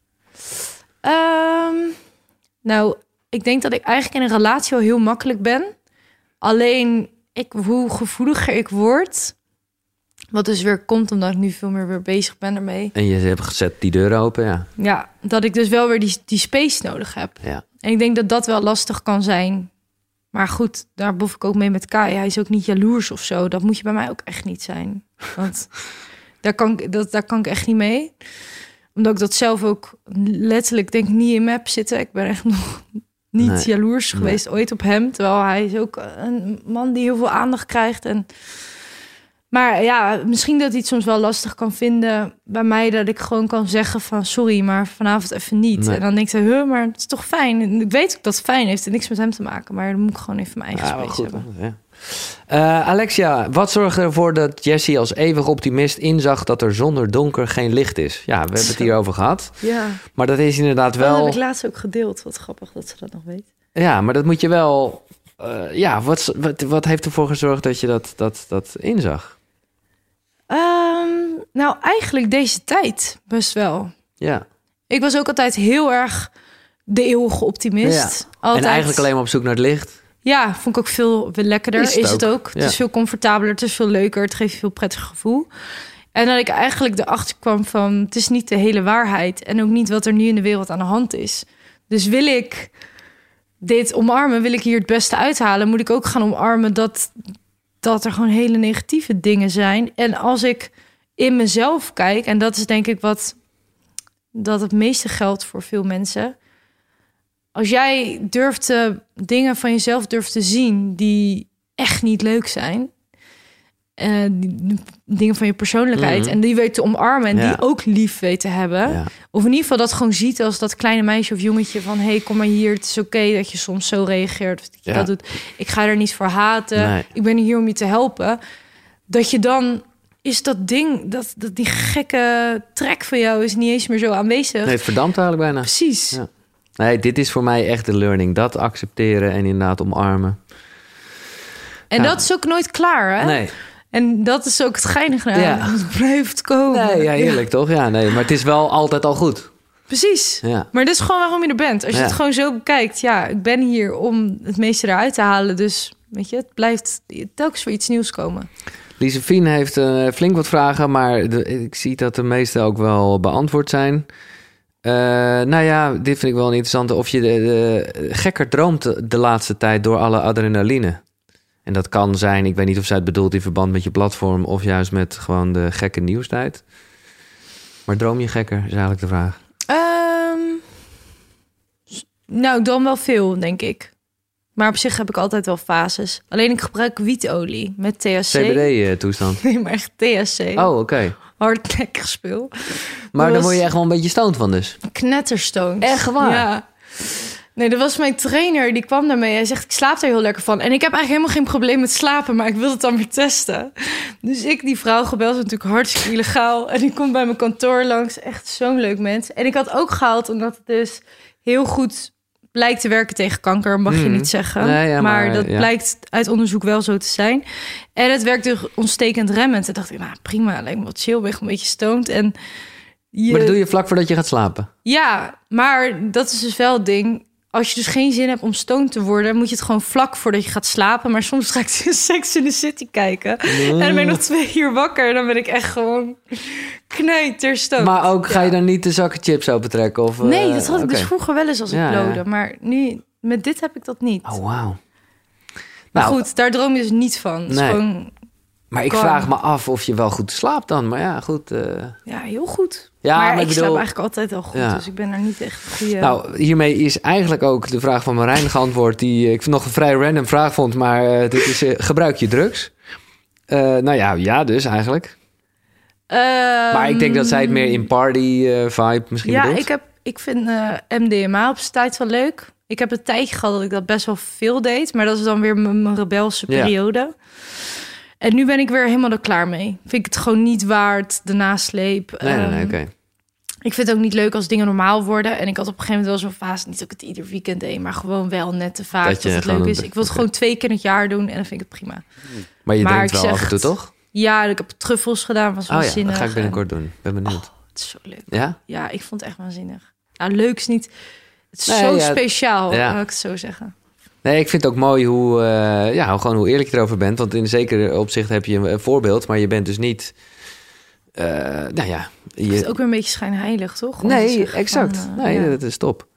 Nou, ik denk dat ik eigenlijk in een relatie wel heel makkelijk ben. Alleen, hoe gevoeliger ik word... Wat dus weer komt omdat ik nu veel meer weer bezig ben ermee.
En je hebt gezet die deur open, ja.
Ja, dat ik dus wel weer die space nodig heb.
Ja.
En ik denk dat dat wel lastig kan zijn. Maar goed, daar boef ik ook mee met Kai. Hij is ook niet jaloers of zo. Dat moet je bij mij ook echt niet zijn. Want daar kan ik echt niet mee. Omdat ik dat zelf ook letterlijk denk ik niet in me heb zitten. Ik ben echt nog niet jaloers geweest ooit op hem. Terwijl hij is ook een man die heel veel aandacht krijgt. Maar ja, misschien dat hij het soms wel lastig kan vinden bij mij... dat ik gewoon kan zeggen van sorry, maar vanavond even niet. Nee. En dan denk ik, maar het is toch fijn? En ik weet ook dat het fijn heeft en niks met hem te maken... maar dan moet ik gewoon even mijn eigen space hebben.
Ja. Alexia, wat zorgde ervoor dat Jessie als eeuwig optimist inzag... dat er zonder donker geen licht is? Ja, we hebben het hierover gehad. Ja. Maar dat is inderdaad wel...
Dat heb ik laatst ook gedeeld. Wat grappig dat ze dat nog weet.
Ja, maar dat moet je wel... wat heeft ervoor gezorgd dat je dat inzag?
Nou, eigenlijk deze tijd best wel.
Ja.
Ik was ook altijd heel erg de eeuwige optimist.
Ja.
Altijd.
En eigenlijk alleen maar op zoek naar het licht.
Ja, vond ik ook veel lekkerder. Is het ook.
Ja.
Het is veel comfortabeler, het is veel leuker. Het geeft je veel prettig gevoel. En dat ik eigenlijk erachter kwam van... het is niet de hele waarheid. En ook niet wat er nu in de wereld aan de hand is. Dus wil ik dit omarmen, wil ik hier het beste uithalen... moet ik ook gaan omarmen dat er gewoon hele negatieve dingen zijn. En als ik in mezelf kijk... en dat is denk ik dat het meeste geldt voor veel mensen... als jij dingen van jezelf durft te zien... die echt niet leuk zijn... dingen van je persoonlijkheid... en die weet te omarmen en die ook lief weet te hebben... Ja. Of in ieder geval dat gewoon ziet als dat kleine meisje of jongetje... van hey, kom maar hier, het is oké dat je soms zo reageert... of dat je dat doet. Ik ga er niet voor haten, ik ben hier om je te helpen... dat je dan is dat ding... dat die gekke trek van jou is niet eens meer zo aanwezig.
Nee, het verdampt eigenlijk bijna.
Precies.
Ja. Nee, dit is voor mij echt de learning. Dat accepteren en inderdaad omarmen.
En dat is ook nooit klaar, hè?
Nee.
En dat is ook het geinige. Het blijft komen.
Nee, ja, heerlijk toch? Ja, nee, maar het is wel altijd al goed.
Precies. Ja. Maar dat is gewoon waarom je er bent. Als je het gewoon zo bekijkt. Ja, ik ben hier om het meeste eruit te halen. Dus weet je, het blijft telkens voor iets nieuws komen.
Liesefien heeft flink wat vragen, maar ik zie dat de meeste ook wel beantwoord zijn. Nou ja, dit vind ik wel een interessante. Of je gekker droomt de laatste tijd door alle adrenaline. En dat kan zijn, ik weet niet of zij het bedoelt in verband met je platform... of juist met gewoon de gekke nieuwstijd. Maar droom je gekker, is eigenlijk de vraag.
Nou, ik droom wel veel, denk ik. Maar op zich heb ik altijd wel fases. Alleen ik gebruik wietolie met THC.
CBD-toestand?
Nee, maar echt THC.
Oh, oké.
Hard lekker speel.
Maar dan word je echt wel een beetje stoned van dus?
Knetterstoned.
Echt waar?
Ja. Nee, dat was mijn trainer, die kwam daarmee. Hij zegt, ik slaap er heel lekker van. En ik heb eigenlijk helemaal geen probleem met slapen... maar ik wil het dan weer testen. Dus ik die vrouw gebeld, is natuurlijk hartstikke illegaal. En die komt bij mijn kantoor langs. Echt zo'n leuk mens. En ik had ook gehaald, omdat het dus heel goed blijkt te werken tegen kanker. Mag je niet zeggen. Nee, ja, maar dat blijkt uit onderzoek wel zo te zijn. En het werkt dus ontstekend remmend. En dacht ik, nou prima, lijkt me wat chill. Ben een beetje stoned. En
maar dat doe je vlak voordat je gaat slapen? Ja,
maar dat is dus wel het ding... Als je dus geen zin hebt om stoned te worden... moet je het gewoon vlak voordat je gaat slapen. Maar soms ga ik Sex in the City kijken. En dan ben ik nog 2 uur wakker. En dan ben ik echt gewoon knijterstoned.
Maar ook ga je dan niet de zakken chips opentrekken? Of,
nee, dat had ik dus vroeger wel eens als ik blode. Maar nu, met dit heb ik dat niet.
Oh, wauw.
Maar goed, daar droom je dus niet van. Het is gewoon...
Maar ik vraag me af of je wel goed slaapt dan. Maar ja, goed.
Ja, heel goed.
Ja,
maar ik slaap eigenlijk altijd al goed. Ja. Dus ik ben er niet echt goede...
Nou, hiermee is eigenlijk ook de vraag van Marijn geantwoord... die ik nog een vrij random vraag vond. Maar dit is, gebruik je drugs? Nou ja, dus eigenlijk. Maar ik denk dat zij het meer in party vibe misschien bedoelt.
Ja, ik vind MDMA op zijn tijd wel leuk. Ik heb een tijdje gehad dat ik dat best wel veel deed. Maar dat is dan weer mijn rebelse periode. En nu ben ik weer helemaal er klaar mee. Vind ik het gewoon niet waard, de nasleep.
Nee, oké.
Ik vind het ook niet leuk als dingen normaal worden. En ik had op een gegeven moment wel zo'n fase, niet dat ik het ieder weekend deed, maar gewoon wel net te vaak dat het leuk is. Ik wil het gewoon 2 keer in het jaar doen en dan vind ik het prima.
Maar je drinkt wel af en toe, toch?
Ja, ik heb truffels gedaan, was waanzinnig.
Dat ga ik binnenkort doen. Ben benieuwd.
Het is zo leuk.
Ja?
Ja, ik vond het echt waanzinnig. Nou, leuk is niet... Het is zo speciaal, laat ik het zo zeggen.
Nee, ik vind het ook mooi hoe eerlijk je erover bent. Want in zekere opzicht heb je een voorbeeld, maar je bent dus niet... Het is
ook weer een beetje schijnheilig, toch?
Nee, exact. Dat is top.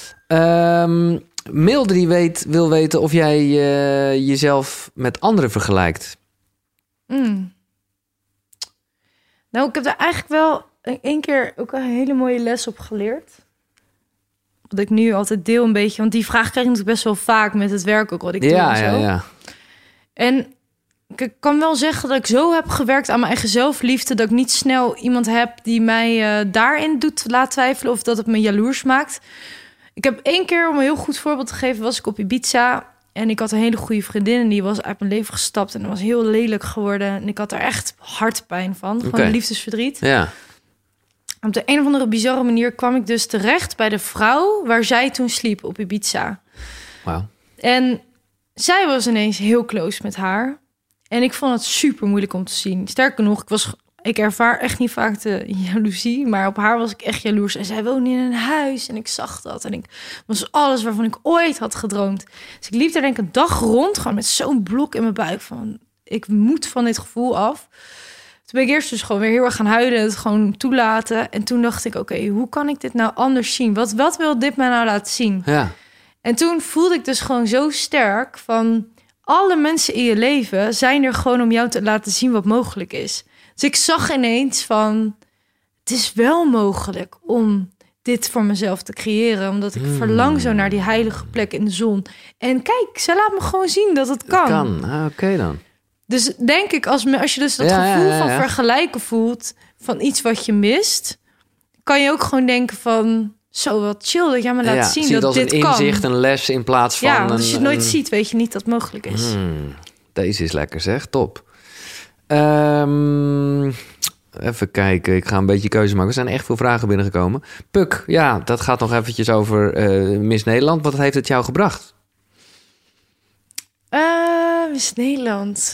Milde die wil weten of jij jezelf met anderen vergelijkt.
Nou, ik heb daar eigenlijk wel 1 keer ook een hele mooie les op geleerd. Wat ik nu altijd deel een beetje. Want die vraag krijg ik natuurlijk best wel vaak met het werk ook wat ik doe en zo.
Ja.
En ik kan wel zeggen dat ik zo heb gewerkt aan mijn eigen zelfliefde... dat ik niet snel iemand heb die mij daarin laat twijfelen... of dat het me jaloers maakt. Ik heb 1 keer, om een heel goed voorbeeld te geven... was ik op Ibiza en ik had een hele goede vriendin... en die was uit mijn leven gestapt en dat was heel lelijk geworden. En ik had er echt hartpijn van, gewoon liefdesverdriet.
Ja.
Op de een of andere bizarre manier kwam ik dus terecht... bij de vrouw waar zij toen sliep op Ibiza.
Wauw.
En zij was ineens heel close met haar... En ik vond het super moeilijk om te zien. Sterker nog, ik ervaar echt niet vaak de jaloezie. Maar op haar was ik echt jaloers. En zij woonde in een huis en ik zag dat. En ik was alles waarvan ik ooit had gedroomd. Dus ik liep daar denk ik een dag rond. Gewoon met zo'n blok in mijn buik van... ik moet van dit gevoel af. Toen ben ik eerst dus gewoon weer heel erg gaan huilen. Het gewoon toelaten. En toen dacht ik, oké, hoe kan ik dit nou anders zien? Wat wil dit mij nou laten zien?
Ja.
En toen voelde ik dus gewoon zo sterk van... alle mensen in je leven zijn er gewoon om jou te laten zien wat mogelijk is. Dus ik zag ineens van... het is wel mogelijk om dit voor mezelf te creëren. Omdat ik verlang zo naar die heilige plek in de zon. En kijk, zij laat me gewoon zien dat het kan.
Oké dan.
Dus denk ik, als je dus dat gevoel van vergelijken voelt... van iets wat je mist... kan je ook gewoon denken van... zo wat chill dat jij me laat zien dat dit kan.
Als een inzicht, een les in plaats van...
Ja, als je het nooit ziet, weet je niet dat het mogelijk is.
Deze is lekker zeg, top. Even kijken, ik ga een beetje keuze maken. Er zijn echt veel vragen binnengekomen. Puk, ja, dat gaat nog eventjes over Miss Nederland. Wat heeft het jou gebracht?
Miss Nederland.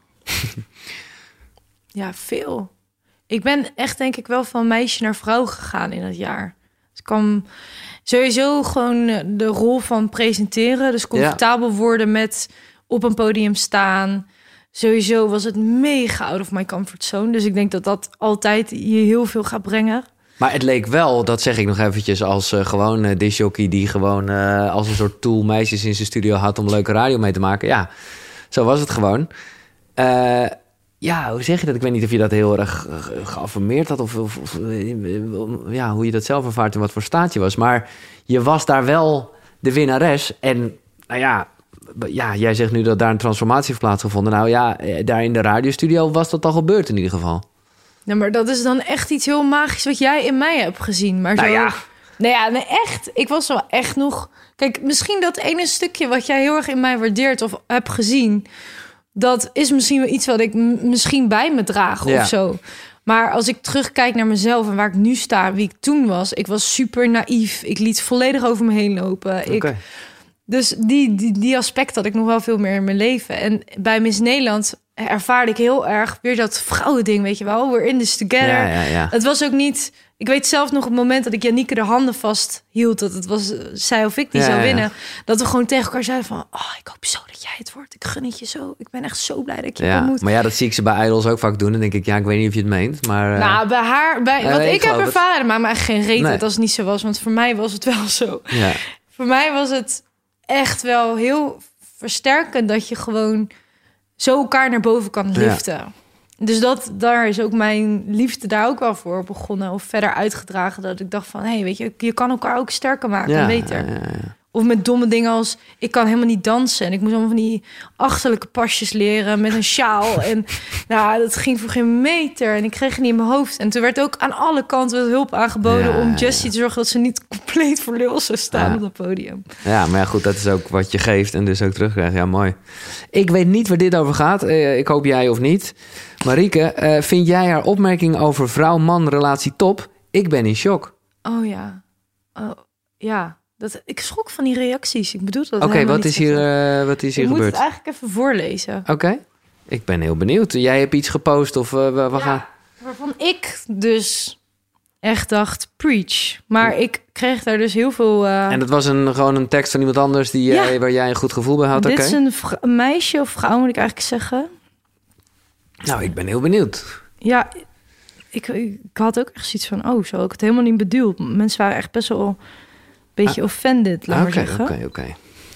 Ja, veel. Ik ben echt denk ik wel van meisje naar vrouw gegaan in dat jaar. Dus ik kwam sowieso gewoon de rol van presenteren. Dus comfortabel worden met op een podium staan. Sowieso was het mega out of my comfort zone. Dus ik denk dat dat altijd je heel veel gaat brengen.
Maar het leek wel, dat zeg ik nog eventjes, als gewoon discjockey die gewoon als een soort tool meisjes in zijn studio had om leuke radio mee te maken. Ja, zo was het gewoon. Ja, hoe zeg je dat? Ik weet niet of je dat heel erg geaffirmeerd had of hoe je dat zelf ervaart en wat voor staat je was. Maar je was daar wel de winnares. En nou ja, jij zegt nu dat daar een transformatie heeft plaatsgevonden. Nou ja, daar in de radiostudio was dat al gebeurd in ieder geval.
Ja, maar dat is dan echt iets heel magisch wat jij in mij hebt gezien. Maar nee, echt. Ik was wel echt nog... Kijk, misschien dat ene stukje wat jij heel erg in mij waardeert of hebt gezien... dat is misschien wel iets wat ik misschien bij me draag of zo. Maar als ik terugkijk naar mezelf en waar ik nu sta, wie ik toen was... ik was super naïef. Ik liet volledig over me heen lopen.
Okay.
Dus die aspect had ik nog wel veel meer in mijn leven. En bij Miss Nederland ervaarde ik heel erg weer dat vrouwending, weet je wel. We're in this together.
Ja.
Het was ook niet... Ik weet zelf nog het moment dat ik Janieke de handen vasthield... dat het was zij of ik die zou winnen. Dat we gewoon tegen elkaar zeiden van... oh, ik hoop zo dat jij het wordt. Ik gun het je zo. Ik ben echt zo blij dat ik je ontmoet.
Maar ja, dat zie ik ze bij Idols ook vaak doen. Dan denk ik, ik weet niet of je het meent. Maar,
nou, bij haar... wat ik heb ervaren, maar echt geen reet als het niet zo was. Want voor mij was het wel zo.
Ja.
Voor mij was het echt wel heel versterkend... dat je gewoon zo elkaar naar boven kan liften. Ja. Dus daar is ook mijn liefde daar ook wel voor begonnen. Of verder uitgedragen dat ik dacht van... weet je kan elkaar ook sterker maken en beter. Ja. Of met domme dingen als... ik kan helemaal niet dansen. En ik moest allemaal van die achterlijke pasjes leren... met een sjaal. En nou, dat ging voor geen meter. En ik kreeg het niet in mijn hoofd. En toen werd ook aan alle kanten hulp aangeboden... om Jessie te zorgen dat ze niet compleet voor lul zou staan op het podium.
Ja, maar ja, goed, dat is ook wat je geeft en dus ook terugkrijgt. Ja, mooi. Ik weet niet waar dit over gaat. Ik hoop jij of niet. Marieke, vind jij haar opmerking over vrouw-man relatie top? Ik ben in shock.
Oh ja. Oh, ja. Ik schrok van die reacties. Ik bedoel dat.
Oké, wat is hier gebeurd? Ik moet
het eigenlijk even voorlezen.
Oké. Ik ben heel benieuwd. Jij hebt iets gepost of we gaan...
Waarvan ik dus echt dacht, preach. Maar ik kreeg daar dus heel veel...
En dat was gewoon een tekst van iemand anders waar jij een goed gevoel bij had?
Dit is een meisje of vrouw, moet ik eigenlijk zeggen.
Nou, ik ben heel benieuwd.
Ja, ik had ook echt zoiets van... zo had ik het helemaal niet bedoeld. Mensen waren echt best wel... beetje offended, laat maar zeggen.
Oké.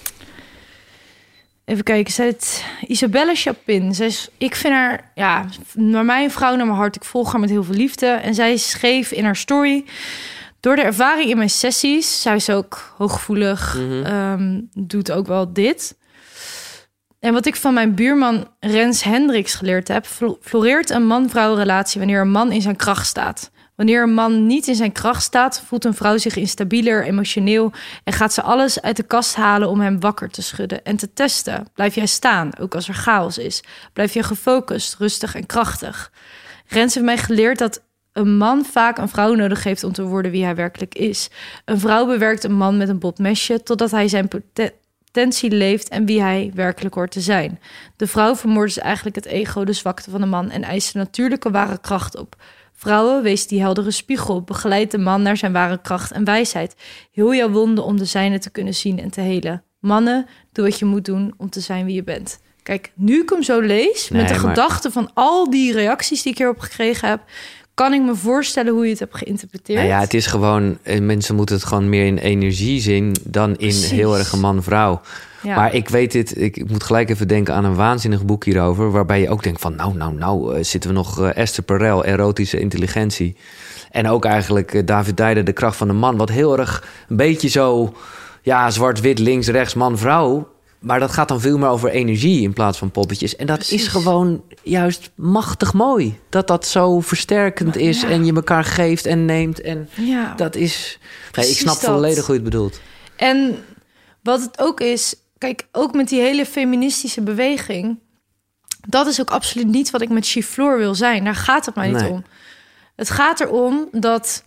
Even kijken, zij het Isabelle Chapin. Ik vind haar, naar mij een vrouw naar mijn hart. Ik volg haar met heel veel liefde. En zij schreef in haar story... door de ervaring in mijn sessies... zij is ook hooggevoelig, doet ook wel dit. En wat ik van mijn buurman Rens Hendricks geleerd heb... floreert een man-vrouw relatie wanneer een man in zijn kracht staat... Wanneer een man niet in zijn kracht staat... voelt een vrouw zich instabieler, emotioneel... en gaat ze alles uit de kast halen om hem wakker te schudden en te testen. Blijf jij staan, ook als er chaos is. Blijf je gefocust, rustig en krachtig. Rens heeft mij geleerd dat een man vaak een vrouw nodig heeft... om te worden wie hij werkelijk is. Een vrouw bewerkt een man met een botmesje... totdat hij zijn potentie leeft en wie hij werkelijk hoort te zijn. De vrouw vermoordt dus eigenlijk het ego, de zwakte van de man... en eist de natuurlijke ware kracht op... Vrouwen, wees die heldere spiegel. Begeleid de man naar zijn ware kracht en wijsheid. Heel jouw wonden om de zijne te kunnen zien en te helen. Mannen, doe wat je moet doen om te zijn wie je bent. Kijk, nu ik hem zo lees, met de gedachten van al die reacties die ik hierop gekregen heb... kan ik me voorstellen hoe je het hebt geïnterpreteerd. Nou
ja, het is gewoon... mensen moeten het gewoon meer in energie zien... dan in heel erg een man-vrouw. Ja. Maar ik weet dit, ik moet gelijk even denken aan een waanzinnig boek hierover... waarbij je ook denkt van nou zitten we nog Esther Perel, erotische intelligentie. En ook eigenlijk David Dijder, de kracht van de man... wat heel erg een beetje zo, zwart-wit, links, rechts, man, vrouw... Maar dat gaat dan veel meer over energie in plaats van poppetjes. En dat is gewoon juist machtig mooi. Dat zo versterkend is en je elkaar geeft en neemt. En dat is... ik snap volledig hoe je het bedoelt.
En wat het ook is... Kijk, ook met die hele feministische beweging... dat is ook absoluut niet wat ik met Chiflor wil zijn. Daar gaat het mij niet om. Het gaat erom dat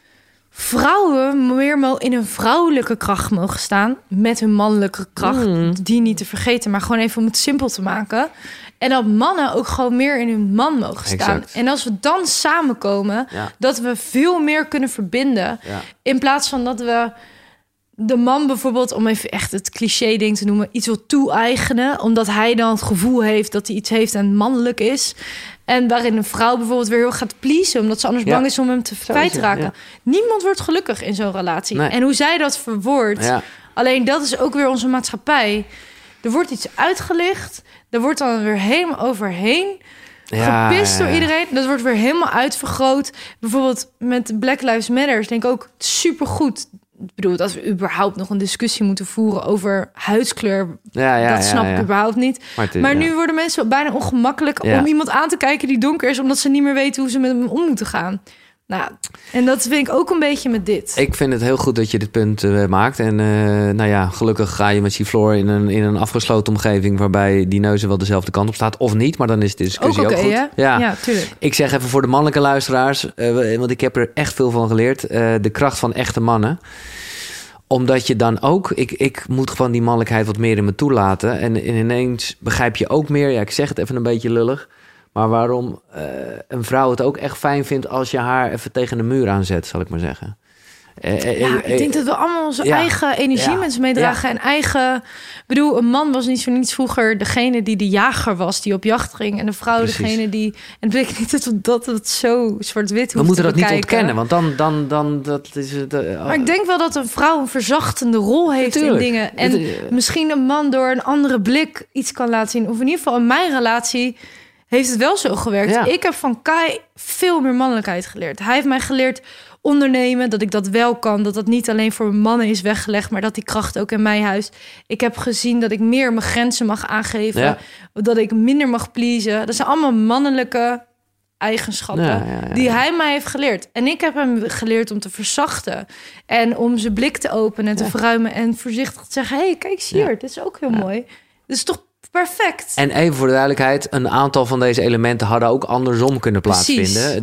vrouwen meer in een vrouwelijke kracht mogen staan... met hun mannelijke kracht, die niet te vergeten... maar gewoon even om het simpel te maken. En dat mannen ook gewoon meer in hun man mogen staan. Exact. En als we dan samenkomen, dat we veel meer kunnen verbinden... in plaats van dat we... de man bijvoorbeeld, om even echt het cliché-ding te noemen... iets wil toe-eigenen, omdat hij dan het gevoel heeft... dat hij iets heeft en mannelijk is. En waarin een vrouw bijvoorbeeld weer heel gaat pleasen... omdat ze anders bang is om hem te kwijt te raken. Ja. Niemand wordt gelukkig in zo'n relatie. Nee. En hoe zij dat verwoordt... alleen dat is ook weer onze maatschappij. Er wordt iets uitgelicht, er wordt dan weer helemaal overheen... gepist door iedereen. Dat wordt weer helemaal uitvergroot. Bijvoorbeeld met Black Lives Matter... denk ik ook supergoed... Ik bedoel, dat we überhaupt nog een discussie moeten voeren over huidskleur. Dat snap ik überhaupt niet. Maar nu worden mensen bijna ongemakkelijk om iemand aan te kijken die donker is, omdat ze niet meer weten hoe ze met hem om moeten gaan. Nou, en dat vind ik ook een beetje met dit.
Ik vind het heel goed dat je dit punt maakt. En gelukkig ga je met Chiflor in een afgesloten omgeving... waarbij die neuzen wel dezelfde kant op staat. Of niet, maar dan is de discussie ook goed. Hè?
Ja, tuurlijk.
Ik zeg even voor de mannelijke luisteraars... want ik heb er echt veel van geleerd. De kracht van echte mannen. Omdat je dan ook... Ik moet gewoon die mannelijkheid wat meer in me toelaten. En ineens begrijp je ook meer... ik zeg het even een beetje lullig... maar waarom een vrouw het ook echt fijn vindt... als je haar even tegen de muur aanzet, zal ik maar zeggen.
Ik denk dat we allemaal onze eigen energie met ze meedragen. En eigen... Ik bedoel, een man was niet voor niets vroeger... degene die de jager was, die op jacht ging. En de vrouw degene die... En het betekent niet dat het zo zwart-wit hoeft te bekijken.
We moeten dat niet ontkennen, want dan dat is het...
Maar ik denk wel dat een vrouw een verzachtende rol heeft in dingen. En misschien een man door een andere blik iets kan laten zien. Of in ieder geval in mijn relatie... heeft het wel zo gewerkt.
Ja.
Ik heb van Kai veel meer mannelijkheid geleerd. Hij heeft mij geleerd ondernemen, dat ik dat wel kan. Dat dat niet alleen voor mannen is weggelegd, maar dat die kracht ook in mij huist. Ik heb gezien dat ik meer mijn grenzen mag aangeven.
Ja.
Dat ik minder mag pleasen. Dat zijn allemaal mannelijke eigenschappen die hij mij heeft geleerd. En ik heb hem geleerd om te verzachten. En om zijn blik te openen en te verruimen. En voorzichtig te zeggen, hey, kijk eens hier. Dit is ook heel mooi. Dit is toch perfect.
En even voor de duidelijkheid, een aantal van deze elementen hadden ook andersom kunnen plaatsvinden.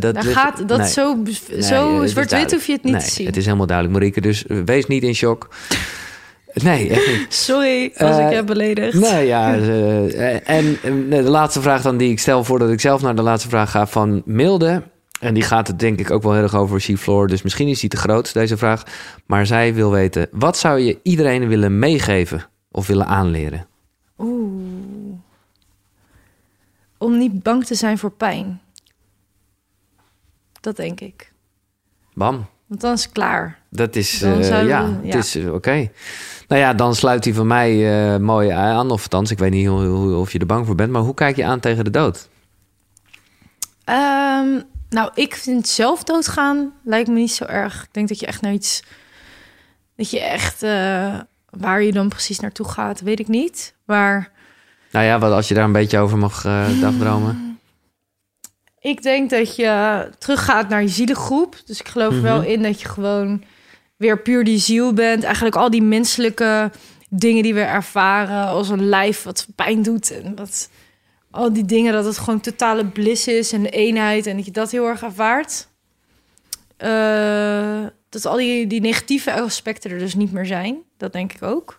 Zo zwart-wit hoef je het niet te zien.
Het is helemaal duidelijk, Marieke. Dus wees niet in shock. Nee, echt niet.
Sorry als ik je heb beledigd.
Nee, ja. En de laatste vraag dan die ik stel voordat ik zelf naar de laatste vraag ga van Milde. En die gaat het denk ik ook wel heel erg over She-Floor. Dus misschien is die te groot, deze vraag. Maar zij wil weten, wat zou je iedereen willen meegeven of willen aanleren?
Om niet bang te zijn voor pijn. Dat denk ik.
Bam.
Want dan is het klaar.
Dat is, het is oké. Nou ja, dan sluit hij van mij mooi aan. Of althans, ik weet niet of je er bang voor bent. Maar hoe kijk je aan tegen de dood?
Nou, ik vind zelf doodgaan lijkt me niet zo erg. Ik denk dat je echt naar iets... Dat je echt... waar je dan precies naartoe gaat, weet ik niet. Maar...
Nou ja, wat als je daar een beetje over mag dagdromen?
Ik denk dat je teruggaat naar je zielengroep. Dus ik geloof wel in dat je gewoon weer puur die ziel bent. Eigenlijk al die menselijke dingen die we ervaren. Als een lijf wat pijn doet. En wat, al die dingen, dat het gewoon totale bliss is en de eenheid. En dat je dat heel erg ervaart. Dat al die negatieve aspecten er dus niet meer zijn. Dat denk ik ook.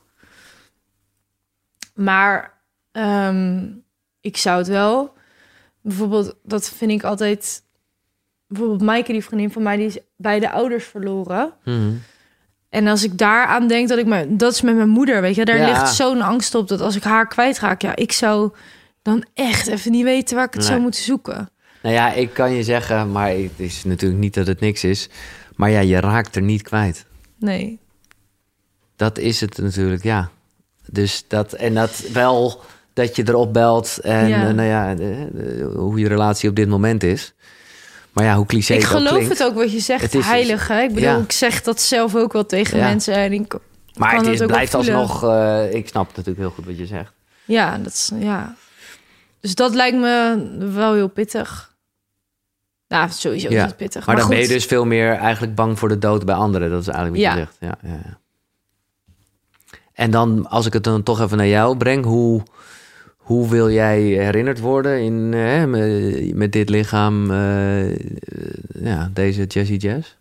Maar ik zou het wel... Bijvoorbeeld, dat vind ik altijd... Bijvoorbeeld Maaike, die vriendin van mij, die is beide ouders verloren. En als ik daaraan denk, dat is met mijn moeder, weet je. Daar ligt zo'n angst op, dat als ik haar kwijtraak... Ja, ik zou dan echt even niet weten waar ik het zou moeten zoeken.
Nou ja, ik kan je zeggen, maar het is natuurlijk niet dat het niks is. Maar ja, je raakt er niet kwijt.
Nee.
Dat is het natuurlijk, ja. Dus dat wel... dat je erop belt en hoe je relatie op dit moment is. Maar ja, hoe cliché dat klinkt.
Ik geloof het ook wat je zegt, het is heilig. Hè? Ik bedoel, ik zeg dat zelf ook wel tegen mensen. En
maar het blijft alsnog... ik snap natuurlijk heel goed wat je zegt.
Ja, dus dat lijkt me wel heel pittig. Nou, sowieso is het pittig.
Maar dan ben je dus veel meer eigenlijk bang voor de dood bij anderen. Dat is eigenlijk wat je zegt. Ja. En dan, als ik het dan toch even naar jou breng... Hoe wil jij herinnerd worden met dit lichaam, deze Jessie Jazz?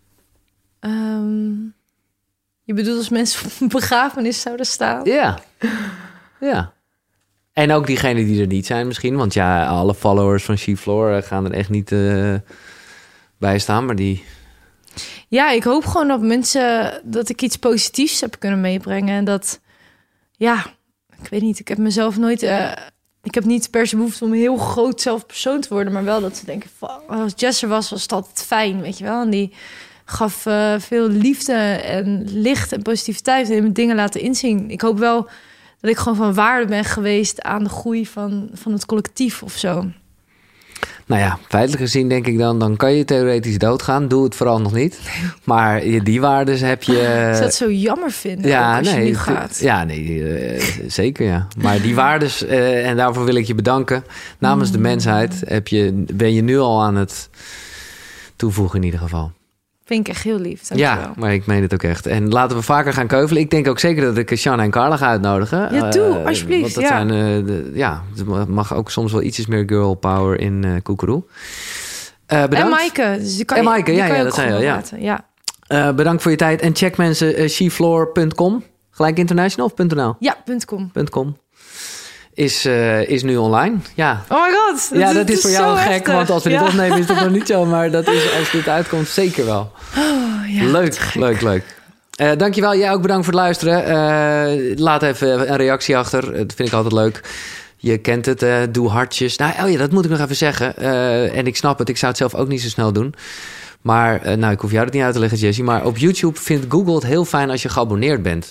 Je bedoelt als mensen op een begrafenis zouden staan?
Ja. En ook diegenen die er niet zijn misschien. Want ja, alle followers van She-Floor gaan er echt niet bij staan. Maar die...
Ja, ik hoop gewoon dat ik iets positiefs heb kunnen meebrengen. En dat, ik weet niet, ik heb mezelf nooit... ik heb niet per se behoefte om een heel groot zelfpersoon te worden... maar wel dat ze denken, als Jess er was het altijd fijn, weet je wel. En die gaf veel liefde en licht en positiviteit... en me dingen laten inzien. Ik hoop wel dat ik gewoon van waarde ben geweest... aan de groei van het collectief of zo.
Nou ja, feitelijk gezien denk ik dan kan je theoretisch doodgaan. Doe het vooral nog niet. Maar die waardes heb je...
Ik zou het zo jammer vinden als je nu gaat.
Ja, zeker ja. Maar die waardes, en daarvoor wil ik je bedanken. Namens de mensheid ben je nu al aan het toevoegen in ieder geval.
Vind ik echt heel lief, dankjewel.
Ja, maar ik meen het ook echt. En laten we vaker gaan keuvelen. Ik denk ook zeker dat ik Shanna en Carla ga uitnodigen.
Ja, doe, alsjeblieft.
Want dat zijn, het mag ook soms wel ietsjes meer girl power in Koekeroe. Bedankt.
En Maaike. Dus die kan je
dat zijn we.
Ja.
Bedankt voor je tijd. En check mensen shefloor.com. Gelijk international of .nl?
Ja, .com.
Is nu online. Ja.
Oh my god.
Dat is voor jou gek, heftig. Want als we dit opnemen is het nog niet zo. Maar dat is als dit uitkomt zeker wel. Leuk. Dankjewel. Jij ook bedankt voor het luisteren. Laat even een reactie achter. Dat vind ik altijd leuk. Je kent het. Doe hartjes. Nou, dat moet ik nog even zeggen. En ik snap het. Ik zou het zelf ook niet zo snel doen. Maar ik hoef jou dat niet uit te leggen, Jessie. Maar op YouTube vindt Google het heel fijn als je geabonneerd bent.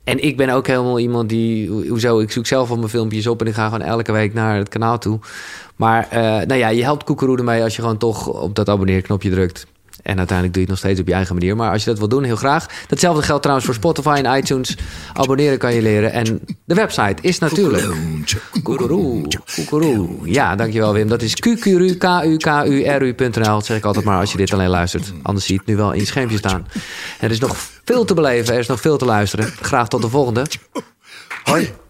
En ik ben ook helemaal iemand die... Hoezo, ik zoek zelf al mijn filmpjes op... en ik ga gewoon elke week naar het kanaal toe. Maar je helpt Koekeroe ermee... als je gewoon toch op dat abonneerknopje drukt. En uiteindelijk doe je het nog steeds op je eigen manier. Maar als je dat wil doen, heel graag. Datzelfde geldt trouwens voor Spotify en iTunes. Abonneren kan je leren. En de website is natuurlijk... Koekeroe. Ja, dankjewel Wim. Dat is qqru.nl. Dat zeg ik altijd maar als je dit alleen luistert. Anders zie je het nu wel in je schermpje staan. Er is nog veel te beleven. Er is nog veel te luisteren. Graag tot de volgende. Hoi.